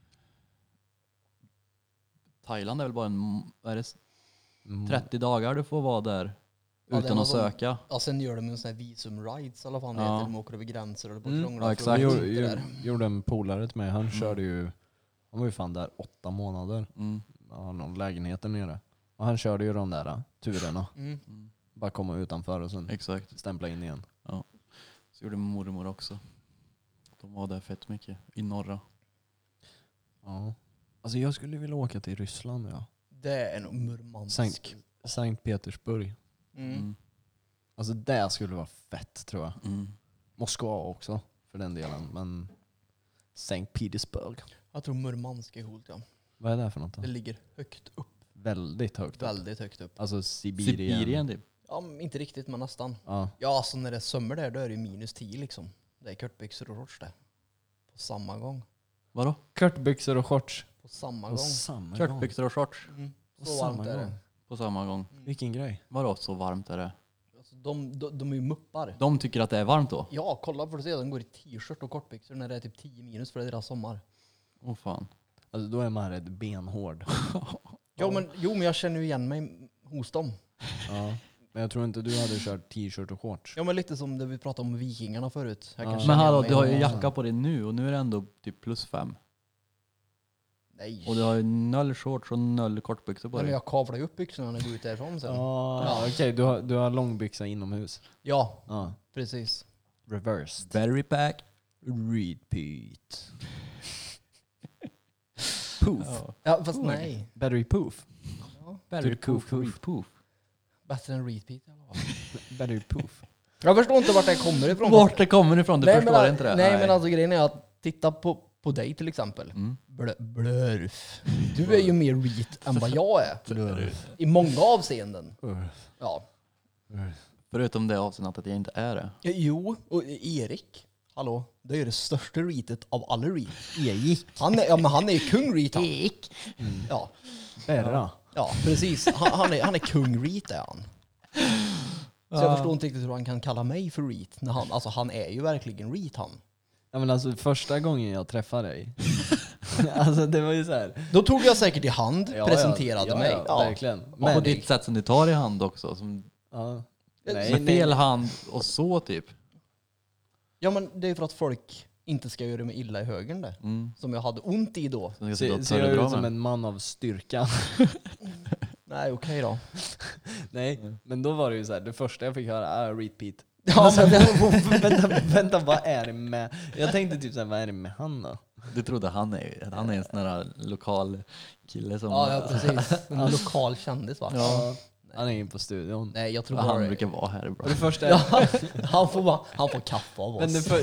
Thailand är väl bara är det 30 dagar du får vara där Ja, det utan var att så- söka. Ja, sen gör de en sån här visum-rides i alla fall. Ja. De åker över gränser och det bara Mm. krånglar. Ja, för att exakt. gå runt det där. Gjorde en polare till mig. Han körde ju, han var ju fan där 8 månader. Mm. Han har någon lägenhet där nere. Och han körde ju de där turerna. Mm. Bara komma utanför och sen Exakt. stämpla in igen. Så gjorde min mormor också. De var där fett mycket. I norra. Ja. Alltså jag skulle vilja åka till Ryssland, ja. Det är nog Murmansk. Sankt Petersburg. Mm. Alltså det skulle vara fett tror jag. Mm. Moskva också för den delen. Men Sankt Petersburg. Jag tror Murmansk är coolt, ja. Vad är det för något då? Det ligger högt upp. Väldigt högt upp. Väldigt högt upp. Alltså Sibirien. Sibirien typ. Ja, men inte riktigt, men nästan. Ja. Ja, alltså när det är sommar där, då är det minus 10 liksom. Det är kortbyxor och shorts det. På samma gång. Vadå? Kortbyxor och shorts. På samma På gång. samma gång. Kortbyxor och shorts På Så samma varmt är det. gång. på samma gång. Vilken grej. Vadå så varmt är det? Alltså, de är ju muppar. De tycker att det är varmt då? Ja, kolla för att se. De går i t-shirt och kortbyxor när det är typ 10 minus för det är deras sommar. Åh fan. Alltså då är man rätt benhård. Men jag känner ju igen mig hos dem. Ja. Men jag tror inte du hade kört t-shirt och shorts. Ja, men lite som det vi pratade om vikingarna förut. Jag kan Ja. känna Men hallå, igen du har ju mig. jacka på dig nu och nu är det ändå typ +5. Nej. Och du har ju 0 shorts och 0 kortbyxor på Nej, men dig. jag kavlar ju upp byxorna när jag går ut därifrån sen. Ja, okej. Du har långbyxa inomhus. Ja, Ja. precis. Reversed. Battery pack. Repeat. Poof. Ja. Ja, fast nej. Battery poof. Battery poof, poof, poof. Bättre än repeat i alla fall. Battery poof. Jag förstår inte vart det kommer ifrån. Vart det kommer ifrån, du förstår inte det? Nej, men alltså grejen är att titta på dig till exempel. Mm. Blurf. Du är ju mer reet än vad jag är. I många avseenden. Ja. Förutom det avseendet att jag inte är det. Jo, och Erik. Hallå, det är ju det största reetet av alla reet. Erik. Han är ju kung reet han. Erik. Ja. Berra. Ja, precis. Han är kung reet är han. Så jag förstår inte riktigt hur han kan kalla mig för reet. När han är ju verkligen reet han. Ja, men alltså första gången jag träffade dig. Alltså det var ju så här. Då tog jag säkert i hand, presenterade mig. Ja, verkligen. På Men, ditt sätt som du tar i hand också. Som, ja. med fel hand och så typ. Ja, men det är för att folk inte ska göra mig illa i högen det. Som jag hade ont i då. Som jag ska sitta och Ser jag föredra ut som med. en man av styrka? Nej, okej då. Nej, men då var det ju så här. Det första jag fick höra är repeat. Ja, men Vänta, vad är det med? Jag tänkte typ såhär, vad är det med han då? Du trodde han är en sån här lokal kille som... ja, precis. En lokal kändis va? Ja, han är inne på studion. Nej, jag tror han bara brukar vara här bra. Och det första Ja, han får kaffe av men oss.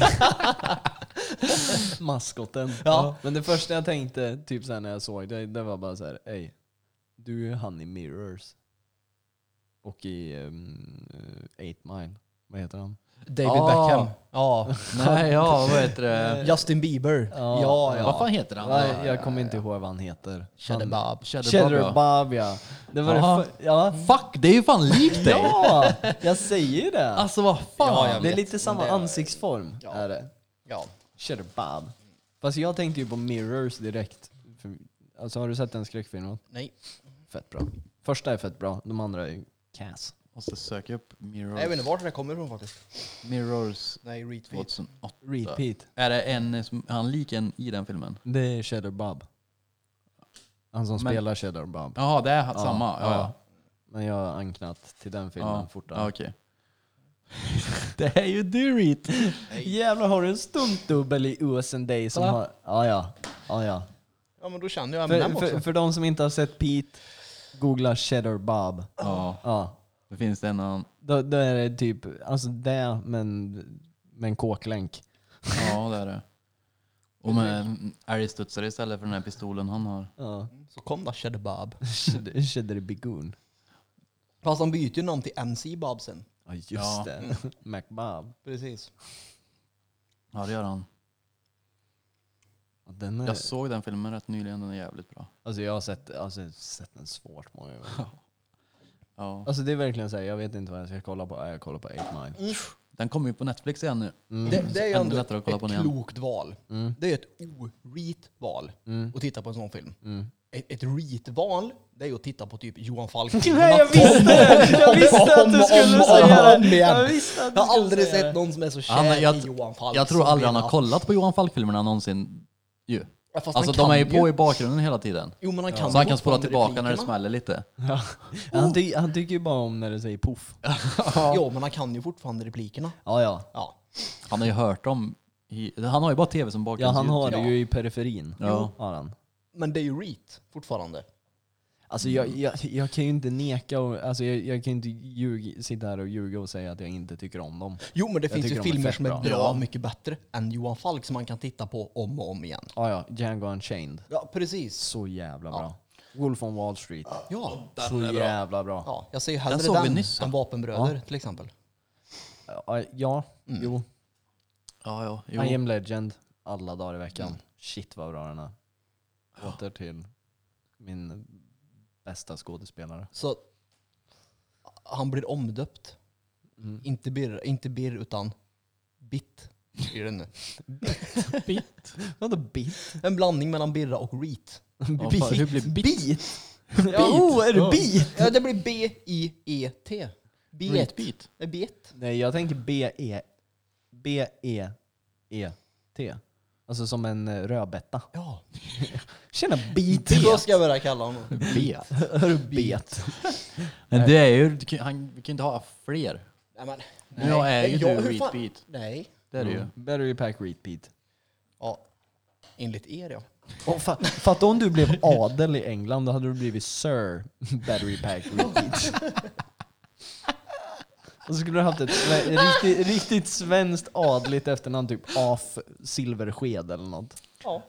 maskoten. Ja. Men det första jag tänkte typ såhär när jag såg det var bara så här: ey, du är ju han i Mirrors. Och i 8 Mile. Vad heter han? David Beckham. Ja. Nej, ja, vad heter det? Justin Bieber. Ja. Vad fan heter han? Nej, jag kommer inte ihåg vad han heter. Cheddar Bob. Cheddar Bob, ja. Det var Jaha. ja. Fuck, det är ju fan likt dig! Ja, jag säger ju det. Alltså vad fan? Ja, jag det är vet. lite samma Men det- ansiktsform. Ja. Är det. Ja. Cheddar Bob. Fast jag tänkte ju på Mirrors direkt. Alltså har du sett den skräckfilmen? Nej. Fett bra. Första är fett bra, de andra är cass. Måste söka upp Mirrors. Jag vet inte vart det kommer ifrån faktiskt. Mirrors Nej, Repeat. 2008. Repeat. Är det en som han lik en i den filmen? Det är Cheddar Bob. Han som spelar Cheddar Bob. Jaha, det är samma. Ja. Men jag har anknat till den filmen fortare. Ja, okej. Det är ju du, Reet. Jävlar, har du en stuntdubbel i US and Day som har... Ja. Ja, men då känner jag Eminem också. För de som inte har sett Pete, googla Cheddar Bob. Ja. Det finns det en annan. Då är det typ, alltså det, men med en kåklänk. Ja, det är det. Och med en älgstudsare istället för den här pistolen han har. Ja. Så kom där Cheddar Bob. Cheddar Bigoon. Fast han byter ju namn till MC Bob sen. Ja, just det. Mac Bob. Precis. Ja, det gör han. Ja, den är... Jag såg den filmen rätt nyligen, den är jävligt bra. Alltså jag har sett den svårt många gånger. Ja. Alltså det är verkligen så här, jag vet inte vad jag ska kolla på. Jag kollar på 8 Mile. Den kommer ju på Netflix igen nu. Det är ju Ännu ändå lättare att kolla på den igen. klokt val. Det är ett o-reat-val att titta på en sån film. Ett reat-val, det är att titta på typ Johan Falk. Nej, jag visste att du skulle säga det. Jag har aldrig sett någon som är så kär i Johan Falk. Jag tror aldrig han har kollat på Johan Falk-filmerna någonsin. Ju. Ja, fast Alltså han de är ju kan på i bakgrunden hela tiden. Jo, men han kan Så han kan spola fortfarande tillbaka när det replikerna. smäller lite. Ja. Han tycker ju bara om när det säger poff. Jo, men han kan ju fortfarande replikerna. Ja. Ja. Han har ju hört dem. Han har ju bara tv som Ja, bakgrundsljud. han har det Ja. ju i periferin. Ja. Har han. Men det är ju reat fortfarande. Alltså jag kan ju inte neka och, alltså jag kan inte sitta här och ljuga och säga att jag inte tycker om dem. Jo, men det Jag finns tycker ju de är filmer fett som är bra. bra mycket bättre än Johan Falk som man kan titta på om och om igen. Ja, Django Unchained. Ja, precis. Så jävla bra. Wolf on Wall Street. Ja. Så jävla bra. Ja, jag ser ju Den hellre såg vi den nyss, än Vapenbröder till exempel. Ja, jo. Ja. I am Legend alla dagar i veckan. Shit vad bra den är. Åter till min bästa skådespelare. Så han blir omdöpt. Inte bir utan Bit. Blir det nu. Vadå bit? En blandning mellan Birra och Reat. Hur blir Bit? Ja, är det bit? Ja, det blir B-I-E-T. Beat. Biet. Nej, jag tänker B-E-E-T. Alltså som en rödbetta. Ja. Tjena bit. Då ska jag börja kalla honom. Bet. Hör bet. Men det är ju, vi kan ju inte ha fler. Nej, men, Nu är ju du hur fan- Reat. Nej. Det är det ju. Battery pack repeat. Ja. Enligt er, ja. Och fatta om du blev adel i England, då hade du blivit Sir Battery pack repeat. Och så skulle du haft ett riktigt svenskt adligt efternamn, typ af Silversked eller något. Ja.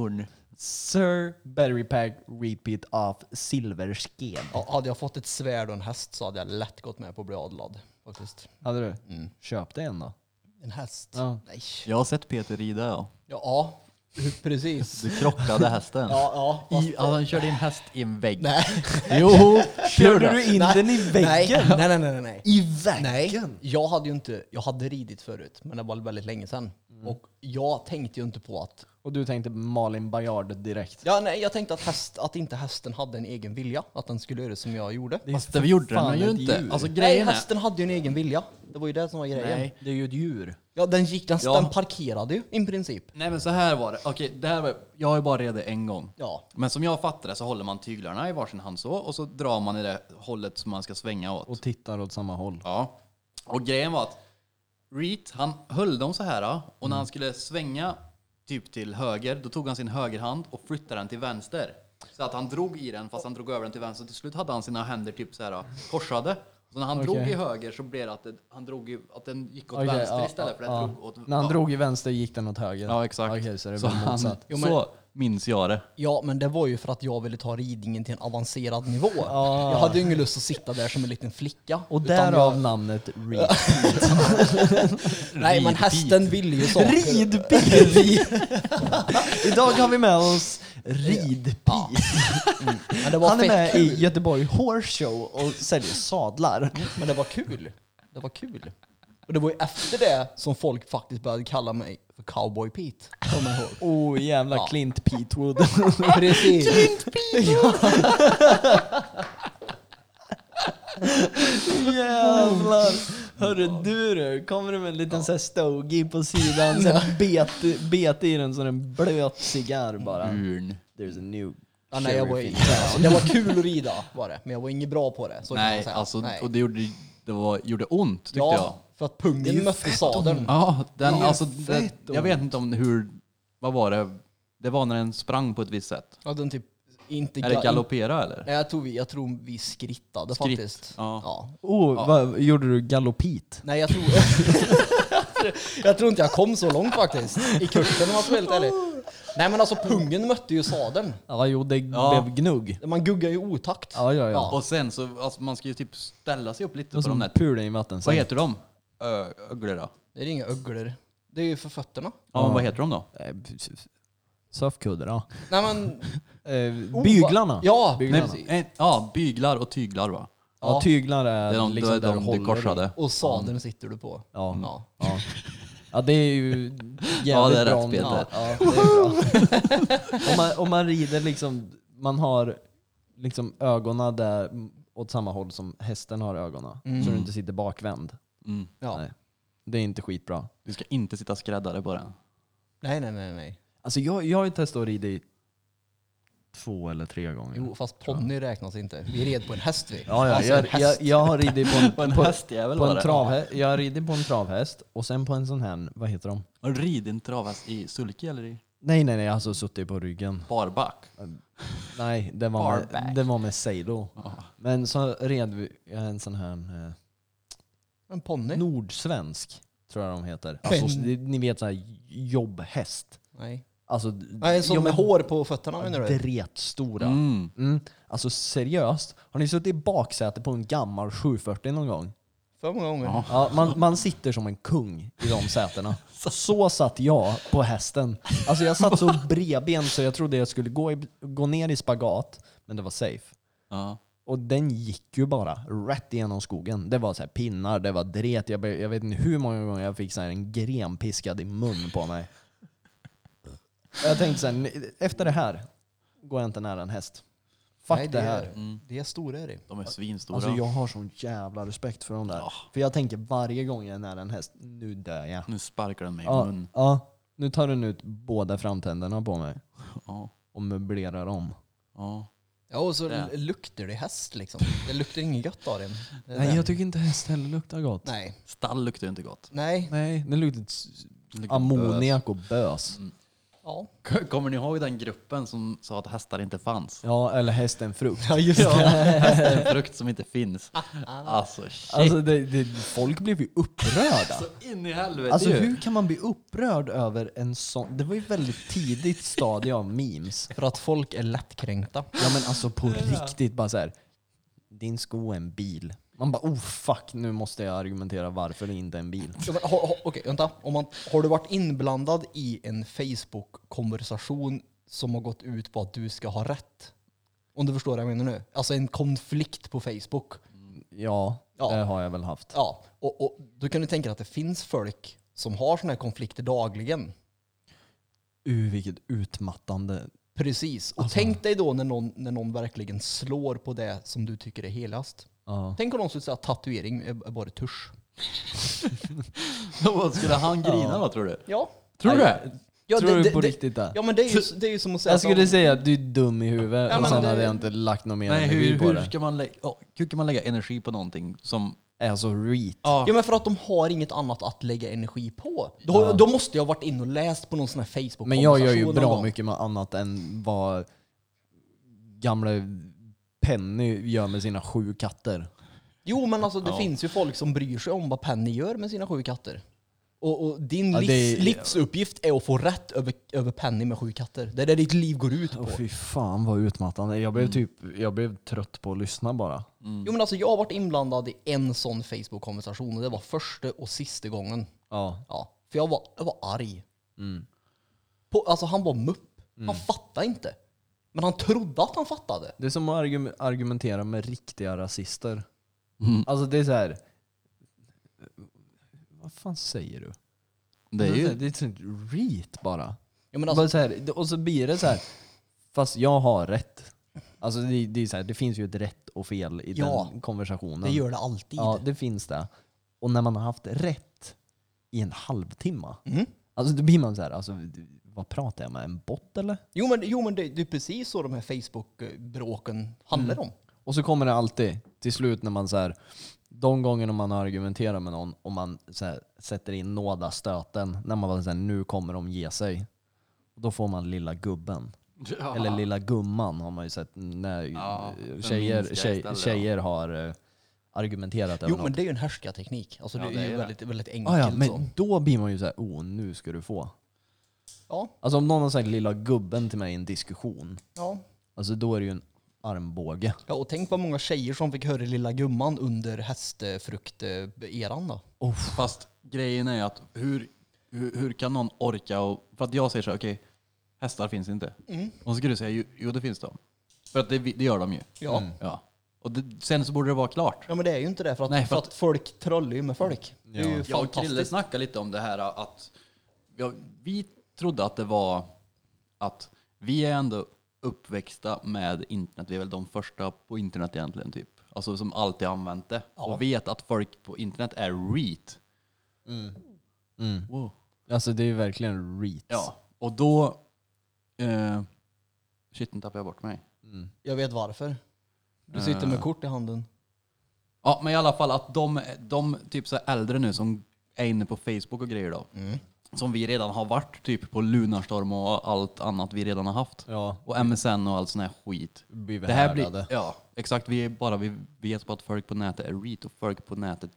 Sir Battery pack repeat af Silversked. Ja, hade jag fått ett svärd och en häst så hade jag lätt gått med på att bli adlad. Faktiskt. Hade du? Köp det en då. En häst? Ja. Nej. Jag har sett Peter rida, ja. Ja, precis. Du krockade hästen. Ja. Fast, Han körde in häst i en vägg. nej. Jo, Körde du in den i väggen? Nej. I väggen? Nej, jag hade ridit förut, men det var väldigt länge sedan. Och jag tänkte ju inte på att... Och du tänkte Malin Bajard direkt? Ja, nej, jag tänkte att inte hästen hade en egen vilja. Att den skulle göra som jag gjorde. Fast det gjorde fan den ju ett inte. djur. Alltså Nej, grejen är... hästen hade ju en egen vilja. Det var ju det som var grejen. Nej. Det är ju ett djur. Ja, den Ja. parkerade ju i princip. Nej men så här var det. Okej, jag har ju bara redat en gång. Ja. Men som jag fattade så håller man tyglarna i varsin hand så och så drar man i det hållet som man ska svänga åt. Och tittar åt samma håll. Ja. Och grejen var att Reat, han höll dem så här och när han skulle svänga typ till höger, då tog han sin högerhand och flyttade den till vänster. Så att han drog i den, fast han drog över den till vänster. Till slut hade han sina händer typ så här korsade. Så när han drog i höger så blev det att den gick åt vänster istället för att den drog åt... När han drog i vänster gick den åt höger. Ja, exakt. Okej, så det Så, var motsatt. så minns jag det. Ja, men det var ju för att jag ville ta ridningen till en avancerad nivå. Jag hade ju ingen lust att sitta där som en liten flicka. Och utan därav namnet Repeat. Nej, men hästen ville ju saker. Ridpit! Idag har vi med oss Ridpit. Men det var Han är fett med kul. i Göteborg Horse Show och säljer sadlar. Men det var kul. Det var kul. Och det var ju efter det som folk faktiskt började kalla mig för Cowboy Pete. Kommer jag ihåg. Oh jävla Ja. Clint Peatwood. Precis. Jävlar. Hörru du, kommer du med en liten så här stogie på sidan, så bet i den som en blöt cigarr bara. There's a new. Ja, nej, det var kul att rida var det, men jag var inget bra på det. Så kan man Nej, säga. alltså, Nej. och det gjorde ont tyckte jag. Ja, för att pungen mötte sadeln. Ja, fett jag vet inte om vad var det? Det var när den sprang på ett visst sätt. Ja, den typ inte Är det galoppera eller? Nej, jag tror vi skrittade faktiskt. Ja. Vad gjorde du galoppit? Nej, jag tror jag tror inte jag kom så långt faktiskt i kursen om man ska vara helt ärlig. Nej, men alltså pungen mötte ju sadeln. Ja, jo, det blev gnugg. Man guggar ju otakt. Ja. Och sen så, alltså, man ska ju typ ställa sig upp lite Och på de så där. pula i vatten. Vad heter de? Öglor då? Det är inga öglor. Det är ju för fötterna. Ja, men vad heter de då? Surfkudde då. Nej, men Byglarna. Ja, Byglarna. precis. Byglar och tyglar va? Ja, tyglar är Det är liksom de, där du de håller korsade. Och sadeln sitter du på. Ja. Ja, det är ju jävligt Ja, det är bra. rätt, Peter. Ja, det är bra. om man rider liksom, man har liksom ögonen där åt samma håll som hästen har ögonen. Så du inte sitter bakvänd. Ja. Nej. Det är inte skitbra. Du ska inte sitta skräddare på den. Nej. Alltså jag har ju testat att rida i 2 eller 3 gånger. Jo, fast ponny räknas inte. Vi red på en häst vi. Ja, Alltså, en häst. jag har ridit på en hästjävel på var en det. travhäst. Jag har ridit på en travhäst och sen på en sån här, vad heter de? Har du ridit en travhäst i sulky eller i Nej, jag har alltså suttit på ryggen. barback? Nej, det var med sejlo. Men så red vi en sån här En ponny? nordsvensk, tror jag de heter. Alltså, ni vet så här jobbhäst. Nej. Alltså, Nej, en sån med hår på fötterna menar du? dretstora. Mm. Alltså seriöst, har ni suttit i baksäte på en gammal 740 någon gång? För många gånger. Ja. Ja, man sitter som en kung i de sätena. Så satt jag på hästen. Alltså jag satt så bredben så jag trodde jag skulle gå ner i spagat, men det var safe. Ja. Och den gick ju bara rätt igenom skogen. Det var så här pinnar, det var dret. Jag vet inte hur många gånger jag fick så här en gren piskad i mun på mig. Jag tänkte så här, efter det här går jag inte nära en häst. Fuck Nej, det här. Det är stora är det. De är svinstora. Alltså jag har sån jävla respekt för dem där. För jag tänker varje gång jag är nära en häst, nu dör jag. Nu sparkar den mig i Ja, mun. nu tar den ut båda framtänderna på mig Ja. och möblerar om. Ja. Ja, och så Det. luktar det häst liksom. Det luktar inget gött av den. Det är Nej, den. jag tycker inte häst heller luktar gott. Nej. Stall luktar ju inte gott. Nej. Nej, det luktar luktar ammoniak och bös. Ja. Kommer ni ihåg den gruppen som sa att hästar inte fanns? Ja, eller hästen frukt. Ja, just det. Hästen är en frukt som inte finns. Alltså shit. Alltså folk blev ju upprörda. Så in i helvete Alltså ju. hur kan man bli upprörd över en sån... Det var ju väldigt tidigt stadie av memes. För att folk är lättkränkta. Ja men alltså på riktigt bara så här. Din sko är en bil. Man bara oh fuck, nu måste jag argumentera varför det inte är en bil. Ja, men, okej, vänta. Har du varit inblandad i en Facebook-konversation som har gått ut på att du ska ha rätt? Om du förstår vad jag menar nu. Alltså en konflikt på Facebook. Ja, Ja. det har jag väl haft. Ja, och då kan du tänka dig att det finns folk som har såna här konflikter dagligen. Vilket utmattande. Precis. Och tänk dig då när någon verkligen slår på det som du tycker är helast. Ja. Tänk om någon skulle säga att tatuering är bara tusch. Skulle han grina då tror du? Ja. Tror du det? Ja, Tror du på riktigt det? Ja, men det är ju som att säga Jag skulle säga att du är dum i huvudet Ja, och men sen det- hade jag inte lagt någon mer Nej, energi på hur det. ska man hur kan man lägga energi på någonting som... Alltså reet. Ja, men för att de har inget annat att lägga energi på. Då måste jag ha varit in och läst på någon sån här Facebook-konversation. Men jag gör ju någon bra gång. mycket med annat än vad gamla Penny gör med sina 7 katter. Jo, men alltså det finns ju folk som bryr sig om vad Penny gör med sina 7 katter. Och din Ja, livsuppgift är att få rätt över Penny med 7 katter. Det är det ditt liv går ut på. Åh fy fan vad utmattande. Jag blev trött på att lyssna bara. Jo, men alltså jag har varit inblandad i en sån Facebook-konversation och det var första och sista gången. Ja. Ja, för jag var arg. Mm. Alltså han var mupp. Han fattade inte. Men han trodde att han fattade. Det är som att argumentera med riktiga rasister. Mm. Alltså det är så här. Vad fan säger du? Det är ju... Det är ett sånt reet bara. Ja, men alltså, Bara så här, och så blir det så här. Fast jag har rätt. Alltså det är så här, det finns ju ett rätt och fel i den konversationen. Det gör det alltid. Ja, det finns det. Och när man har haft rätt i en halvtimme, alltså då blir man så här, alltså vad pratar jag med? En bot eller? Jo men det är precis så de här Facebook-bråken handlar om. Och så kommer det alltid till slut när man så här, de gångerna man argumenterar med någon och man så här, sätter in nådastöten, när man bara så här, nu kommer de ge sig. Och då får man lilla gubben. Ja. Eller lilla gumman har man ju sett när tjejer har argumenterat över Jo något. men det är ju en härskarteknik. Alltså det det är är ju det. väldigt, väldigt enkelt. Ja, så. men då blir man ju så här, nu ska du få. Ja, Alltså om någon har sagt lilla gubben till mig i en diskussion, ja. alltså då är det ju en armbåge. Ja, och tänk på många tjejer som fick höra lilla gumman under hästfrukt-eran då. Fast grejen är att hur kan någon orka och... För att jag säger så här, okej, hästar finns inte. Och så skulle du säga, jo det finns de. För att det gör de ju. Ja. Ja. Och sen så borde det vara klart. Ja men det är ju inte det, för att, Nej, för att folk trollar ju med folk. Det är ju Jag och Krille fantastiskt. snackade lite om det här att vi trodde att det var att vi är ändå uppväxta med internet. Vi är väl de första på internet egentligen typ. Alltså som alltid använt det. Och vet att folk på internet är reet. Wow. Alltså det är ju verkligen reats. Ja, och då... shit, nu tappade jag bort mig. Jag vet varför. Du sitter med kort i handen. Ja, men i alla fall att de typ så här äldre nu som är inne på Facebook och grejer då. Som vi redan har varit typ på Lunarstorm och allt annat vi redan har haft. Ja. Och MSN och allt sån här skit. Blir vi Det här härdade. blir, ja, exakt. Vi vet på att folk på nätet är reet och folk på nätet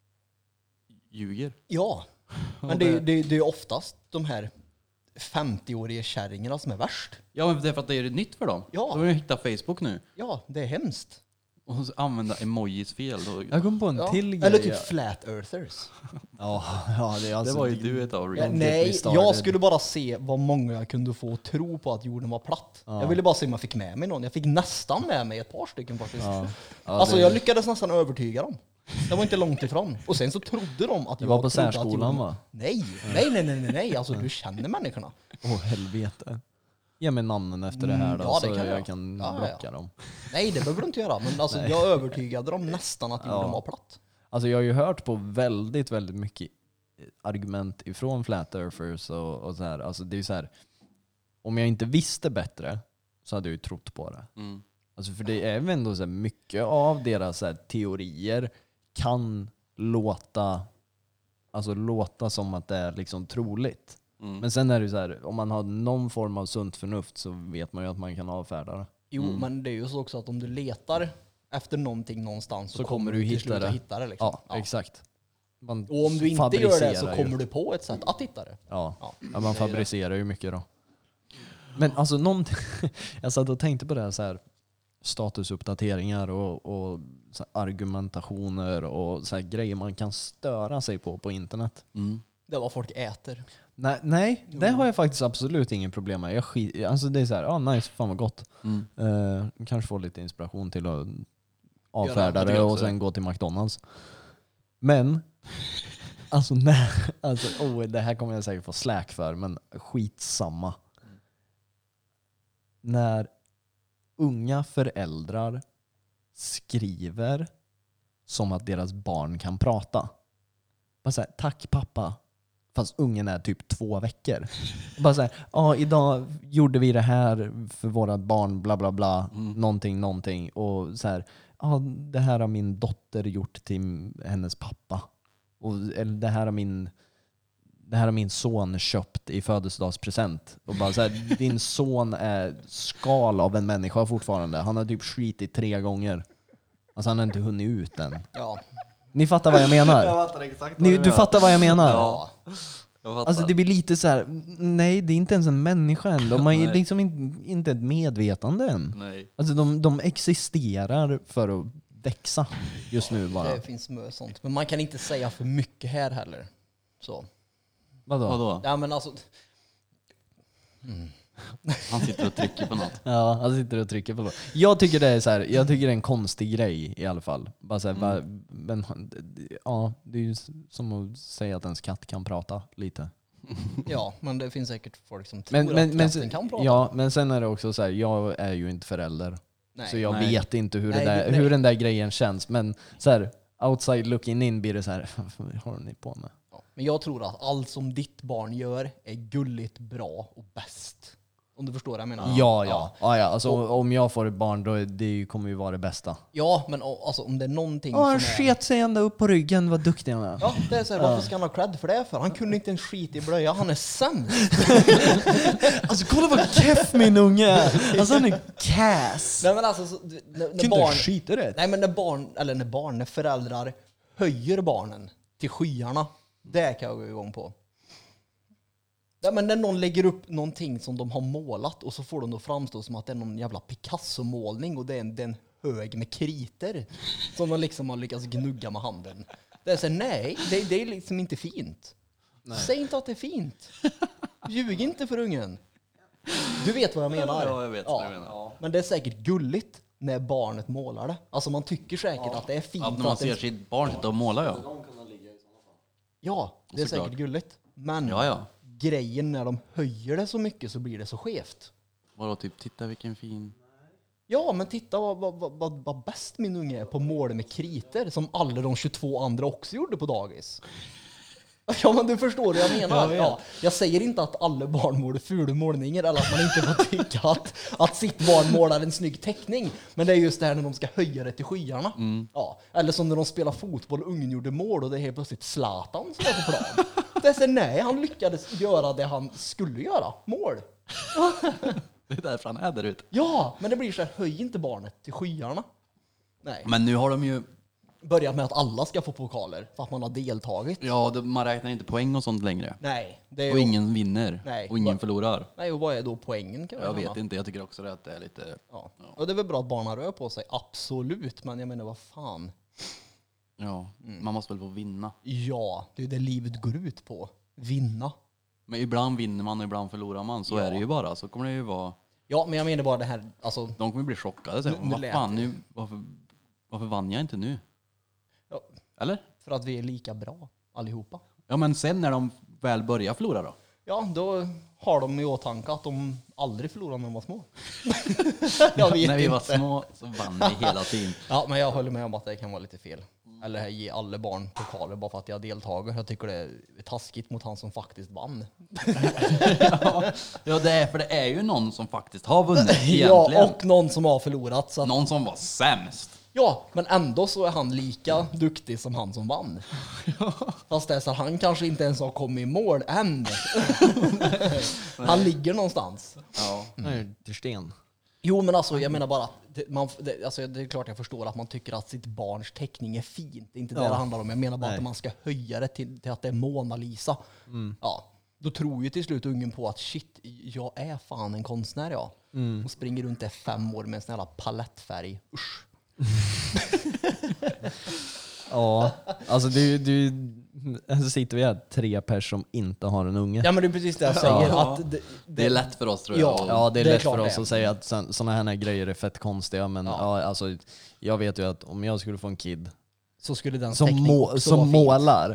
ljuger. Ja, men det är oftast de här 50-åriga kärringarna som är värst. Ja, men det är för att det är nytt för dem. Ja. De har ju hittat Facebook nu. Ja, det är hemskt. Och så använda emojis fel. Då. Jag kom på en Ja. till grej. Eller typ flat earthers. Ja, det är alltså... Det var ju du ett av Ja, reet. nej, started. jag skulle bara se vad många jag kunde få att tro på att jorden var platt. Jag ville bara se om jag fick med mig någon. Jag fick nästan med mig ett par stycken faktiskt. Alltså jag lyckades nästan övertyga dem. Det var inte långt ifrån. Och sen så trodde de att Det jag var på trodde att särskolan, jorden- va? Nej. Alltså du känner människorna. Helvete. Ge mig namnen efter det här då, ja, det så kan jag. jag kan Ja, blocka ja. dem. Nej, det behöver du inte göra. Men alltså, jag övertygade dem nästan att jorden var platt. Alltså jag har ju hört på väldigt, väldigt mycket argument ifrån flat earthers och så här. Alltså det är ju så här, om jag inte visste bättre så hade jag ju trott på det. Alltså för det är väl ändå så här, mycket av deras så här, teorier kan låta som att det är liksom troligt. Men sen är det ju så här, om man har någon form av sunt förnuft så vet man ju att man kan avfärda det. Jo, men det är ju så också att om du letar efter någonting någonstans så kommer du hitta till slut det. att hitta det. Liksom. Ja, exakt. Man Och om du inte gör det så fabricerar ju. kommer du på ett sätt att hitta det. Ja, man fabricerar ju mycket då. Men alltså jag satt och tänkte på det här, så här statusuppdateringar och så här argumentationer och så här grejer man kan störa sig på internet. Det är vad folk äter. Nej, det har jag faktiskt absolut ingen problem med. Alltså det är så här, nice, fan vad gott. Kanske få lite inspiration till att avfärda det och sen gå till McDonalds. Men alltså det här kommer jag säkert få slack för, men skitsamma. När unga föräldrar skriver som att deras barn kan prata. Bara så här, tack pappa. Fast ungen är typ 2 veckor. Bara så här, idag gjorde vi det här för våra barn, bla bla bla, någonting. Och så här, det här har min dotter gjort till hennes pappa. Eller det här har min son köpt i födelsedagspresent. Och bara så här, din son är skal av en människa fortfarande. Han har typ skitit 3 gånger. Alltså han har inte hunnit ut än. Ja. Ni fattar vad jag menar? Jag fattar exakt Du fattar vad jag menar? Ja. Jag fattar. Alltså det blir lite så här, nej det är inte ens en människa än. De har ju liksom inte ett medvetande än. Nej. Alltså de existerar för att växa just nu bara. Det finns mycket sånt. Men man kan inte säga för mycket här heller. Så. Vadå? Ja men alltså, Han sitter och trycker på något. Ja, han sitter och trycker på det. Jag tycker det är så här, jag tycker det är en konstig grej i alla fall. Bara så här, men ja, det är ju som att säga att ens katt kan prata lite. ja, men det finns säkert folk som tror att katten kan prata. Ja, men sen är det också så här, jag är ju inte förälder. Så jag Nej. vet inte hur, Nej. hur den där grejen känns. Men så här, outside looking in blir det så här, vad har ni på med? Ja. Men jag tror att allt som ditt barn gör är gulligt, bra och bäst. Om du förstår vad jag menar. Ja. Alltså, om jag får ett barn, då kommer ju vara det bästa. Ja, men alltså, om det är någonting som Han är... sket sig ända upp på ryggen, vad duktig han är. Ja, det är så här, varför ska han ha cred för det för? Han kunde inte en skit i blöja, han är sämst. Alltså kolla vad keff min unge är. Alltså han är kass. Nej men alltså, när barn... skita rätt. Nej men när föräldrar höjer barnen till skyarna, det kan jag gå igång på. Ja, men när någon lägger upp någonting som de har målat och så får de då framstå som att det är någon jävla Picasso-målning och det är en hög med kriter som de liksom har lyckats gnugga med handen. Det är så här, nej, det är liksom inte fint. Nej. Säg inte att det är fint. Ljug inte för ungen. Du vet vad jag menar. Ja, jag vet vad du menar. Ja. Men det är säkert gulligt när barnet målar det. Alltså man tycker säkert att det är fint. Att när man ser sitt barn sitta och måla, ja. Ja, det är Såklart. säkert gulligt. Men Ja. grejen när de höjer det så mycket så blir det så skevt. Vadå, typ, titta vilken fin... Ja, men titta vad bäst min unge är på mål med kriter som alla de 22 andra också gjorde på dagis. Ja, men du förstår vad jag menar. Ja, jag säger inte att alla barn målar fula målningar eller att man inte får tycka att sitt barn målar en snygg teckning. Men det är just det här när de ska höja det till skyarna. Ja. Eller som när de spelar fotboll och ungen gjorde mål och det är helt plötsligt Zlatan som är på plan. Det är så, nej, han lyckades göra det han skulle göra. Mål. Det är därför han är där ute. Ja, men det blir så här, höj inte barnet till skyarna. Nej. Men nu har de ju... Börjat med att alla ska få pokaler för att man har deltagit. Ja, man räknar inte poäng och sånt längre. Nej. Det är Och ju... ingen vinner. Nej. Och ingen förlorar. Nej, och vad är då poängen? Kan Jag vet inte, jag tycker också det att det är lite... Ja. Och det är väl bra att barnen rör på sig, absolut. Men jag menar, vad fan. Ja, man måste väl få vinna. Ja, det är det livet går ut på. Vinna. Men ibland vinner man och ibland förlorar man. Så är det ju bara. Så kommer det ju vara... Ja, men jag menar bara det här, alltså... De kommer bli chockade. Så, Nu vad lät fan, nu, varför vann jag inte nu? Ja, Eller? för att vi är lika bra, allihopa. Ja, men sen när de väl börjar förlora då? Ja, då har de i åtanke att de aldrig förlorade när de var små. Jag vet När vi var inte. små så vann vi hela tiden. Ja, men jag håller med om att det kan vara lite fel. Eller ge alla barn pokaler bara för att jag har deltagit. Jag tycker det är taskigt mot han som faktiskt vann. Ja, det är för det är ju någon som faktiskt har vunnit egentligen. Ja, och någon som har förlorat. Så att, Någon som var sämst. ja, men ändå så är han lika duktig som han som vann. Fast det är så att han kanske inte ens har kommit i mål än. Han ligger någonstans. Ja. Nej, till sten. Jo, men alltså jag menar bara att det är klart jag förstår att man tycker att sitt barns teckning är fint. Det är inte det det handlar om. Jag menar bara att man ska höja det till att det är Mona Lisa. Ja, då tror ju till slut ungen på att shit, jag är fan en konstnär, ja. Och springer runt där 5 år med en sån jävla palettfärg. Usch. Ja, alltså så sitter vi här 3 personer som inte har en unge. Ja, men det är precis det jag säger. Ja. Att Det är lätt för oss tror jag. Ja. Ja, det är Det är lätt klart för oss det. att säga att sådana här grejer är fett konstiga, men ja, alltså, jag vet ju att om jag skulle få en kid så skulle den som, teckning också vara som fint. målar,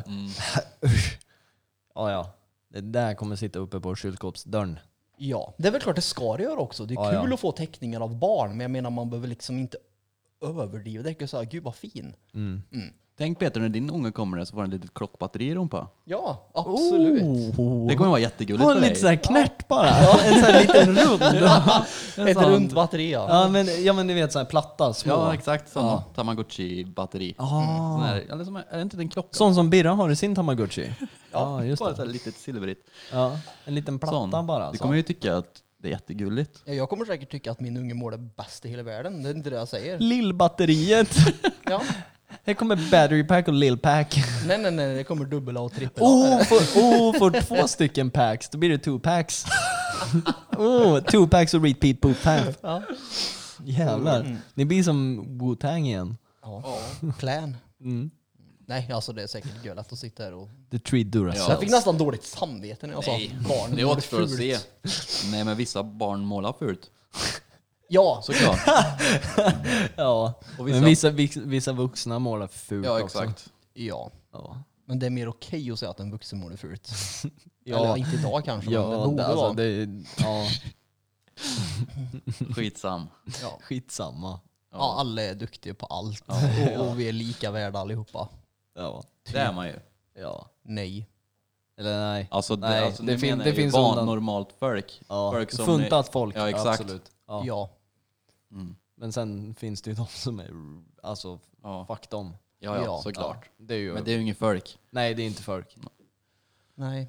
ja, det där kommer sitta uppe på kylskåpsdörren. Ja, det är väl klart det ska det göra också. Det är Ja, kul ja. att få teckningar av barn, men jag menar man behöver liksom inte överdriva. Det är inte så här, gud vad fin. Tänk Peter, när din unge kommer där så får han ett litet klockbatteri i rumpa. Ja, absolut. Det kommer vara jättegulligt Ha för en dig. lite såhär knärt bara. En sån här liten rund. Ett runt batteri, ja. Ja men ni vet såhär platta, små. Ja, exakt. Sån Tamagotchi-batteri. Sån här, eller som, är det inte en klocka? Sån som Birra har i sin Tamagotchi. Ja, just Bara det. så här litet silverigt. Ja, en liten platta Sån. bara. Du Så. kommer ju tycka att det är jättegulligt. Ja, jag kommer säkert tycka att min unge mår det bästa i hela världen. Det är inte det jag säger. Lillbatteriet. Ja. Här kommer battery pack och lil pack. Nej, det kommer dubbel A och trippel A. För 2 stycken packs, då blir det 2 packs. 2 packs och repeat boot time. Ja. Jävlar. Ni blir som Wu-Tang igen. Ja. Clan. Mm. Nej, alltså det är säkert gölat att sitta här och... The Tree Duracells. Jag fick nästan dåligt samvete när jag sa att barnen det är mådde också för att fult. se. Nej, men vissa barn målar fult. Ja, Såklart. Ja, Och men vissa vuxna målar fult Ja, också. exakt. ja. Ja. Men det är mer okej att säga att en vuxen mår fult. Ja. Eller inte idag kanske, men det Ja, borde alltså, vara. ja. Skitsam. Ja. Skitsamma. Ja, alla är duktiga på allt. Och vi är lika värda allihopa. Ja. Det är man ju. Ja. Nej. Eller nej. Alltså, Nej, alltså, det det finns finns undan. normalt folk. Ja. Folk som Funtat folk. Ja, exakt. Absolut. Ja. Ja. Mm. Men sen finns det ju de som är, alltså, Ja. fuck dem. Ja, såklart. Ja, det är ju, Men det är ju ingen folk. nej, det är inte folk. Nej.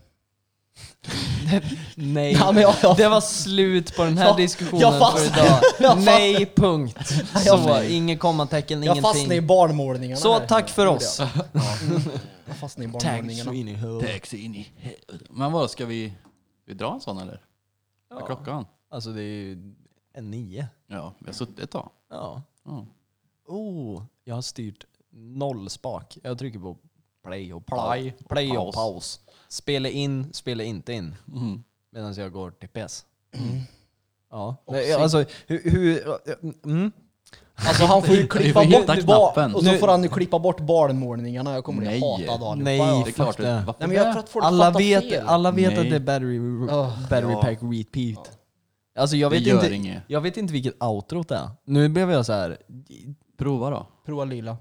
Nej, Ja, men det var slut på den här Ja, diskussionen jag för fastnar. idag. Jag fastnar. Nej, punkt. Så, inget kommatecken, Jag fastnade i ingenting. barnmålningarna Så, här. tack för Gjorde oss. Jag. Jag fastnade i barnmålningarna. Taxi in i helvete. Men vad ska vi dra en sån eller? Vad är klockan? Alltså det är ju 9. Ja, vi har suttit då. Ja. Ja. Oh, jag har styrt 0 spak. Jag trycker på play och Play och paus. Spela in, spela inte in. Mm. Medan jag går till PS. Ja. Och Nej, alltså, hur Alltså han får ju klippa Vi får hitta bort knappen. och så får han ju klippa bort barnmålningarna. Jag kommer bli Nej. hatad av allihopa. Nej, Ja. Det är klart. det. Varför Nej, men jag det? tror att folk alla fattar vet, fel. alla vet Nej. att det är battery Ja. pack repeat. Alltså jag Det vet, gör inte, inget. jag vet inte vilket outro det är. Nu blev jag så här. Prova då. Prova lila.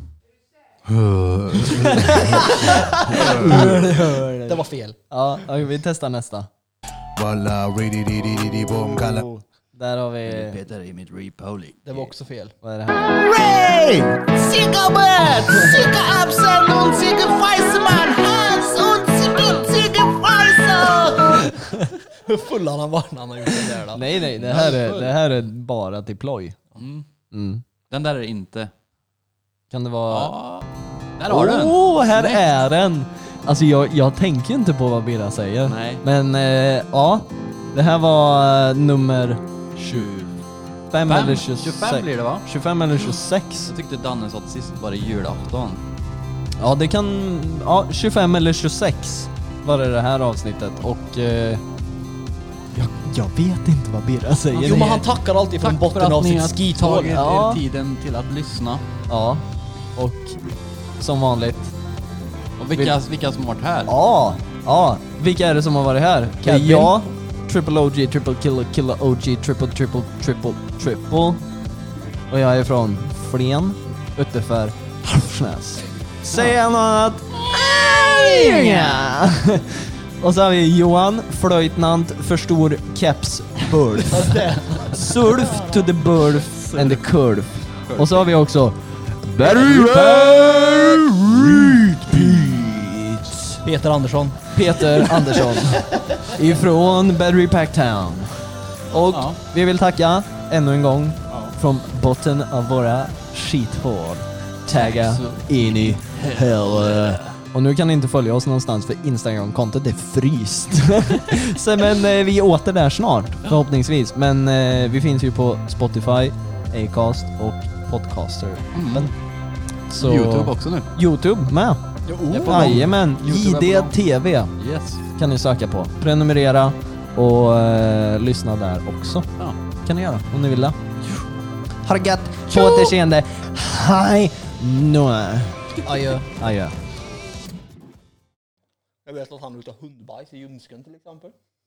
Det var fel. Ja, vi testar nästa. Walla, bom, kalla. Oh, där har vi... Peter i mitt repoli. Det var också fel. Vad är det här? Ray! Siegerbert! Sieger Absalon, Sieger Weissmann, Hans und Sieger Weiser! Hur full han var när han har gjort det där då? Nej, det här är bara till ploj. Mm. Den där är inte. Kan det vara... Ja. Där har du den. Här Snyggt. är den! Alltså jag tänker inte på vad Birra säger. Nej. Men ja, det här var nummer 25 eller 26. 25 blir det va? 25 eller 26. Jag tyckte Danne sa att sist var det julafton. Ja, det kan... Ja, 25 eller 26 var det här avsnittet. Och jag vet inte vad Birra säger. Jo, men han tackar alltid från botten av sitt skithål. tagit Ja. er tiden till att lyssna. Ja, och som vanligt. Och vilka som har varit här? Ja, vilka är det som har varit här? Det är Kevin. jag, Triple OG, Triple Killer OG, Triple. Och jag är från Flen, utanför Halmsnäs. Säg något annat. Ja. Och så har vi Johan, flöjtnant, för stor keps, bulf. Surf to the bulf and the curve. Och så har vi också Battery Repeat. Peter Andersson. Peter Andersson ifrån Battery Pack Town. Och Ja. vi vill tacka ännu en gång från botten av våra skithål. Tagga in i helvete. Och nu kan ni inte följa oss någonstans för Instagram-kontot är fryst. Så, men vi är åter där snart, förhoppningsvis. Men vi finns ju på Spotify, Acast och Podcaster. Så YouTube också nu. YouTube med. Jajamän, YouTube är bra. JDTV Yes. kan ni söka på. Prenumerera och lyssna där också. Ja. Kan ni göra om ni vill det. Ha det gött, på återseende. Hej! Adjö. Adjö. Jag vet att han lutar hundbajs i ljumsken till exempel.